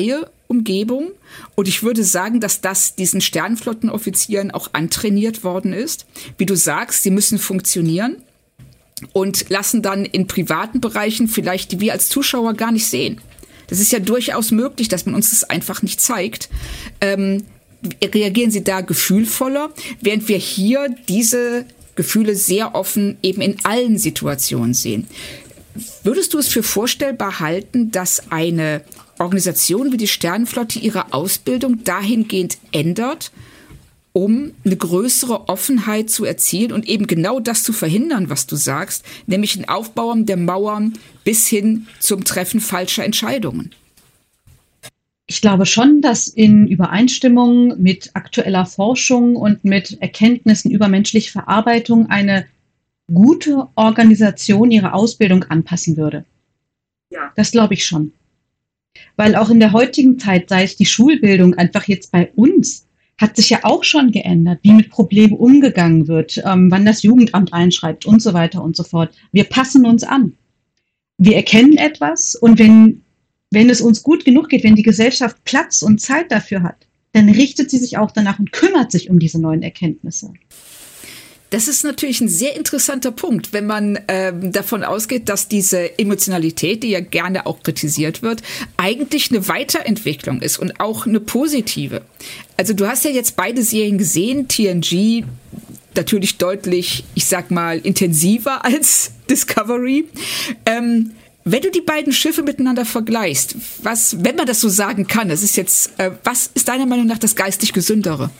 Umgebung. Und ich würde sagen, dass das diesen Sternenflottenoffizieren auch antrainiert worden ist. Wie du sagst, sie müssen funktionieren und lassen dann in privaten Bereichen vielleicht, die wir als Zuschauer gar nicht sehen. Das ist ja durchaus möglich, dass man uns das einfach nicht zeigt. Reagieren sie da gefühlvoller, während wir hier diese Gefühle sehr offen eben in allen Situationen sehen. Würdest du es für vorstellbar halten, dass eine Organisation wie die Sternenflotte ihre Ausbildung dahingehend ändert, um eine größere Offenheit zu erzielen und eben genau das zu verhindern, was du sagst, nämlich ein Aufbauen der Mauern bis hin zum Treffen falscher Entscheidungen? Ich glaube schon, dass in Übereinstimmung mit aktueller Forschung und mit Erkenntnissen über menschliche Verarbeitung eine gute Organisation ihre Ausbildung anpassen würde. Ja. Das glaube ich schon. Weil auch in der heutigen Zeit, sei es die Schulbildung, einfach jetzt bei uns, hat sich ja auch schon geändert, wie mit Problemen umgegangen wird, wann das Jugendamt einschreibt und so weiter und so fort. Wir passen uns an. Wir erkennen etwas und wenn es uns gut genug geht, wenn die Gesellschaft Platz und Zeit dafür hat, dann richtet sie sich auch danach und kümmert sich um diese neuen Erkenntnisse. Das ist natürlich ein sehr interessanter Punkt, wenn man davon ausgeht, dass diese Emotionalität, die ja gerne auch kritisiert wird, eigentlich eine Weiterentwicklung ist und auch eine positive. Also du hast ja jetzt beide Serien gesehen, TNG natürlich deutlich, ich sag mal, intensiver als Discovery. Wenn du die beiden Schiffe miteinander vergleichst, wenn man das so sagen kann, das ist jetzt, was ist deiner Meinung nach das geistig Gesündere?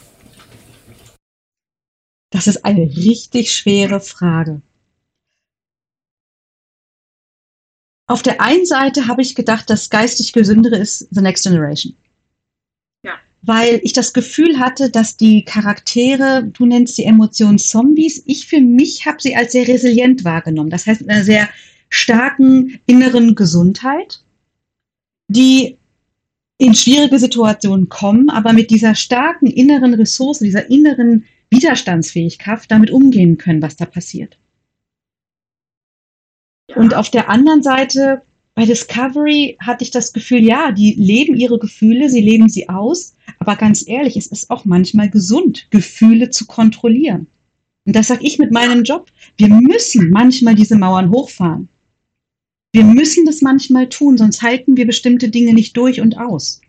Das ist eine richtig schwere Frage. Auf der einen Seite habe ich gedacht, das geistig Gesündere ist The Next Generation. Ja. Weil ich das Gefühl hatte, dass die Charaktere, du nennst die Emotionen Zombies, ich für mich habe sie als sehr resilient wahrgenommen. Das heißt, mit einer sehr starken inneren Gesundheit, die in schwierige Situationen kommen, aber mit dieser starken inneren Ressource, dieser inneren Widerstandsfähigkeit damit umgehen können, was da passiert. Ja. Und auf der anderen Seite, bei Discovery hatte ich das Gefühl, ja, die leben ihre Gefühle, sie leben sie aus, aber ganz ehrlich, es ist auch manchmal gesund, Gefühle zu kontrollieren. Und das sage ich mit meinem Job. Wir müssen manchmal diese Mauern hochfahren. Wir müssen das manchmal tun, sonst halten wir bestimmte Dinge nicht durch und aus.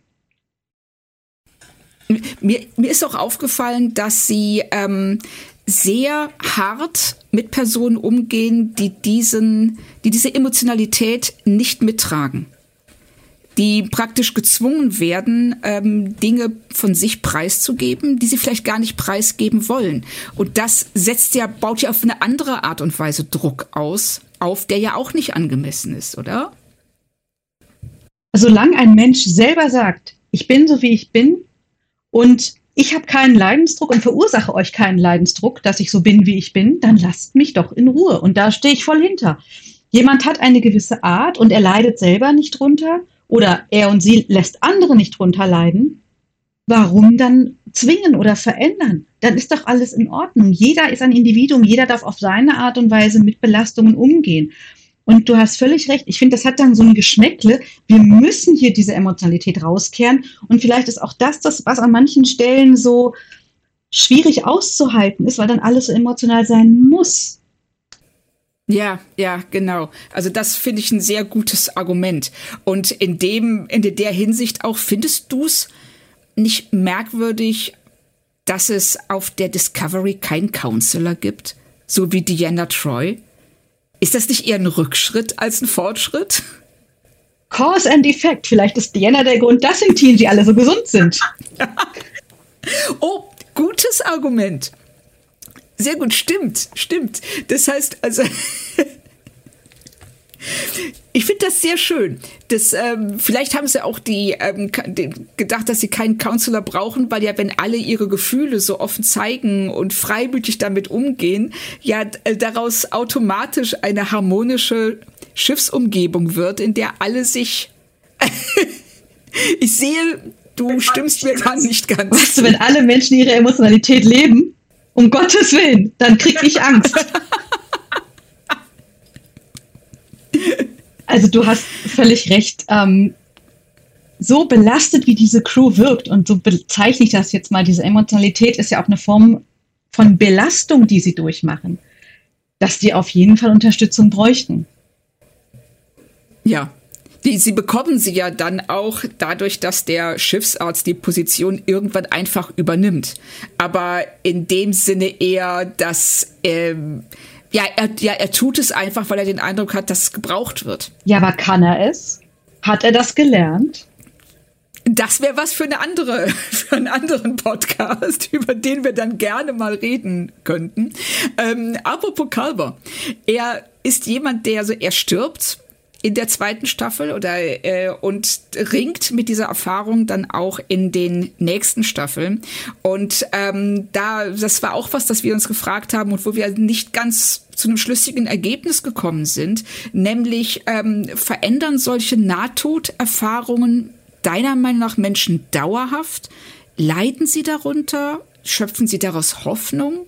Mir ist auch aufgefallen, dass sie sehr hart mit Personen umgehen, die diese Emotionalität nicht mittragen. Die praktisch gezwungen werden, Dinge von sich preiszugeben, die sie vielleicht gar nicht preisgeben wollen. Und das baut ja auf eine andere Art und Weise Druck auf, der ja auch nicht angemessen ist, oder? Solange ein Mensch selber sagt, ich bin so, wie ich bin, und ich habe keinen Leidensdruck und verursache euch keinen Leidensdruck, dass ich so bin, wie ich bin, dann lasst mich doch in Ruhe. Und da stehe ich voll hinter. Jemand hat eine gewisse Art und er leidet selber nicht drunter oder er und sie lässt andere nicht drunter leiden. Warum dann zwingen oder verändern? Dann ist doch alles in Ordnung. Jeder ist ein Individuum, jeder darf auf seine Art und Weise mit Belastungen umgehen. Und du hast völlig recht. Ich finde, das hat dann so ein Geschmäckle. Wir müssen hier diese Emotionalität rauskehren. Und vielleicht ist auch das, was an manchen Stellen so schwierig auszuhalten ist, weil dann alles so emotional sein muss. Ja, genau. Also das finde ich ein sehr gutes Argument. Und in der Hinsicht auch, findest du es nicht merkwürdig, dass es auf der Discovery keinen Counselor gibt, so wie Deanna Troi? Ist das nicht eher ein Rückschritt als ein Fortschritt? Cause and Effect. Vielleicht ist Deanna der Grund, dass in TNG alle so gesund sind. Oh, gutes Argument. Sehr gut, stimmt. Das heißt, also ich finde das sehr schön. Vielleicht haben sie auch gedacht, dass sie keinen Counselor brauchen, weil ja, wenn alle ihre Gefühle so offen zeigen und freimütig damit umgehen, ja daraus automatisch eine harmonische Schiffsumgebung wird, in der alle sich ich sehe, du stimmst mir da nicht ganz. Weißt du, wenn alle Menschen ihre Emotionalität leben, um Gottes Willen, dann krieg ich Angst. Also du hast völlig recht. so belastet, wie diese Crew wirkt, und so bezeichne ich das jetzt mal, diese Emotionalität ist ja auch eine Form von Belastung, die sie durchmachen, dass die auf jeden Fall Unterstützung bräuchten. Ja. Sie bekommen sie ja dann auch dadurch, dass der Schiffsarzt die Position irgendwann einfach übernimmt. Aber in dem Sinne eher, dass er tut es einfach, weil er den Eindruck hat, dass es gebraucht wird. Ja, aber kann er es? Hat er das gelernt? Das wäre was für einen anderen Podcast, über den wir dann gerne mal reden könnten. Apropos Culber. Er ist jemand, er stirbt in der 2. Staffel und ringt mit dieser Erfahrung dann auch in den nächsten Staffeln. Und das war auch was, das wir uns gefragt haben und wo wir nicht ganz zu einem schlüssigen Ergebnis gekommen sind, nämlich verändern solche Nahtoderfahrungen deiner Meinung nach Menschen dauerhaft? Leiden sie darunter? Schöpfen sie daraus Hoffnung?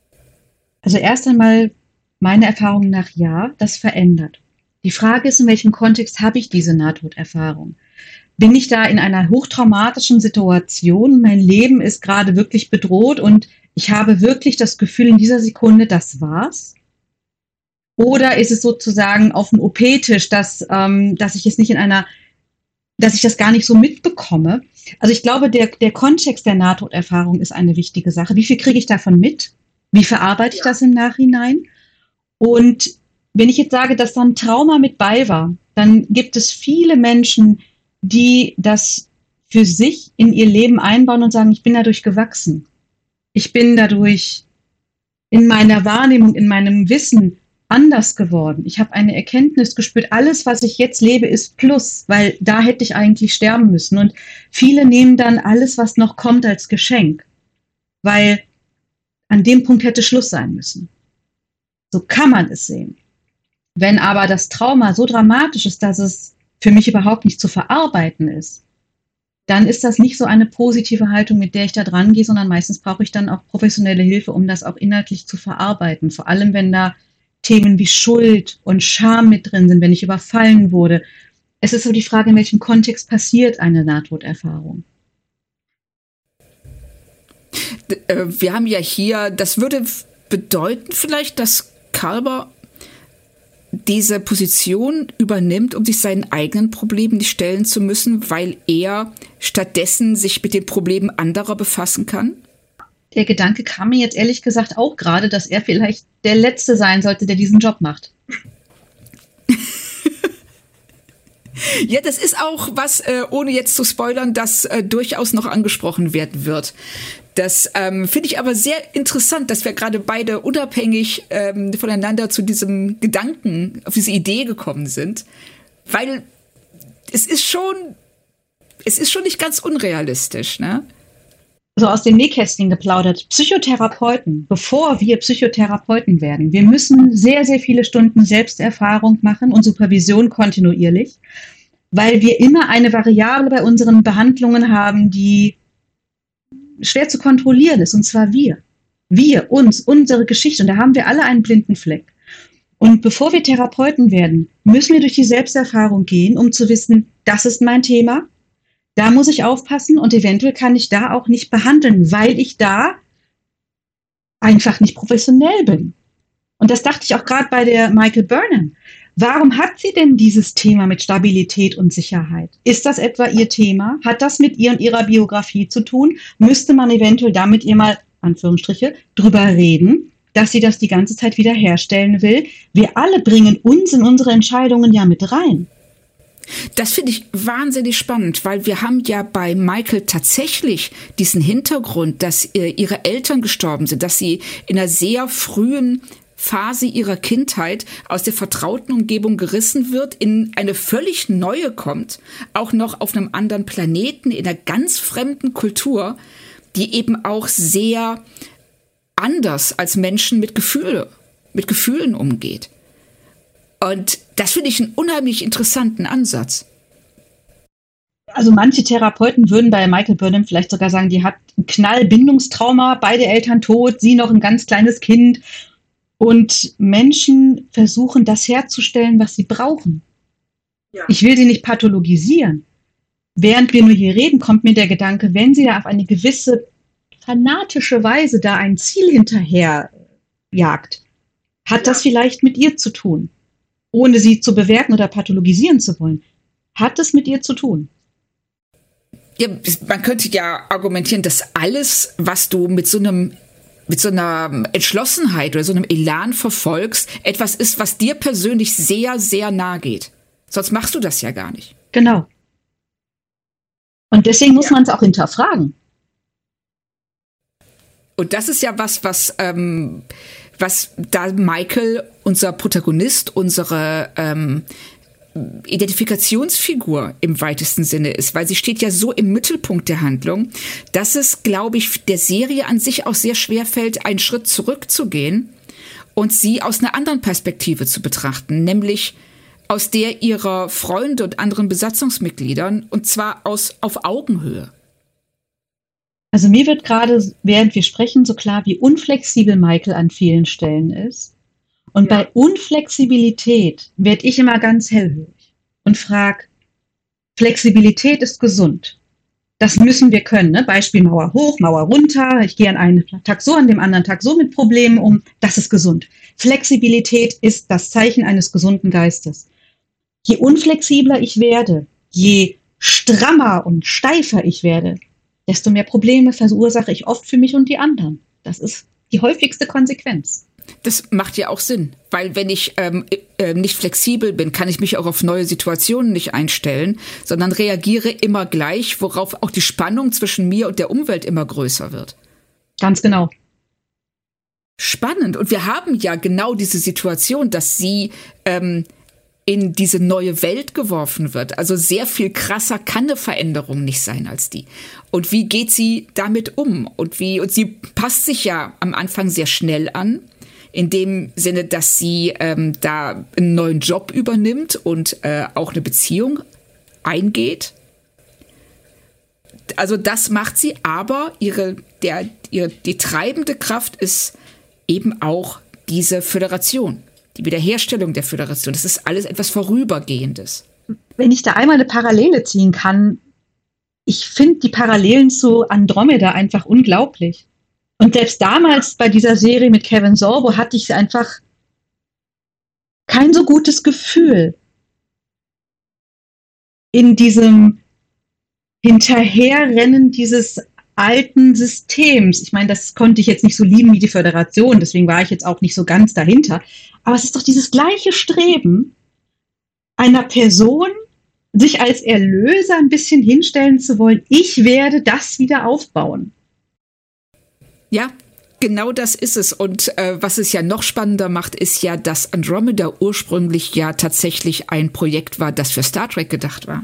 Also erst einmal meiner Erfahrung nach ja, das verändert. Die Frage ist, in welchem Kontext habe ich diese Nahtoderfahrung? Bin ich da in einer hochtraumatischen Situation? Mein Leben ist gerade wirklich bedroht und ich habe wirklich das Gefühl in dieser Sekunde, das war's? Oder ist es sozusagen auf dem OP-Tisch, dass ich es nicht dass ich das gar nicht so mitbekomme? Also ich glaube, der Kontext der Nahtoderfahrung ist eine wichtige Sache. Wie viel kriege ich davon mit? Wie verarbeite ich das im Nachhinein? Und wenn ich jetzt sage, dass da ein Trauma mit bei war, dann gibt es viele Menschen, die das für sich in ihr Leben einbauen und sagen, ich bin dadurch gewachsen. Ich bin dadurch in meiner Wahrnehmung, in meinem Wissen anders geworden. Ich habe eine Erkenntnis gespürt, alles, was ich jetzt lebe, ist Plus, weil da hätte ich eigentlich sterben müssen. Und viele nehmen dann alles, was noch kommt, als Geschenk, weil an dem Punkt hätte Schluss sein müssen. So kann man es sehen. Wenn aber das Trauma so dramatisch ist, dass es für mich überhaupt nicht zu verarbeiten ist, dann ist das nicht so eine positive Haltung, mit der ich da dran gehe, sondern meistens brauche ich dann auch professionelle Hilfe, um das auch inhaltlich zu verarbeiten. Vor allem, wenn da Themen wie Schuld und Scham mit drin sind, wenn ich überfallen wurde. Es ist so die Frage, in welchem Kontext passiert eine Nahtoderfahrung. Wir haben ja hier, das würde bedeuten vielleicht, dass Culber diese Position übernimmt, um sich seinen eigenen Problemen nicht stellen zu müssen, weil er stattdessen sich mit den Problemen anderer befassen kann? Der Gedanke kam mir jetzt ehrlich gesagt auch gerade, dass er vielleicht der Letzte sein sollte, der diesen Job macht. Ja, das ist auch was, ohne jetzt zu spoilern, das durchaus noch angesprochen werden wird. Das finde ich aber sehr interessant, dass wir gerade beide unabhängig voneinander zu diesem Gedanken, auf diese Idee gekommen sind, weil es ist schon nicht ganz unrealistisch, ne? So aus dem Nähkästchen geplaudert. Psychotherapeuten, bevor wir Psychotherapeuten werden, wir müssen sehr, sehr viele Stunden Selbsterfahrung machen und Supervision kontinuierlich, weil wir immer eine Variable bei unseren Behandlungen haben, die schwer zu kontrollieren ist, und zwar wir. Wir, uns, unsere Geschichte. Und da haben wir alle einen blinden Fleck. Und bevor wir Therapeuten werden, müssen wir durch die Selbsterfahrung gehen, um zu wissen, das ist mein Thema, da muss ich aufpassen und eventuell kann ich da auch nicht behandeln, weil ich da einfach nicht professionell bin. Und das dachte ich auch gerade bei der Michael Burnham. Warum hat sie denn dieses Thema mit Stabilität und Sicherheit? Ist das etwa ihr Thema? Hat das mit ihr und ihrer Biografie zu tun? Müsste man eventuell da mit ihr mal, Anführungsstriche, drüber reden, dass sie das die ganze Zeit wieder herstellen will? Wir alle bringen uns in unsere Entscheidungen ja mit rein. Das finde ich wahnsinnig spannend, weil wir haben ja bei Michael tatsächlich diesen Hintergrund, dass ihre Eltern gestorben sind, dass sie in einer sehr frühen Phase ihrer Kindheit aus der vertrauten Umgebung gerissen wird, in eine völlig neue kommt, auch noch auf einem anderen Planeten, in einer ganz fremden Kultur, die eben auch sehr anders als Menschen mit Gefühlen umgeht. Und das finde ich einen unheimlich interessanten Ansatz. Also manche Therapeuten würden bei Michael Burnham vielleicht sogar sagen, die hat ein Knallbindungstrauma, beide Eltern tot, sie noch ein ganz kleines Kind. Und Menschen versuchen, das herzustellen, was sie brauchen. Ja. Ich will sie nicht pathologisieren. während wir nur hier reden, kommt mir der Gedanke, wenn sie da auf eine gewisse fanatische Weise da ein Ziel hinterher jagt, hat das vielleicht mit ihr zu tun, ohne sie zu bewerten oder pathologisieren zu wollen. Hat es mit ihr zu tun? Ja, man könnte ja argumentieren, dass alles, was du mit so einer Entschlossenheit oder so einem Elan verfolgst, etwas ist, was dir persönlich sehr, sehr nahe geht. Sonst machst du das ja gar nicht. Genau. Und deswegen muss man es auch hinterfragen. Und das ist ja was da Michael, unser Protagonist, unsere Identifikationsfigur im weitesten Sinne ist, weil sie steht ja so im Mittelpunkt der Handlung, dass es, glaube ich, der Serie an sich auch sehr schwer fällt, einen Schritt zurückzugehen und sie aus einer anderen Perspektive zu betrachten, nämlich aus der ihrer Freunde und anderen Besatzungsmitgliedern, und zwar auf Augenhöhe. Also mir wird gerade, während wir sprechen, so klar, wie unflexibel Michael an vielen Stellen ist. Und bei Unflexibilität werde ich immer ganz hellhörig und frage, Flexibilität ist gesund. Das müssen wir können. Ne? Beispiel Mauer hoch, Mauer runter. Ich gehe an einen Tag so, an dem anderen Tag so mit Problemen um. Das ist gesund. Flexibilität ist das Zeichen eines gesunden Geistes. Je unflexibler ich werde, je strammer und steifer ich werde, desto mehr Probleme verursache ich oft für mich und die anderen. Das ist die häufigste Konsequenz. Das macht ja auch Sinn, weil wenn ich nicht flexibel bin, kann ich mich auch auf neue Situationen nicht einstellen, sondern reagiere immer gleich, worauf auch die Spannung zwischen mir und der Umwelt immer größer wird. Ganz genau. Spannend. Und wir haben ja genau diese Situation, dass sie in diese neue Welt geworfen wird. Also sehr viel krasser kann eine Veränderung nicht sein als die. Und wie geht sie damit um? Und sie passt sich ja am Anfang sehr schnell an, in dem Sinne, dass sie da einen neuen Job übernimmt und auch eine Beziehung eingeht. Also das macht sie, aber die treibende Kraft ist eben auch diese Föderation. Die Wiederherstellung der Föderation, das ist alles etwas Vorübergehendes. Wenn ich da einmal eine Parallele ziehen kann, ich finde die Parallelen zu Andromeda einfach unglaublich. Und selbst damals bei dieser Serie mit Kevin Sorbo hatte ich einfach kein so gutes Gefühl in diesem Hinterherrennen dieses alten Systems. Ich meine, das konnte ich jetzt nicht so lieben wie die Föderation, deswegen war ich jetzt auch nicht so ganz dahinter. Aber es ist doch dieses gleiche Streben einer Person, sich als Erlöser ein bisschen hinstellen zu wollen. Ich werde das wieder aufbauen. Ja, genau das ist es. Und was es ja noch spannender macht, ist ja, dass Andromeda ursprünglich ja tatsächlich ein Projekt war, das für Star Trek gedacht war.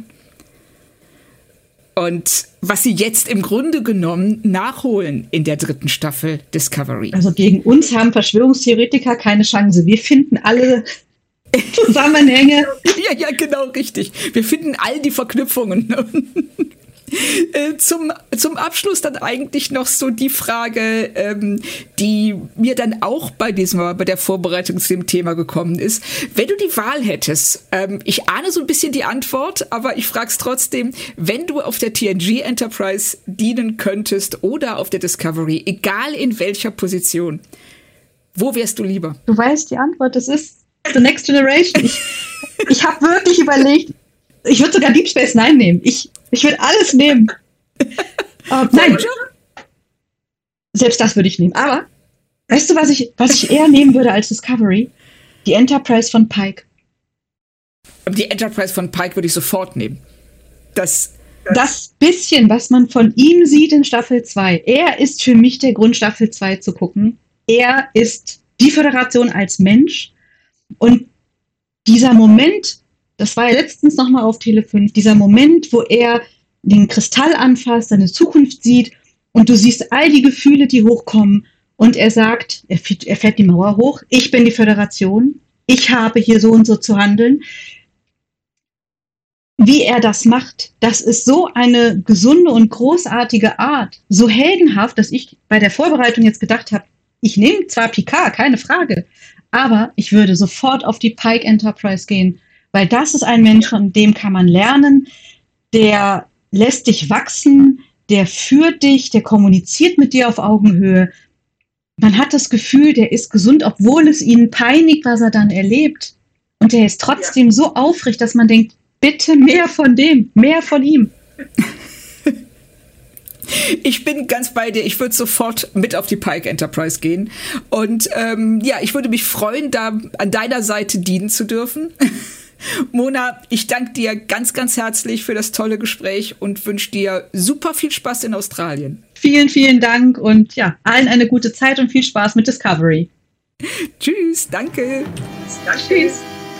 Und was sie jetzt im Grunde genommen nachholen in der 3. Staffel Discovery. Also gegen uns haben Verschwörungstheoretiker keine Chance. Wir finden alle Zusammenhänge. Ja, genau, richtig. Wir finden all die Verknüpfungen. Zum Abschluss dann eigentlich noch so die Frage, die mir dann auch bei der Vorbereitung zu dem Thema gekommen ist. Wenn du die Wahl hättest, ich ahne so ein bisschen die Antwort, aber ich frage es trotzdem, wenn du auf der TNG Enterprise dienen könntest oder auf der Discovery, egal in welcher Position, wo wärst du lieber? Du weißt die Antwort, das ist The Next Generation. Ich habe wirklich überlegt, ich würde sogar Deep Space Nine nehmen. Ich würde alles nehmen. Nein. Selbst das würde ich nehmen. Aber, weißt du, was ich eher nehmen würde als Discovery? Die Enterprise von Pike. Die Enterprise von Pike würde ich sofort nehmen. Das bisschen, was man von ihm sieht in Staffel 2. Er ist für mich der Grund, Staffel 2 zu gucken. Er ist die Föderation als Mensch. Und dieser Moment, das war ja letztens nochmal auf Tele 5, dieser Moment, wo er den Kristall anfasst, seine Zukunft sieht und du siehst all die Gefühle, die hochkommen und er sagt, er fährt die Mauer hoch, ich bin die Föderation, ich habe hier so und so zu handeln. Wie er das macht, das ist so eine gesunde und großartige Art, so heldenhaft, dass ich bei der Vorbereitung jetzt gedacht habe, ich nehme zwar Picard, keine Frage, aber ich würde sofort auf die Pike Enterprise gehen, weil das ist ein Mensch, von dem kann man lernen, der lässt dich wachsen, der führt dich, der kommuniziert mit dir auf Augenhöhe. Man hat das Gefühl, der ist gesund, obwohl es ihn peinigt, was er dann erlebt. Und der ist trotzdem so aufrecht, dass man denkt, bitte mehr von dem, mehr von ihm. Ich bin ganz bei dir. Ich würde sofort mit auf die Pike Enterprise gehen. Und ich würde mich freuen, da an deiner Seite dienen zu dürfen. Mona, ich danke dir ganz, ganz herzlich für das tolle Gespräch und wünsche dir super viel Spaß in Australien. Vielen, vielen Dank und ja, allen eine gute Zeit und viel Spaß mit Discovery. Tschüss, danke. Tschüss.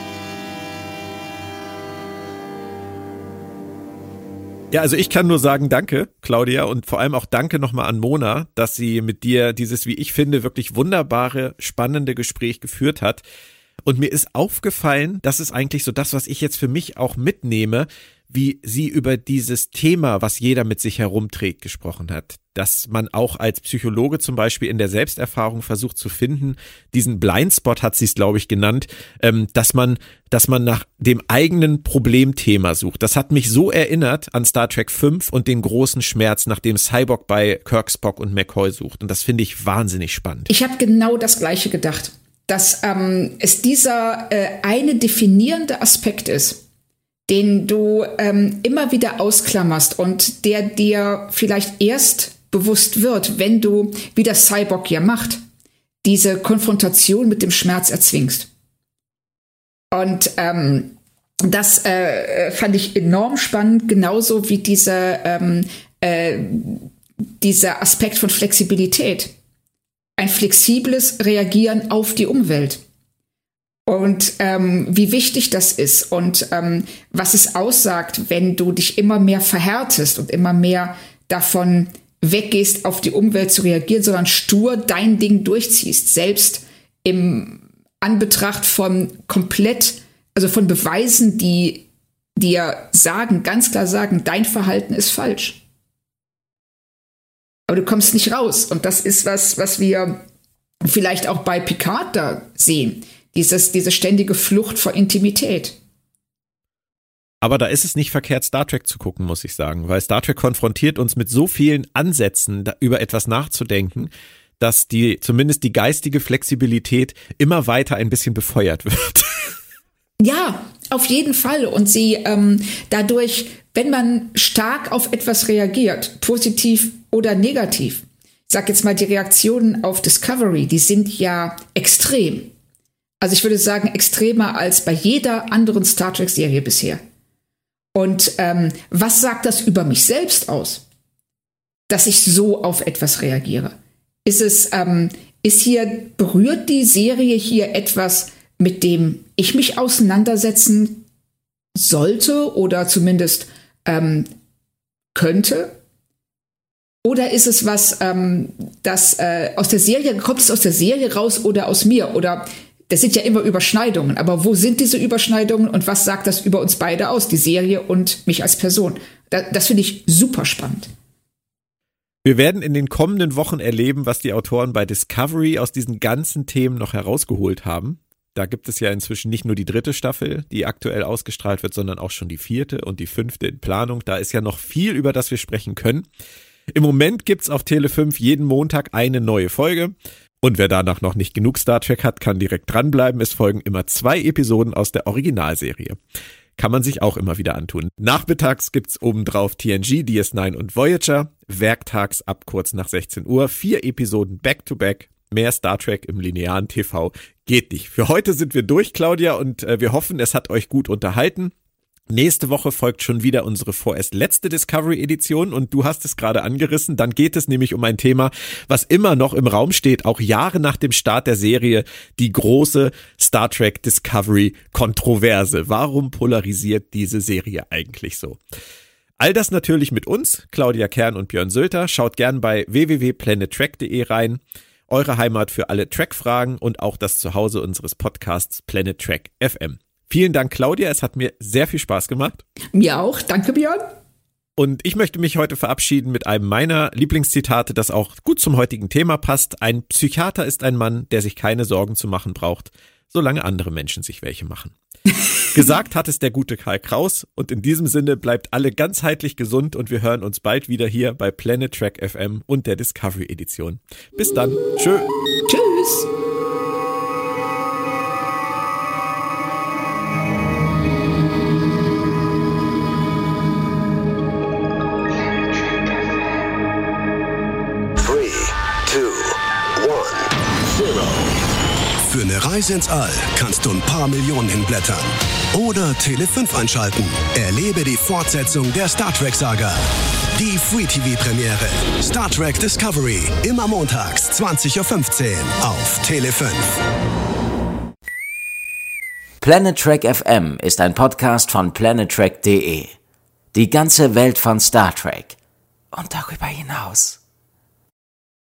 Ja, also ich kann nur sagen, danke, Claudia, und vor allem auch danke nochmal an Mona, dass sie mit dir dieses, wie ich finde, wirklich wunderbare, spannende Gespräch geführt hat. Und mir ist aufgefallen, das ist eigentlich so das, was ich jetzt für mich auch mitnehme, wie sie über dieses Thema, was jeder mit sich herumträgt, gesprochen hat. Dass man auch als Psychologe zum Beispiel in der Selbsterfahrung versucht zu finden, diesen Blindspot hat sie es, glaube ich, genannt, dass man nach dem eigenen Problemthema sucht. Das hat mich so erinnert an Star Trek 5 und den großen Schmerz, nach dem Cyborg bei Kirk, Spock und McCoy sucht. Und das finde ich wahnsinnig spannend. Ich habe genau das Gleiche gedacht, dass es dieser eine definierende Aspekt ist, den du immer wieder ausklammerst und der dir vielleicht erst bewusst wird, wenn du, wie das Cyborg ja macht, diese Konfrontation mit dem Schmerz erzwingst. Und das fand ich enorm spannend, genauso wie dieser Aspekt von Flexibilität. Ein flexibles Reagieren auf die Umwelt. Und wie wichtig das ist und was es aussagt, wenn du dich immer mehr verhärtest und immer mehr davon weggehst, auf die Umwelt zu reagieren, sondern stur dein Ding durchziehst, selbst im Anbetracht von von Beweisen, die dir ganz klar sagen, dein Verhalten ist falsch. Aber du kommst nicht raus. Und das ist was wir vielleicht auch bei Picard da sehen. Diese ständige Flucht vor Intimität. Aber da ist es nicht verkehrt, Star Trek zu gucken, muss ich sagen, weil Star Trek konfrontiert uns mit so vielen Ansätzen, über etwas nachzudenken, dass zumindest die geistige Flexibilität immer weiter ein bisschen befeuert wird. Ja, auf jeden Fall. Und sie dadurch, wenn man stark auf etwas reagiert, positiv oder negativ, ich sag jetzt mal, die Reaktionen auf Discovery, die sind ja extrem. Also ich würde sagen, extremer als bei jeder anderen Star Trek-Serie bisher. Und was sagt das über mich selbst aus, dass ich so auf etwas reagiere? Berührt die Serie hier etwas, mit dem ich mich auseinandersetzen sollte oder zumindest könnte? Oder ist es was, das aus der Serie, kommt es aus der Serie raus oder aus mir? Oder das sind ja immer Überschneidungen, aber wo sind diese Überschneidungen und was sagt das über uns beide aus, die Serie und mich als Person? Das finde ich super spannend. Wir werden in den kommenden Wochen erleben, was die Autoren bei Discovery aus diesen ganzen Themen noch herausgeholt haben. Da gibt es ja inzwischen nicht nur die 3. Staffel, die aktuell ausgestrahlt wird, sondern auch schon die 4. und die 5. in Planung. Da ist ja noch viel, über das wir sprechen können. Im Moment gibt's auf Tele5 jeden Montag eine neue Folge. Und wer danach noch nicht genug Star Trek hat, kann direkt dranbleiben. Es folgen immer 2 Episoden aus der Originalserie. Kann man sich auch immer wieder antun. Nachmittags gibt's obendrauf TNG, DS9 und Voyager. Werktags ab kurz nach 16 Uhr 4 Episoden back-to-back. Mehr Star Trek im linearen TV geht nicht. Für heute sind wir durch, Claudia, und wir hoffen, es hat euch gut unterhalten. Nächste Woche folgt schon wieder unsere vorerst letzte Discovery-Edition und du hast es gerade angerissen. Dann geht es nämlich um ein Thema, was immer noch im Raum steht, auch Jahre nach dem Start der Serie, die große Star Trek Discovery-Kontroverse. Warum polarisiert diese Serie eigentlich so? All das natürlich mit uns, Claudia Kern und Björn Sülter. Schaut gern bei www.planettrek.de rein. Eure Heimat für alle Track-Fragen und auch das Zuhause unseres Podcasts Planet Trek FM. Vielen Dank, Claudia. Es hat mir sehr viel Spaß gemacht. Mir auch. Danke, Björn. Und ich möchte mich heute verabschieden mit einem meiner Lieblingszitate, das auch gut zum heutigen Thema passt. Ein Psychiater ist ein Mann, der sich keine Sorgen zu machen braucht, solange andere Menschen sich welche machen. Gesagt hat es der gute Karl Kraus und in diesem Sinne bleibt alle ganzheitlich gesund und wir hören uns bald wieder hier bei Planet Trek FM und der Discovery Edition. Bis dann. Tschö. Tschüss. Für eine Reise ins All kannst du ein paar Millionen hinblättern. Oder Tele5 einschalten. Erlebe die Fortsetzung der Star Trek-Saga. Die Free-TV-Premiere. Star Trek Discovery. Immer montags, 20.15 Uhr auf Tele5. Planet Trek FM ist ein Podcast von planettrek.de. Die ganze Welt von Star Trek. Und darüber hinaus.